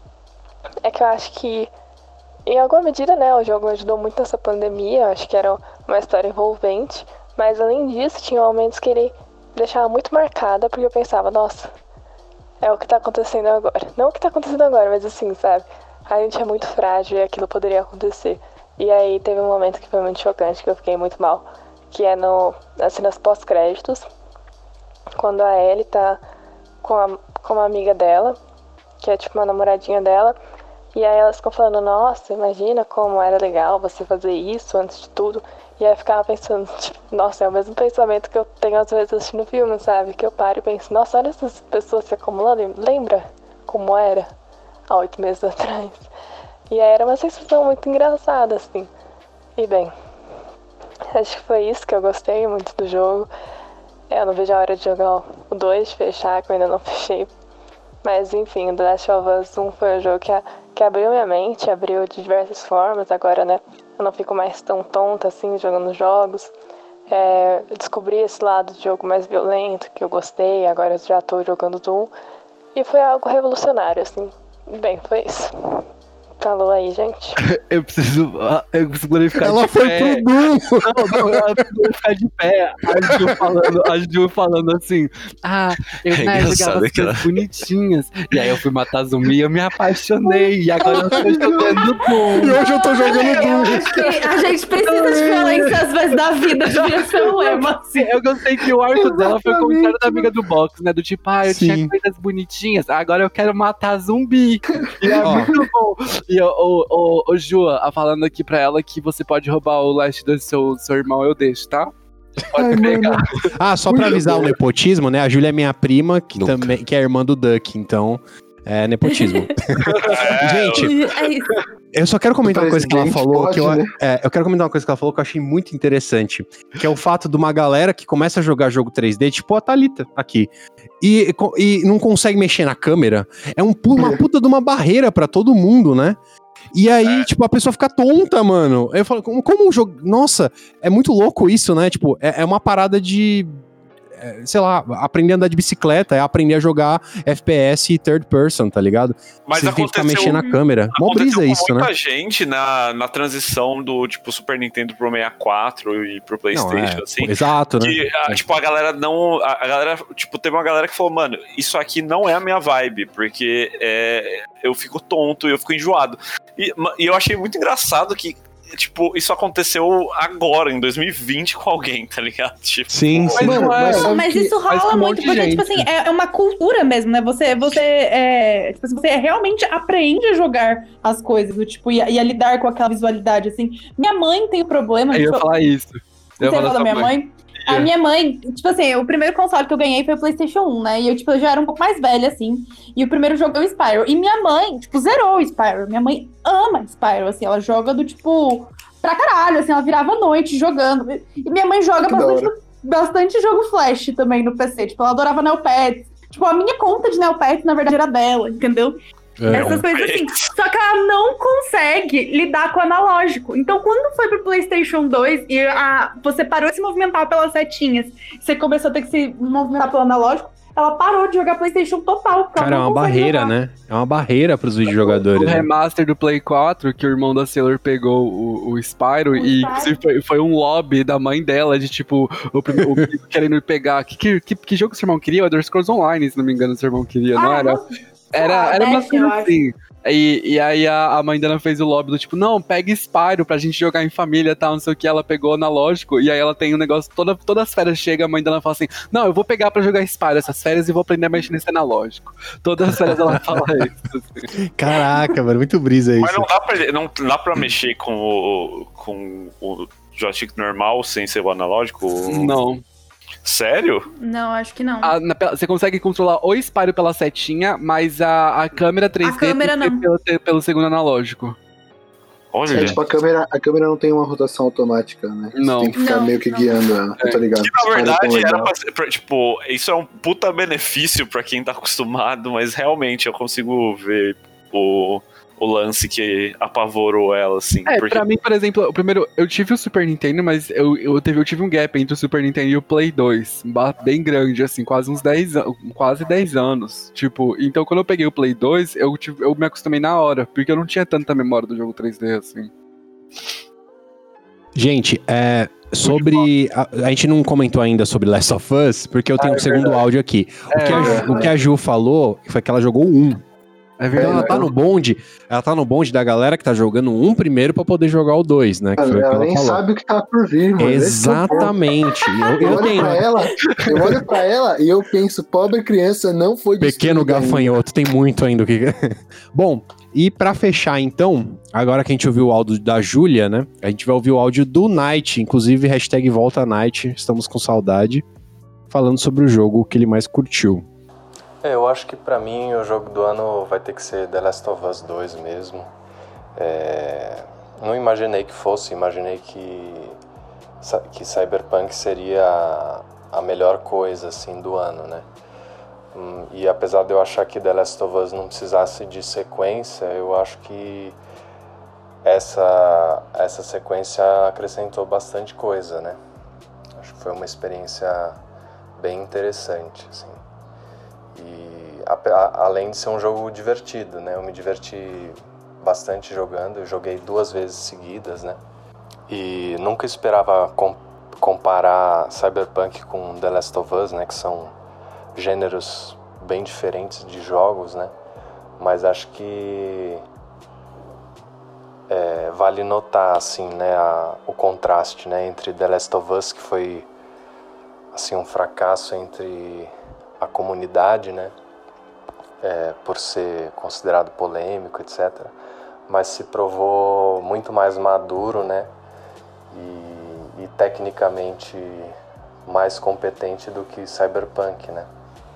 Speaker 21: é que eu acho que, em alguma medida, né, o jogo ajudou muito nessa pandemia. Eu acho que era uma história envolvente, mas além disso tinha momentos que ele deixava muito marcada, porque eu pensava, nossa, é o que tá acontecendo agora. Não o que tá acontecendo agora, mas assim, sabe, a gente é muito frágil e aquilo poderia acontecer. E aí teve um momento que foi muito chocante, que eu fiquei muito mal, que é nas cenas pós-créditos, quando a Ellie tá com uma amiga dela, que é tipo uma namoradinha dela, e aí elas ficam falando, nossa, imagina como era legal você fazer isso antes de tudo. E aí eu ficava pensando, tipo, nossa, é o mesmo pensamento que eu tenho às vezes assistindo filme, sabe? Que eu paro e penso, nossa, olha essas pessoas se acumulando, lembra como era há 8 meses atrás? E aí era uma sensação muito engraçada, assim. E bem, acho que foi isso que eu gostei muito do jogo. Eu não vejo a hora de jogar o 2, de fechar, que eu ainda não fechei. Mas enfim, o The Last of Us 1 foi um jogo que abriu minha mente, abriu de diversas formas. Agora, né, eu não fico mais tão tonta assim, jogando jogos. Eu descobri esse lado de jogo mais violento, que eu gostei, agora eu já tô jogando Doom. E foi algo revolucionário, assim. Bem, foi isso. Falou aí, gente.
Speaker 3: Eu preciso glorificar
Speaker 4: Ela
Speaker 3: de
Speaker 4: foi
Speaker 3: pé.
Speaker 4: pro Doom.
Speaker 3: Não, ela precisa ficar de pé. A Ju falando assim, eu jogava as coisas bonitinhas. E aí eu fui matar zumbi e eu me apaixonei. E agora eu tô jogando Doom.
Speaker 4: E hoje eu tô jogando Doom.
Speaker 1: Acho que a gente precisa de violência às vezes da vida, devia ser um lema, assim.
Speaker 3: Eu gostei que o arco dela foi o contrário da amiga do box, né? Do tipo, eu tinha coisas bonitinhas, agora eu quero matar zumbi. E é muito bom. E o Ju, falando aqui pra ela que você pode roubar o last do seu irmão, eu deixo, tá? Pode pegar.
Speaker 4: Só pra avisar o nepotismo, né? A Júlia é minha prima, que é irmã do Duck, então é nepotismo. Gente, eu só quero comentar uma coisa que ela falou, eu quero comentar uma coisa que ela falou que eu achei muito interessante, que é o fato de uma galera que começa a jogar jogo 3D, tipo a Thalita aqui, e não consegue mexer na câmera. É uma puta de uma barreira pra todo mundo, né? E aí, tipo, a pessoa fica tonta, mano. Eu falo, como um jogo... Nossa, é muito louco isso, né? Tipo, é uma parada de... sei lá, aprender a andar de bicicleta, é aprender a jogar FPS e third person, tá ligado?
Speaker 2: Mas
Speaker 4: você tem que ficar mexendo na câmera. Mó brisa isso, né?
Speaker 2: Muita gente na transição do, tipo, Super Nintendo pro 64 e pro PlayStation, assim.
Speaker 4: Exato, né?
Speaker 2: Que, tipo, a galera não... A galera, tipo, teve uma galera que falou, mano, isso aqui não é a minha vibe, porque eu fico tonto e eu fico enjoado. E eu achei muito engraçado que tipo, isso aconteceu agora, em 2020, com alguém, tá ligado? Tipo,
Speaker 4: sim.
Speaker 1: Mas isso rola muito, porque, tipo assim, é uma cultura mesmo, né? Você realmente aprende a jogar as coisas, tipo, e a lidar com aquela visualidade, assim. Minha mãe tem um problema...
Speaker 3: Eu ia falar isso.
Speaker 1: Você fala da minha mãe? A minha mãe, tipo assim, o primeiro console que eu ganhei foi o PlayStation 1, né? E eu, tipo, eu já era um pouco mais velha, assim. E o primeiro jogo é o Spyro. E minha mãe, tipo, zerou o Spyro. Minha mãe ama Spyro, assim. Ela joga do, tipo, pra caralho, assim. Ela virava a noite jogando. E minha mãe joga bastante jogo Flash também no PC. Tipo, ela adorava Neopets. Tipo, a minha conta de Neopets, na verdade, era dela, entendeu? Essas coisas assim. Só que ela não consegue lidar com o analógico. Então, quando foi pro PlayStation 2 e você parou de se movimentar pelas setinhas, você começou a ter que se movimentar pelo analógico, ela parou de jogar PlayStation total.
Speaker 4: Cara, é uma barreira, né? É uma barreira pros videojogadores.
Speaker 3: O remaster do Play 4, que o irmão da Sailor pegou o Spyro, e foi um lobby da mãe dela, de tipo, o querendo pegar. Que jogo seu irmão queria? O Elder Scrolls Online, se não me engano, seu irmão queria, não era? Era uma coisa assim. E aí a mãe dela fez o lobby do tipo, não, pega Spyro pra gente jogar em família e tal, não sei o que. Ela pegou analógico, e aí ela tem um negócio, todas as férias chega, a mãe dela fala assim, não, eu vou pegar pra jogar Spyro essas férias e vou aprender a mexer nesse analógico. Todas as férias ela fala isso. Assim.
Speaker 4: Caraca, mano, muito brisa isso.
Speaker 2: Mas não dá pra mexer com o joystick normal sem ser o analógico?
Speaker 3: Não.
Speaker 2: Sério?
Speaker 1: Não, acho que não.
Speaker 3: Você consegue controlar o Spyro pela setinha, mas a câmera 3D pelo segundo analógico.
Speaker 2: Olha.
Speaker 9: Tipo, a câmera não tem uma rotação automática, né?
Speaker 3: Não.
Speaker 9: Você tem que ficar meio que guiando ela, tá ligado?
Speaker 2: Que, na verdade, era pra ser, tipo, isso é um puta benefício pra quem tá acostumado, mas realmente eu consigo ver o lance que apavorou ela, assim.
Speaker 3: Pra mim, por exemplo, o primeiro, eu tive o Super Nintendo, mas eu tive um gap entre o Super Nintendo e o Play 2, bem grande, assim, quase 10 anos, tipo, então quando eu peguei o Play 2, eu me acostumei na hora, porque eu não tinha tanta memória do jogo 3D, assim.
Speaker 4: Gente, sobre... A gente não comentou ainda sobre Last of Us, porque eu tenho um segundo áudio aqui. O que a Ju falou foi que ela jogou 1. Então ela tá no bonde da galera que tá jogando um primeiro pra poder jogar o 2, né? Que foi
Speaker 9: ela
Speaker 4: que
Speaker 9: nem sabe o que tá por vir, mano.
Speaker 4: Exatamente.
Speaker 9: Eu olho pra ela e eu penso, pobre criança, não foi
Speaker 4: pequeno gafanhoto, tem muito ainda o que... Bom, e pra fechar então, agora que a gente ouviu o áudio da Júlia, né? A gente vai ouvir o áudio do Night, inclusive #VoltaNight, estamos com saudade, falando sobre o jogo que ele mais curtiu.
Speaker 18: Eu acho que pra mim o jogo do ano vai ter que ser The Last of Us 2 mesmo. Não imaginei que fosse, imaginei que Cyberpunk seria a melhor coisa assim do ano, né? E apesar de eu achar que The Last of Us não precisasse de sequência, eu acho que essa sequência acrescentou bastante coisa, né? Acho que foi uma experiência bem interessante, assim. E além de ser um jogo divertido, né? Eu me diverti bastante jogando, eu joguei 2 vezes seguidas, né? E nunca esperava comparar Cyberpunk com The Last of Us, né? Que são gêneros bem diferentes de jogos, né? Mas acho que vale notar, assim, né? O contraste, né? Entre The Last of Us, que foi assim, um fracasso entre a comunidade, né, por ser considerado polêmico, etc. Mas se provou muito mais maduro, né, e tecnicamente mais competente do que Cyberpunk, né.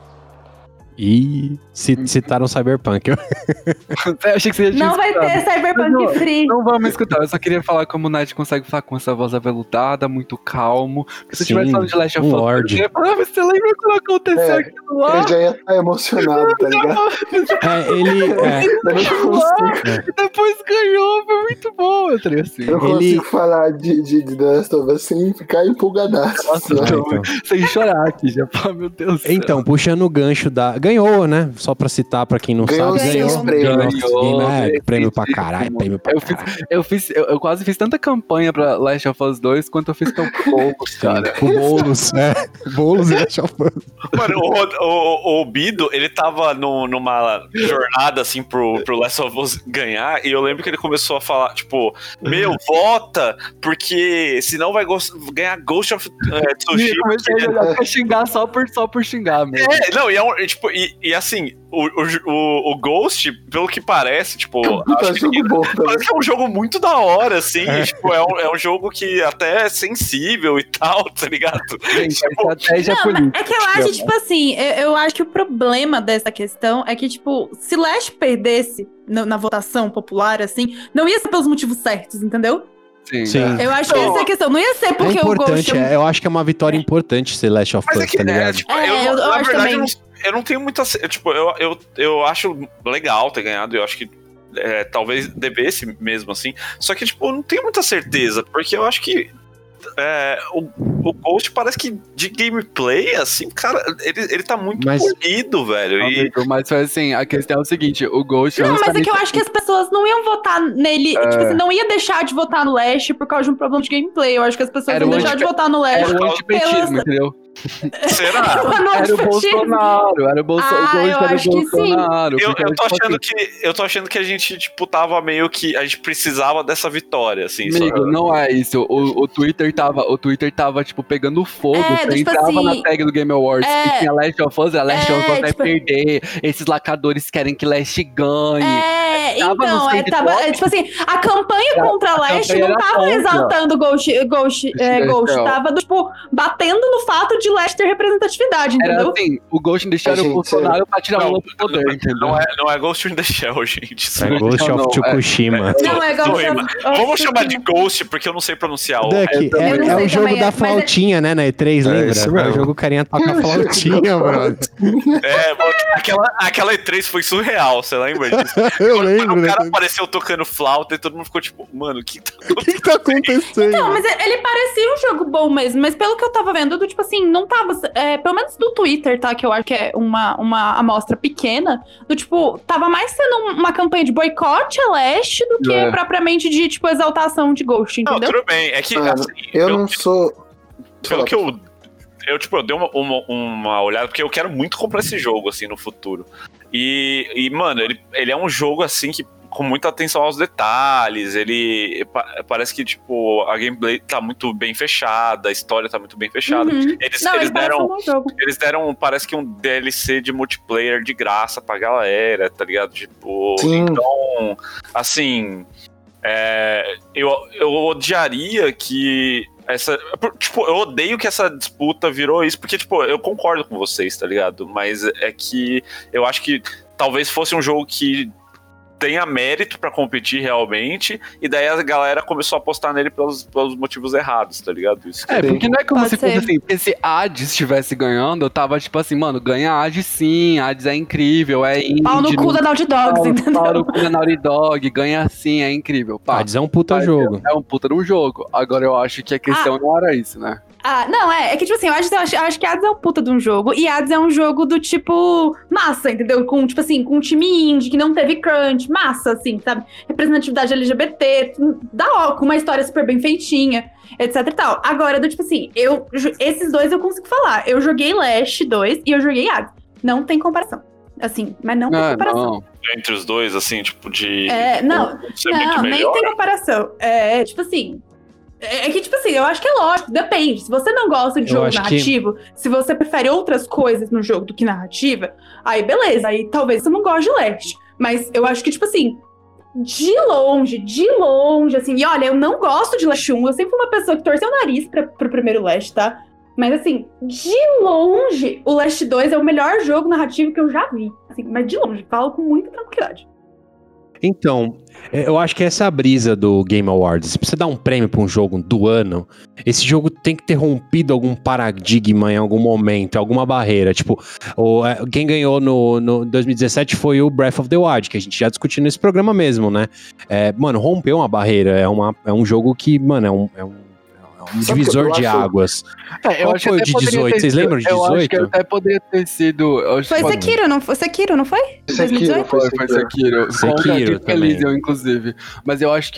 Speaker 4: E citaram Cyberpunk.
Speaker 3: Eu achei que você já tinha
Speaker 1: não
Speaker 3: escutado.
Speaker 1: Vai ter Cyberpunk Free.
Speaker 3: Não vamos escutar. Eu só queria falar como o Night consegue falar com essa voz aveludada, muito calmo. Porque se eu tivesse falando de Last of Us, eu ia falar, você lembra quando aconteceu aquilo lá?
Speaker 9: Ele já ia estar emocionado, tá ligado?
Speaker 3: Depois ganhou, foi muito bom. Eu falei assim.
Speaker 9: Eu consigo falar de The Last of Us sem ficar empolgadaço.
Speaker 3: Nossa, sem chorar aqui, já. Meu Deus do céu.
Speaker 4: Então, puxando o gancho ganhou, né? Só pra citar, pra quem não
Speaker 9: Ganhou
Speaker 4: sabe, ganhou. Prêmio pra caralho, prêmio pra caralho.
Speaker 3: Eu quase fiz tanta campanha pra Last of Us 2 quanto eu fiz tão pouco, cara.
Speaker 4: O Boulos, Boulos e Last of Us.
Speaker 2: Mano, o Bido, ele tava numa jornada, assim, pro Last of Us ganhar, e eu lembro que ele começou a falar, tipo, vota, porque senão vai ganhar Ghost of Tsushima.
Speaker 3: Eu comecei a xingar só por xingar mesmo.
Speaker 2: Não, e assim, o Ghost, pelo que parece, tipo, parece que é um jogo muito da hora, assim, tipo, é um jogo que até é sensível e tal, tá ligado?
Speaker 3: Gente,
Speaker 2: tipo,
Speaker 1: é que eu acho, tipo assim, eu acho que o problema dessa questão é que, tipo, se Last perdesse na votação popular, assim, não ia ser pelos motivos certos, entendeu?
Speaker 4: Sim.
Speaker 1: Eu acho que essa é a questão. Não ia ser porque o Ghost...
Speaker 4: eu acho que é uma vitória importante ser Last of Us, tá ligado?
Speaker 2: Tipo,
Speaker 1: eu acho também.
Speaker 2: Eu não tenho muita... Tipo, eu acho legal ter ganhado, eu acho que talvez devesse mesmo, assim. Só que, tipo, eu não tenho muita certeza, porque eu acho que o Ghost parece que de gameplay, assim, cara, ele tá muito polido, velho.
Speaker 3: Mas assim, a questão é o seguinte, o Ghost...
Speaker 1: Não, mas é que eu acho que as pessoas não iam votar nele, tipo assim, não ia deixar de votar no Last por causa de um problema de gameplay. Eu acho que as pessoas iam deixar de votar no Last.
Speaker 3: Era o antipetismo, entendeu?
Speaker 2: Será?
Speaker 3: Era o Bolsonaro, era o Bolsonaro.
Speaker 2: Eu tô achando que a gente, tipo, tava meio que... A gente precisava dessa vitória, assim.
Speaker 3: Amigo, não é isso. O Twitter tava, tipo, pegando fogo. Você
Speaker 1: tipo
Speaker 3: entrava
Speaker 1: assim,
Speaker 3: na tag do Game Awards e tinha Last of Us, Last of Us vai perder. Esses lacadores querem que Last ganhe.
Speaker 1: Tipo assim, a campanha contra Last não tava exaltando Ghost. Tava, tipo, batendo no fato de Last ter representatividade, entendeu?
Speaker 3: Era assim, o Ghost in the Shell o Bolsonaro pra tirar o Lula do poder, entendeu?
Speaker 2: Não é Ghost in the Shell, gente.
Speaker 4: É Ghost of Tsukushima.
Speaker 1: Não, é Ghost of...
Speaker 2: Vamos chamar de Ghost, porque eu não sei pronunciar o...
Speaker 4: É o jogo da flautinha, né, na E3, lembra? É o jogo carinha toca flautinha, brother.
Speaker 2: Aquela E3 foi surreal, você lembra disso?
Speaker 4: Eu lembro.
Speaker 2: O cara apareceu tocando flauta e todo mundo ficou tipo, mano, o que
Speaker 4: tá acontecendo?
Speaker 1: Então, mas ele parecia um jogo bom mesmo, mas pelo que eu tava vendo, tipo assim, não tava, pelo menos do Twitter, tá, que eu acho que é uma amostra pequena, do tipo, tava mais sendo uma campanha de boicote a Last do que propriamente de, tipo, exaltação de Ghost, entendeu?
Speaker 2: Não, tudo bem, é que assim,
Speaker 9: eu não sou...
Speaker 2: Pelo que eu dei uma olhada, porque eu quero muito comprar esse jogo, assim, no futuro. E mano, ele é um jogo, assim, que com muita atenção aos detalhes, ele parece que, tipo, a gameplay tá muito bem fechada, a história tá muito bem fechada. Eles deram, parece que um DLC de multiplayer de graça pra galera, tá ligado? Tipo, então, assim, eu odiaria que tipo, eu odeio que essa disputa virou isso, porque, tipo, eu concordo com vocês, tá ligado? Mas é que eu acho que talvez fosse um jogo que tenha mérito pra competir realmente, e daí a galera começou a apostar nele pelos motivos errados, tá ligado? Isso
Speaker 3: porque não é como se fosse assim, porque se Hades estivesse ganhando, eu tava tipo assim, mano, ganha Hades sim, Hades é incrível, é indie.
Speaker 1: Pau no cu da Naughty Dogs, entendeu?
Speaker 3: Pau no cu da Naughty Dog, ganha sim, é incrível.
Speaker 4: Hades é um puta jogo.
Speaker 3: É um puta de um jogo. Agora eu acho que a questão não era isso, né?
Speaker 1: Não, é que, tipo assim, eu acho que Hades é um puta de um jogo, e Hades é um jogo do tipo massa, entendeu? Com, tipo assim, com um time indie, que não teve crunch, massa, assim, sabe? Representatividade LGBT, com uma história super bem feitinha, etc e tal. Agora, do tipo assim, esses dois eu consigo falar. Eu joguei Last 2 e eu joguei Hades. Não tem comparação. Assim, mas não tem comparação.
Speaker 2: Não. Entre os dois, assim, tipo, de...
Speaker 1: Não, nem tem comparação. Tipo assim... É que, tipo assim, eu acho que é lógico, depende. Se você não gosta de jogo narrativo, se você prefere outras coisas no jogo do que narrativa, aí beleza, aí talvez você não goste de Last. Mas eu acho que, tipo assim, de longe, assim, e olha, eu não gosto de Last 1, eu sempre fui uma pessoa que torceu o nariz pro primeiro Last, tá? Mas assim, de longe, o Last 2 é o melhor jogo narrativo que eu já vi. Assim, mas de longe, falo com muita tranquilidade.
Speaker 4: Então, eu acho que essa é a brisa do Game Awards. Se você dar um prêmio pra um jogo do ano, esse jogo tem que ter rompido algum paradigma em algum momento, alguma barreira. Tipo, quem ganhou no 2017 foi o Breath of the Wild, que a gente já discutiu nesse programa mesmo, né? Mano, rompeu uma barreira. É um jogo que, mano, é um divisor de águas. Qual foi o de 18? Vocês lembram de 18?
Speaker 3: Eu acho que até poderia ter sido...
Speaker 1: Foi Sekiro, não foi? Sekiro, não foi?
Speaker 3: Sekiro, foi Sekiro.
Speaker 4: Sekiro também.
Speaker 3: Elysium, inclusive. Mas eu acho que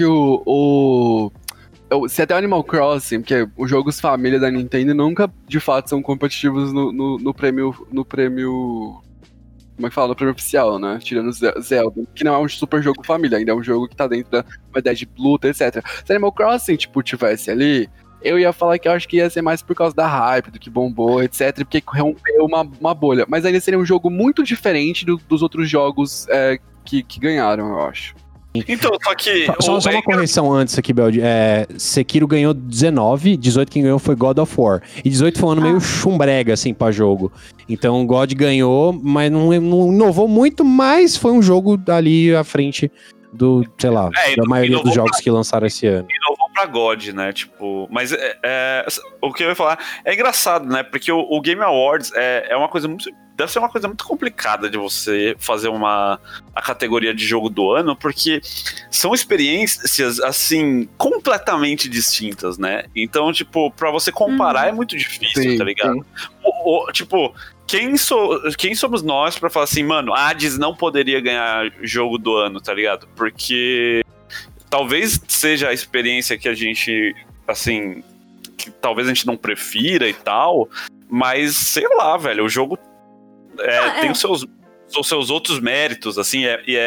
Speaker 3: se até o Animal Crossing, porque os jogos família da Nintendo nunca, de fato, são competitivos no prêmio... Como é que fala? No prêmio oficial, né? Tirando Zelda, que não é um super jogo família, ainda é um jogo que tá dentro da uma ideia de luta, etc. Se Animal Crossing, tipo, tivesse ali, eu ia falar que eu acho que ia ser mais por causa da hype, do que bombou, etc, porque rompeu uma bolha. Mas ainda seria um jogo muito diferente dos outros jogos que ganharam, eu acho.
Speaker 2: Então, só que...
Speaker 4: Só uma correção antes aqui, Bel. Sekiro ganhou 19, 18 quem ganhou foi God of War. E 18 foi um ano meio chumbrega, assim, pra jogo. Então, God ganhou, mas não inovou muito, mas foi um jogo ali à frente do, sei lá, da maioria dos jogos que lançaram esse ano.
Speaker 2: Inovou pra God, né? Tipo, mas o que eu ia falar é engraçado, né? Porque o Game Awards é uma coisa muito... Deve ser uma coisa muito complicada de você fazer a categoria de jogo do ano, porque são experiências, assim, completamente distintas, né? Então, tipo, pra você comparar é muito difícil, tá ligado? Tipo, quem somos nós pra falar assim, mano, Hades não poderia ganhar jogo do ano, tá ligado? Porque talvez seja a experiência que a gente, assim, que talvez a gente não prefira e tal, mas, sei lá, velho, o jogo tem os seus outros méritos, assim,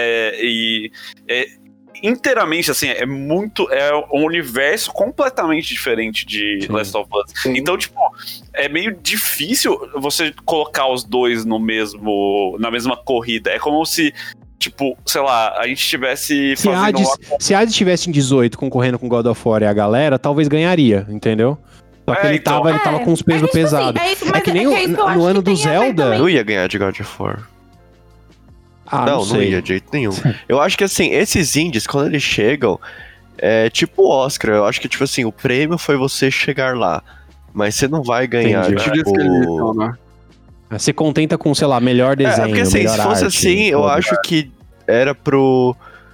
Speaker 2: inteiramente, assim, é um universo completamente diferente de Last of Us. Então, tipo, é meio difícil você colocar os dois na mesma corrida. É como se, tipo, sei lá, a gente tivesse fazendo...
Speaker 4: Se Hades estivesse em 18 concorrendo com God of War e a galera, talvez ganharia, entendeu? Só que ele tava com os pesos pesados. É que nem no ano do Zelda...
Speaker 10: Não ia ganhar de God of War. Não ia de jeito nenhum. Eu acho que, assim, esses indies, quando eles chegam, é tipo o Oscar. Eu acho que, tipo assim, o prêmio foi você chegar lá. Mas você não vai ganhar,
Speaker 4: Você contenta com, sei lá, melhor desenho,
Speaker 10: porque, assim,
Speaker 4: melhor
Speaker 10: se fosse
Speaker 4: arte,
Speaker 10: assim, eu acho que era pro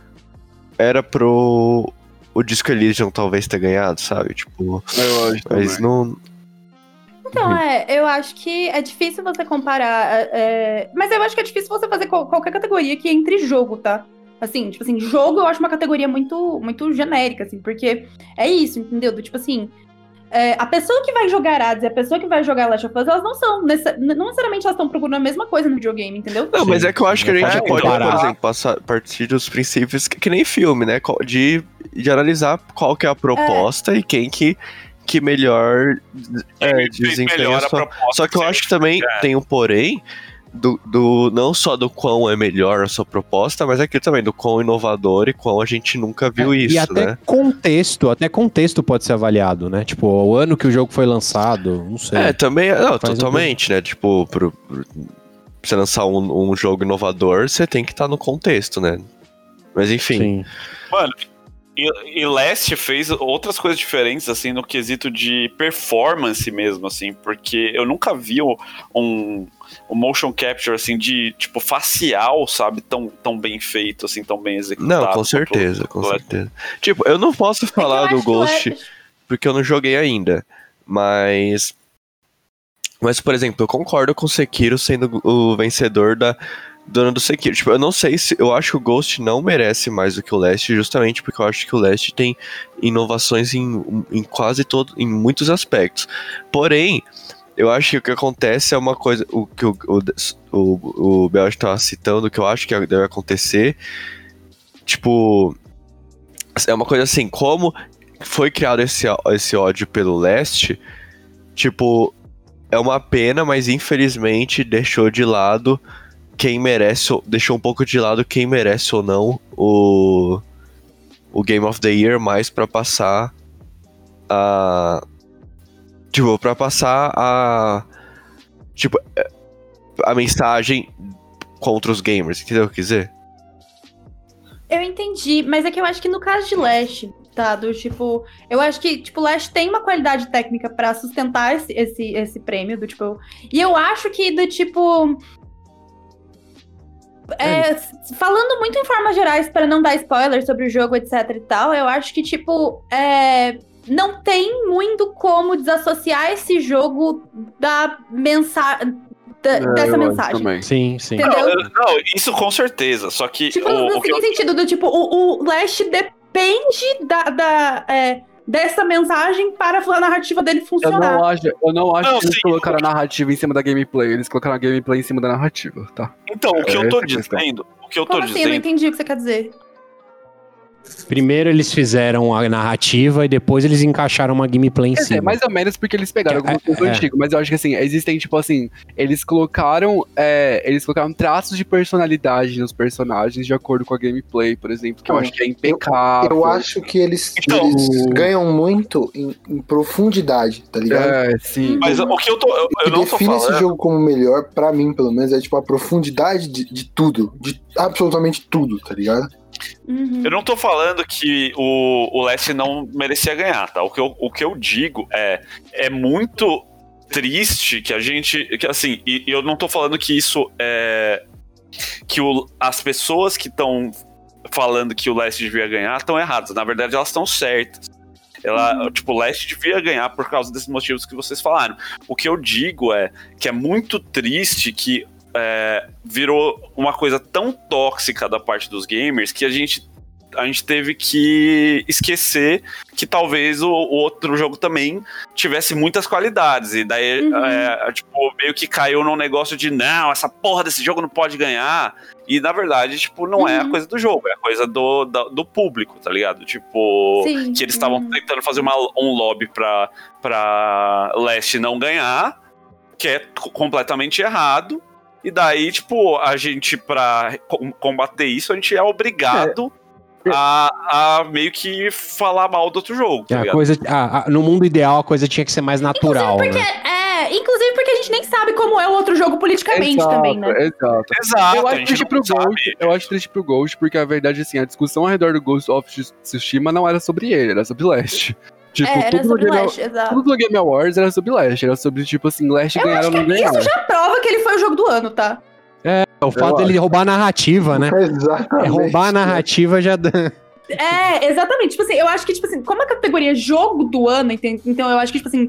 Speaker 10: o Disco Elysium talvez ter ganhado, sabe? Tipo, mas não...
Speaker 1: Então, eu acho que é difícil você comparar, mas eu acho que é difícil você fazer qualquer categoria que entre jogo, tá? Assim, tipo assim, jogo eu acho uma categoria muito, muito genérica, assim, porque é isso, entendeu? Do tipo assim, a pessoa que vai jogar Hades e a pessoa que vai jogar Last of Us, elas não necessariamente elas estão procurando a mesma coisa no videogame, entendeu?
Speaker 10: Não, mas é que eu acho que a gente pode, por exemplo, partir dos princípios que nem filme, né? De analisar qual que é a proposta e quem que melhor desempenha a sua... Só que eu acho que também tem um porém não só do quão é melhor a sua proposta, mas aqui também do quão inovador e quão a gente nunca viu isso,
Speaker 4: e até
Speaker 10: né?
Speaker 4: até contexto pode ser avaliado, né? Tipo, o ano que o jogo foi lançado, não sei.
Speaker 10: Também, totalmente, né? Tipo, pra você lançar um jogo inovador, você tem que estar no contexto, né? Mas enfim.
Speaker 4: Sim.
Speaker 2: Mano, e Last fez outras coisas diferentes, assim, no quesito de performance mesmo, assim, porque eu nunca vi um motion capture, assim, de, tipo, facial, sabe, tão bem feito, assim, tão bem executado.
Speaker 10: Não, com certeza. Tipo, eu não posso falar do Ghost, porque eu não joguei ainda, mas, por exemplo, eu concordo com o Sekiro sendo o vencedor do ano do Sekiro. Tipo, eu não sei se... Eu acho que o Ghost não merece mais do que o Last, justamente porque eu acho que o Last tem inovações em quase em muitos aspectos. Porém, eu acho que o que acontece é uma coisa... O que o Bel estava citando, que eu acho que deve acontecer, tipo... É uma coisa assim, como foi criado esse ódio pelo Last, tipo... É uma pena, mas infelizmente deixou de lado... deixou um pouco de lado quem merece ou não o Game of the Year, mais pra passar a mensagem contra os gamers, entendeu o que eu quis dizer?
Speaker 1: Eu entendi, mas é que eu acho que no caso de Last, tá, do tipo, eu acho que, tipo, Last tem uma qualidade técnica pra sustentar esse prêmio, do tipo, e eu acho que, do tipo... falando muito em formas gerais, para não dar spoiler sobre o jogo, etc e tal, eu acho que, tipo, não tem muito como desassociar esse jogo da mensagem. Dessa mensagem.
Speaker 4: Sim.
Speaker 1: Entendeu?
Speaker 2: Não, isso com certeza. Só que.
Speaker 1: Tipo, no seguinte sentido, do tipo, o Last depende dessa mensagem para a narrativa dele funcionar.
Speaker 3: Eu não acho que eles colocaram a narrativa em cima da gameplay. Eles colocaram a gameplay em cima da narrativa, tá?
Speaker 2: Então, o que eu tô dizendo.
Speaker 1: Como assim? Eu não entendi o que você quer dizer.
Speaker 4: Primeiro eles fizeram a narrativa e depois eles encaixaram uma gameplay em cima.
Speaker 3: Mais ou menos porque eles pegaram algumas coisas do antigo, mas eu acho que assim, existem, tipo assim, eles colocaram traços de personalidade nos personagens de acordo com a gameplay, por exemplo, que eu acho que é impecável.
Speaker 9: Eu acho que eles ganham muito em profundidade, tá ligado?
Speaker 3: Sim.
Speaker 2: Mas o que eu não tô falando...
Speaker 9: esse jogo como melhor, pra mim, pelo menos, é tipo a profundidade de tudo, de absolutamente tudo, tá ligado?
Speaker 2: Eu não tô falando que o Leste não merecia ganhar, tá? O que eu digo é muito triste que a gente... Que, assim, e eu não tô falando que isso é... Que as pessoas que estão falando que o Leste devia ganhar estão erradas. Na verdade, elas estão certas. Tipo, o Leste devia ganhar por causa desses motivos que vocês falaram. O que eu digo é que é muito triste que virou uma coisa tão tóxica da parte dos gamers que a gente teve que esquecer que talvez o outro jogo também tivesse muitas qualidades. E daí, tipo, meio que caiu num negócio de não, essa porra desse jogo não pode ganhar. E, na verdade, tipo, não é a coisa do jogo, é a coisa do público, tá ligado? Tipo,
Speaker 1: Sim.
Speaker 2: Que eles estavam tentando fazer um lobby pra Leste não ganhar, que é completamente errado. E daí, tipo, a gente, pra combater isso, a gente é obrigado a meio que falar mal do outro jogo. Tá
Speaker 4: no mundo ideal, a coisa tinha que ser mais natural.
Speaker 1: Inclusive porque a gente nem sabe como é o outro jogo politicamente também, né?
Speaker 3: Exato. Eu acho triste pro Ghost, porque a verdade, assim, a discussão ao redor do Ghost of Tsushima não era sobre ele, era sobre Leste. Tipo,
Speaker 1: era sobre Leste, exato.
Speaker 3: Tudo no Game Awards era sobre Leste, era sobre, tipo assim, Leste ganhar ou não ganhar.
Speaker 1: Isso já prova que ele foi o jogo do ano, tá?
Speaker 4: O fato dele roubar a narrativa, né?
Speaker 9: Exatamente.
Speaker 4: Roubar a narrativa já dá...
Speaker 1: Exatamente. Tipo assim, eu acho que, tipo assim, como a categoria jogo do ano, então eu acho que, tipo assim,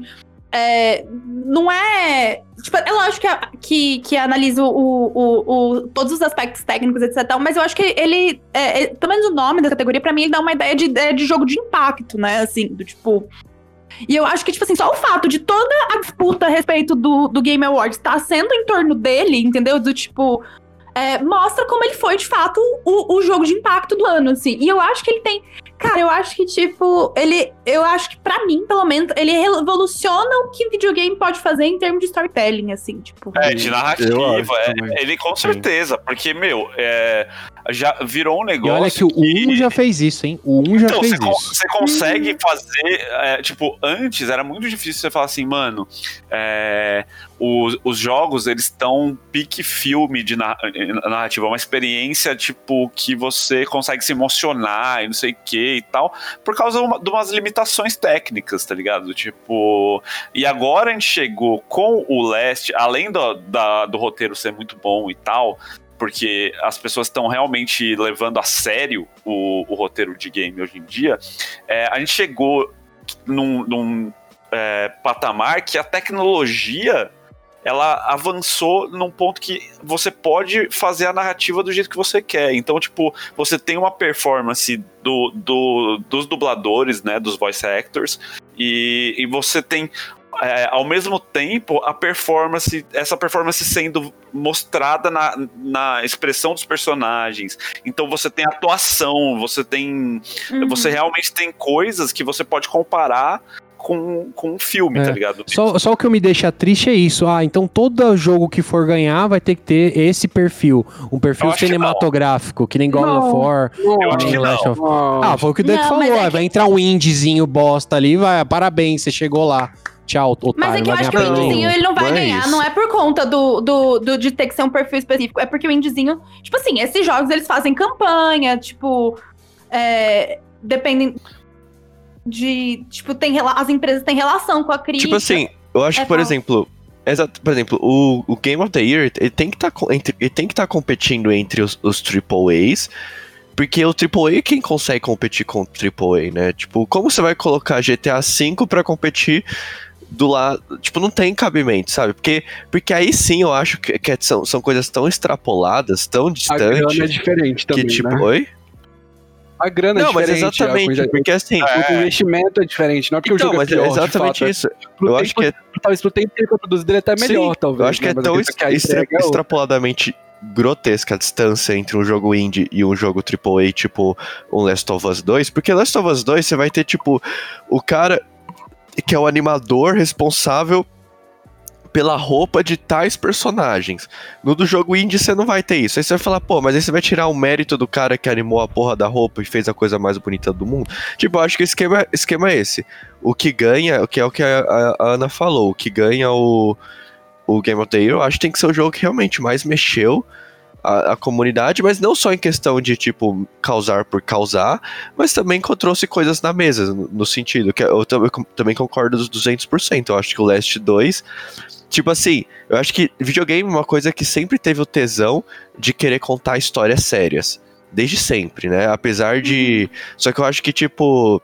Speaker 1: não é... Tipo, é lógico que analisa todos os aspectos técnicos, etc. Mas eu acho que ele... pelo menos o nome da categoria, pra mim, ele dá uma ideia de jogo de impacto, né? Assim, do tipo... E eu acho que, tipo assim, só o fato de toda a disputa a respeito do Game Awards estar sendo em torno dele, entendeu? Do tipo... mostra como ele foi, de fato, o jogo de impacto do ano, assim. E eu acho que ele tem... Cara, eu acho que, tipo, eu acho que, pra mim, pelo menos, ele revoluciona o que videogame pode fazer em termos de storytelling, assim, tipo.
Speaker 2: De narrativa, ele com certeza, porque, meu, já virou um negócio.
Speaker 4: E olha que o 1 já fez isso, hein? O 1 já fez isso.
Speaker 2: Você consegue fazer, tipo, antes era muito difícil você falar assim, mano, os jogos, eles estão pique filme de narrativa, uma experiência, tipo, que você consegue se emocionar e não sei o que e tal, por causa de umas limitações técnicas, tá ligado? Tipo, e agora a gente chegou com o Leste, além do roteiro ser muito bom e tal, porque as pessoas estão realmente levando a sério o roteiro de game hoje em dia, a gente chegou num patamar que a tecnologia ela avançou num ponto que você pode fazer a narrativa do jeito que você quer. Então, tipo, você tem uma performance dos dubladores, né, dos voice actors, e você tem, ao mesmo tempo, essa performance sendo mostrada na expressão dos personagens. Então você tem atuação, você realmente tem coisas que você pode comparar com um filme, tá ligado?
Speaker 4: Só o que me deixa triste é isso. Então todo jogo que for ganhar vai ter que ter esse perfil. Um perfil cinematográfico, que nem God of War.
Speaker 2: Eu acho que não.
Speaker 4: Foi o que o Deco falou. Vai entrar um indiezinho bosta ali, parabéns, você chegou lá. Tchau, otário.
Speaker 1: Mas é que eu acho que o indiezinho ele não vai ganhar. Não é por conta de ter que ser um perfil específico. É porque o indiezinho... Tipo assim, esses jogos eles fazem campanha, tipo... dependem... tipo, as empresas têm relação com a crítica.
Speaker 10: Tipo assim, eu acho que, por exemplo, o Game of the Year, ele tem que estar competindo entre os AAAs, Porque o AAA é quem consegue competir com o AAA, né? Tipo, como você vai colocar GTA V pra competir do lado... Tipo, não tem cabimento, sabe? Porque aí sim eu acho que são coisas tão extrapoladas, tão distantes... A
Speaker 3: grana é diferente também,
Speaker 10: que, tipo,
Speaker 3: né?
Speaker 10: Oi?
Speaker 3: A grana é diferente.
Speaker 10: Não, mas exatamente, porque assim...
Speaker 3: O investimento é diferente, não é porque
Speaker 10: então,
Speaker 3: o jogo é pior,
Speaker 10: mas é exatamente isso. Eu acho que
Speaker 3: talvez pro tempo que ele produzir dele até melhor, talvez.
Speaker 10: Eu acho que é tão extrapoladamente grotesca a distância entre um jogo indie e um jogo AAA, tipo um Last of Us 2, porque Last of Us 2 você vai ter, tipo, o cara que é o animador responsável pela roupa de tais personagens. No do jogo indie você não vai ter isso. Aí você vai falar, pô, mas aí você vai tirar o mérito do cara que animou a porra da roupa e fez a coisa mais bonita do mundo? Tipo, eu acho que o esquema é esse. O que ganha, o que é o que a Ana falou, o que ganha o Game of the Year, eu acho que tem que ser o jogo que realmente mais mexeu a comunidade, mas não só em questão de, tipo, causar por causar, mas também que eu trouxe coisas na mesa, no sentido que eu também concordo dos 200%. Eu acho que o Last 2, tipo assim, eu acho que videogame é uma coisa que sempre teve o tesão de querer contar histórias sérias, desde sempre, né? Apesar de... Só que eu acho que, tipo...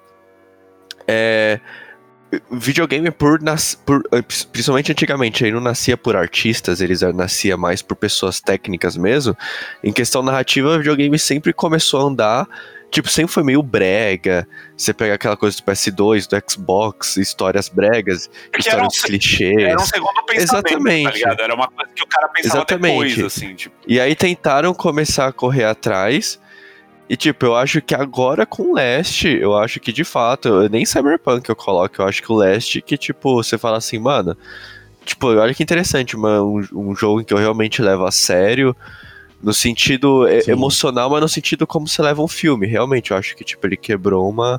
Speaker 10: videogame principalmente antigamente, aí não nascia por artistas, eles nascia mais por pessoas técnicas mesmo. Em questão narrativa, o videogame sempre começou a andar, tipo, sempre foi meio brega. Você pega aquela coisa do PS2, do Xbox, histórias bregas, histórias de clichês.
Speaker 2: Era um segundo pensamento,
Speaker 10: exatamente,
Speaker 2: tá ligado? Era uma coisa que o cara pensava depois, assim, tipo.
Speaker 10: E aí tentaram começar a correr atrás. E, tipo, eu acho que agora com o Last, eu acho que, de fato, nem Cyberpunk eu coloco, eu acho que o Last que, tipo, você fala assim, mano, tipo, olha que interessante, um jogo em que eu realmente levo a sério, no sentido emocional, mas no sentido como você leva um filme, realmente, eu acho que, tipo, ele quebrou uma...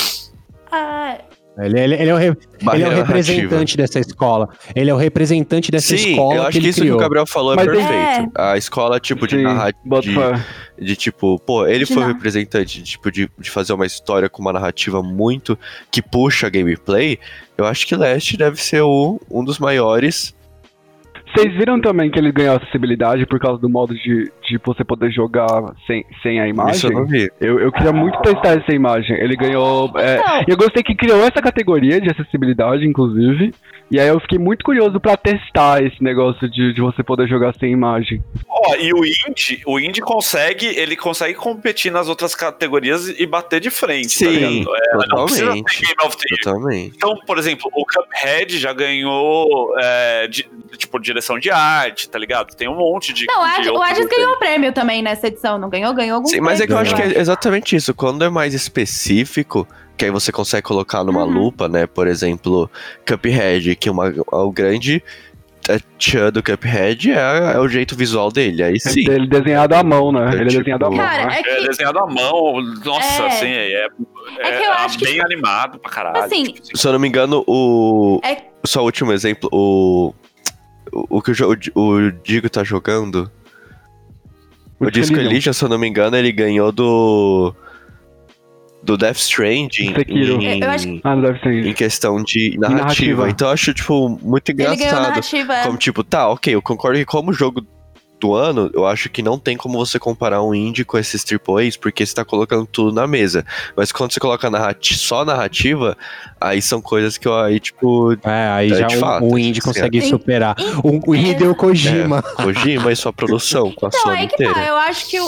Speaker 4: Ele é o representante dessa escola. Ele é o representante dessa escola.
Speaker 10: Eu acho que isso
Speaker 4: criou.
Speaker 10: que o Gabriel falou é perfeito. A escola, tipo, de narrativa. De tipo, pô, ele foi o representante tipo, de fazer uma história com uma narrativa muito que puxa a gameplay. Eu acho que Last deve ser um dos maiores.
Speaker 3: Vocês viram também que ele ganhou acessibilidade por causa do modo de você poder jogar sem a imagem?
Speaker 10: Isso eu não vi.
Speaker 3: Eu queria muito testar essa imagem. Ele ganhou... eu gostei que criou essa categoria de acessibilidade, inclusive. E aí eu fiquei muito curioso pra testar esse negócio de você poder jogar sem imagem.
Speaker 2: E o indie consegue competir nas outras categorias e bater de frente,
Speaker 10: sim,
Speaker 2: tá ligado? Não precisa ter Game of the Year.
Speaker 10: Totalmente.
Speaker 2: Então, por exemplo, o Cuphead já ganhou tipo, direção de arte, tá ligado? Tem um monte de...
Speaker 1: Não, o Hades ganhou prêmio também nessa edição, não ganhou? Ganhou algum prêmio.
Speaker 10: Sim, mas é que eu acho que é exatamente isso. Quando é mais específico... Que aí você consegue colocar numa lupa, né? Por exemplo, Cuphead, que o grande tchan do Cuphead é o jeito visual dele. Aí sim.
Speaker 3: Ele desenhado à mão, né? Ele é desenhado à mão.
Speaker 1: Cara,
Speaker 2: é desenhado à mão. Nossa, assim,
Speaker 1: que eu acho
Speaker 2: bem
Speaker 1: que...
Speaker 2: animado pra caralho.
Speaker 1: Assim,
Speaker 2: tipo,
Speaker 10: se eu não me engano, só o último exemplo, o que o Digo tá jogando, o Disco Elysium, se eu não me engano, ele ganhou do Death Stranding em questão de narrativa. Então eu acho, tipo, muito engraçado. Como, tipo, tá, ok, eu concordo que como jogo do ano, eu acho que não tem como você comparar um indie com esses AAAs, porque você tá colocando tudo na mesa. Mas quando você coloca só narrativa, aí são coisas que eu aí, tipo...
Speaker 4: aí já o indie consegue superar. O Hideo Kojima.
Speaker 10: Kojima e sua produção, com a sua inteira.
Speaker 1: Tá, eu acho que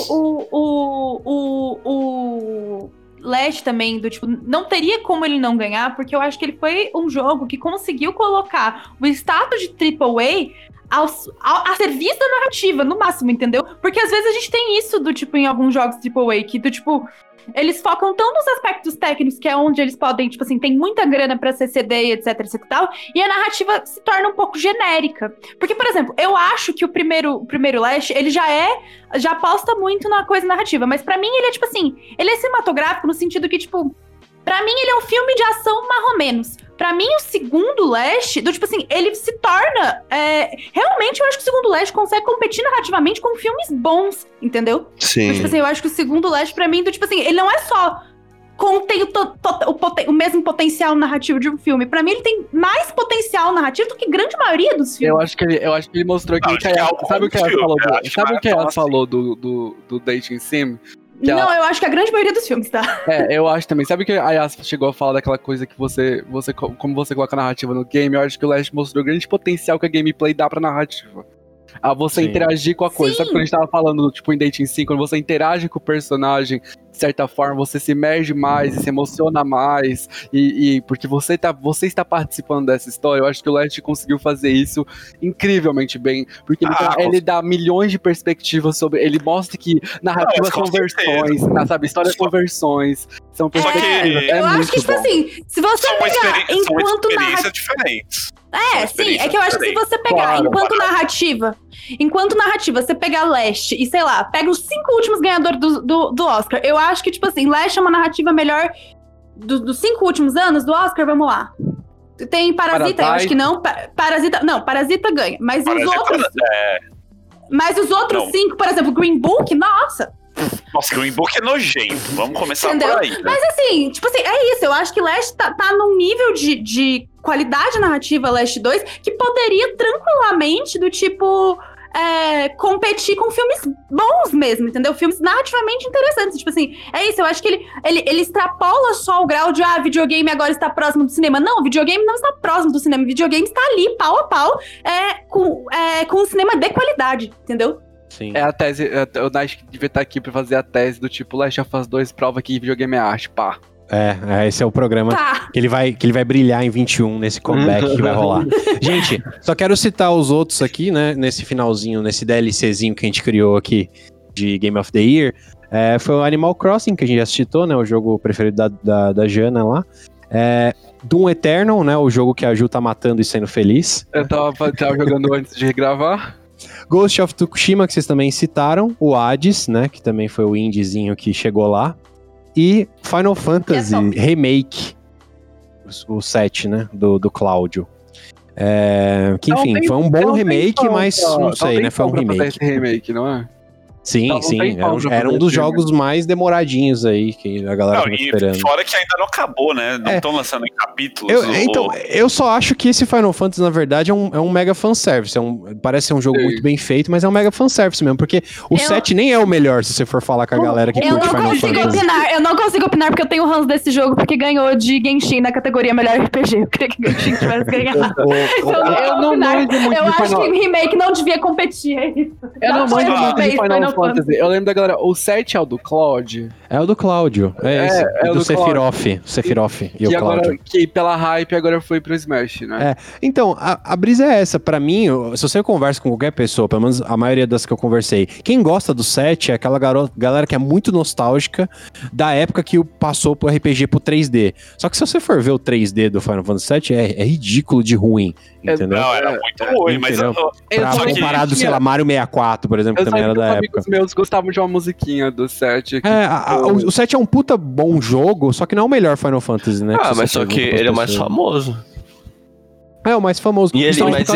Speaker 1: o Last também, do tipo, não teria como ele não ganhar, porque eu acho que ele foi um jogo que conseguiu colocar o status de AAA a serviço da narrativa, no máximo, entendeu? Porque às vezes a gente tem isso do tipo, em alguns jogos AAA, que do tipo, eles focam tão nos aspectos técnicos, que é onde eles podem, tipo assim, tem muita grana pra ser CD, etc e tal, e a narrativa se torna um pouco genérica. Porque, por exemplo, eu acho que o primeiro Last, ele já aposta muito na coisa narrativa, mas pra mim ele é, tipo assim, ele é cinematográfico no sentido que, tipo, pra mim ele é um filme de ação mais ou menos. Pra mim, o segundo Last, do tipo assim, ele se torna... realmente, eu acho que o segundo Last consegue competir narrativamente com filmes bons, entendeu?
Speaker 10: Sim.
Speaker 1: Então, tipo assim, eu acho que o segundo Last, pra mim, do tipo assim, ele não é só contém o mesmo potencial narrativo de um filme. Pra mim, ele tem mais potencial narrativo do que grande maioria dos filmes.
Speaker 3: Eu acho que ele mostrou que... Sabe o que ela falou do Dating Sim?
Speaker 1: Não, eu acho que a grande maioria dos filmes, tá?
Speaker 3: Eu acho também. Sabe que a Yas chegou a falar daquela coisa que como você coloca a narrativa no game? Eu acho que o Last mostrou o grande potencial que a gameplay dá pra narrativa. A você interagir com a coisa.
Speaker 1: Sim.
Speaker 3: Sabe quando a gente tava falando, tipo, em Dating Sim, quando você interage com o personagem, de certa forma, você se imerge mais e se emociona mais, e porque você está participando dessa história. Eu acho que o Last conseguiu fazer isso incrivelmente bem, porque ele dá milhões de perspectivas sobre, ele mostra que narrativas são versões, sabe, histórias são versões, são perspectivas.
Speaker 1: Eu acho que, tipo assim, se você pegar enquanto
Speaker 2: narrativa diferentes.
Speaker 1: Sim, é que eu acho que se você pegar enquanto narrativa, você pegar Last e, sei lá, pega os 5 últimos ganhadores do Oscar, eu acho que, tipo assim, Last é uma narrativa melhor dos 5 últimos anos do Oscar, vamos lá. Tem Parasita, eu acho que não. Parasita ganha, mas os outros 5, por exemplo, Green Book, nossa...
Speaker 2: Nossa, Green Book é nojento. Vamos começar por aí. Né?
Speaker 1: Mas assim, tipo assim, é isso. Eu acho que Last tá num nível de qualidade narrativa Last 2 que poderia tranquilamente, do tipo, competir com filmes bons mesmo, entendeu? Filmes narrativamente interessantes. Tipo assim, é isso. Eu acho que ele extrapola só o grau de videogame agora está próximo do cinema. Não, videogame não está próximo do cinema. Videogame está ali, pau a pau, com o cinema de qualidade, entendeu?
Speaker 3: Sim. É a tese, o Nash devia estar aqui pra fazer a tese do tipo Last of Us 2 prova que videogame é arte, pá.
Speaker 4: Esse é o programa que ele vai brilhar em 21 nesse comeback que vai rolar. Gente, só quero citar os outros aqui, né, nesse finalzinho, nesse DLCzinho que a gente criou aqui de Game of the Year. Foi o Animal Crossing, que a gente já citou, né, o jogo preferido da Jana lá. Doom Eternal, né, o jogo que a Ju tá matando e sendo feliz.
Speaker 3: Eu tava jogando antes de gravar.
Speaker 4: Ghost of Tsushima, que vocês também citaram. O Hades, né? Que também foi o indiezinho que chegou lá. E Final Fantasy Remake. O 7, né? Do Cláudio. Que, enfim, foi um bom remake, mas não sei, né? Foi um remake.
Speaker 3: Esse remake, não é?
Speaker 4: Sim. Era um dos jogos mais demoradinhos aí que a galera tava esperando.
Speaker 2: Fora que ainda não acabou, né? Não estão lançando em capítulos.
Speaker 4: Eu só acho que esse Final Fantasy, na verdade, é um mega fanservice. Parece ser um jogo muito bem feito, mas é um mega fanservice mesmo. Porque o 7 nem é o melhor, se você for falar com a galera que curte Final Fantasy.
Speaker 1: Eu não consigo opinar, porque eu tenho ranço desse jogo, porque ganhou de Genshin na categoria melhor RPG. Eu queria que Genshin tivesse ganhado. Eu acho que o remake não devia competir, é isso.
Speaker 3: Eu não manjo muito de Final Fantasy. Eu lembro da galera, o 7 é o do Cloud?
Speaker 4: É o do Cláudio, esse. É do Sephiroth e o Cláudio.
Speaker 3: Que pela hype agora foi pro Smash, né?
Speaker 4: Então, a brisa é essa. Pra mim, se você conversa com qualquer pessoa, pelo menos a maioria das que eu conversei, quem gosta do 7 é aquela galera que é muito nostálgica da época que passou pro RPG pro 3D. Só que se você for ver o 3D do Final Fantasy 7, é ridículo de ruim, entendeu?
Speaker 2: Não, era muito ruim, mas...
Speaker 4: Comparado, sei lá, Mario 64, por exemplo, que também era da época.
Speaker 3: Amigos meus gostavam de uma musiquinha do 7.
Speaker 4: O 7 é um puta bom jogo, só que não é o melhor Final Fantasy, né?
Speaker 10: Mas só que ele é mais famoso.
Speaker 4: É o mais famoso.
Speaker 10: Mas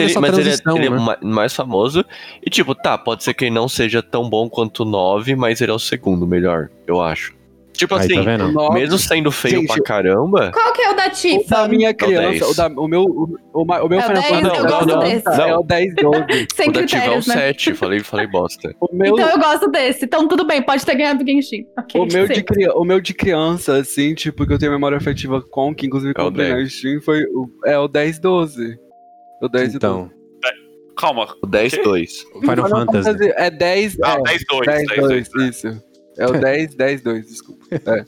Speaker 10: ele é mais famoso. E tipo, pode ser que ele não seja tão bom quanto o 9, mas ele é o segundo melhor, eu acho. Tipo assim,
Speaker 4: tá
Speaker 10: mesmo sendo feio pra caramba...
Speaker 1: Qual que é o da Tifa?
Speaker 3: O da minha criança, o meu Final Fantasy é o 10, 12.
Speaker 1: Sem
Speaker 10: o da Tifa é o
Speaker 1: 7,
Speaker 10: né? falei bosta.
Speaker 1: Então eu gosto desse. Então tudo bem, pode ter ganhado o Genshin. Okay,
Speaker 3: o meu de criança, assim, tipo, que eu tenho memória afetiva com, que inclusive comprei na Steam, foi o 10, 12. O 10
Speaker 4: então.
Speaker 3: 12.
Speaker 2: Calma.
Speaker 10: O 10, 2.
Speaker 4: Final Fantasy.
Speaker 3: É 10...
Speaker 2: 10, 2.
Speaker 3: Isso. É o 10, 2, desculpa.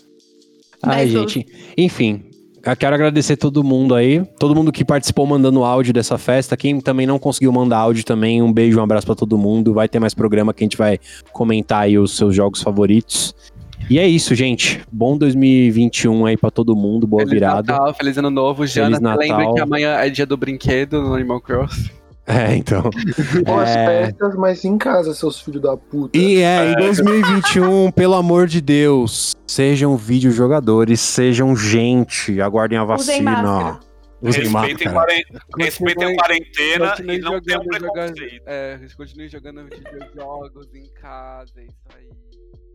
Speaker 4: Ai, gente. Enfim, eu quero agradecer todo mundo aí. Todo mundo que participou mandando áudio dessa festa. Quem também não conseguiu mandar áudio também, um beijo, um abraço pra todo mundo. Vai ter mais programa que a gente vai comentar aí os seus jogos favoritos. E é isso, gente. Bom 2021 aí pra todo mundo. Boa virada.
Speaker 3: Natal, feliz ano novo. Jana, lembre que amanhã é dia do brinquedo no Animal Crossing.
Speaker 4: Então.
Speaker 9: Boas festas, mas em casa, seus filhos da puta.
Speaker 4: E em 2021, pelo amor de Deus, sejam videojogadores, sejam gente, aguardem a vacina.
Speaker 2: Respeitem a quarentena e não tenham preconceito.
Speaker 3: Continue jogando videojogos em casa, é isso aí.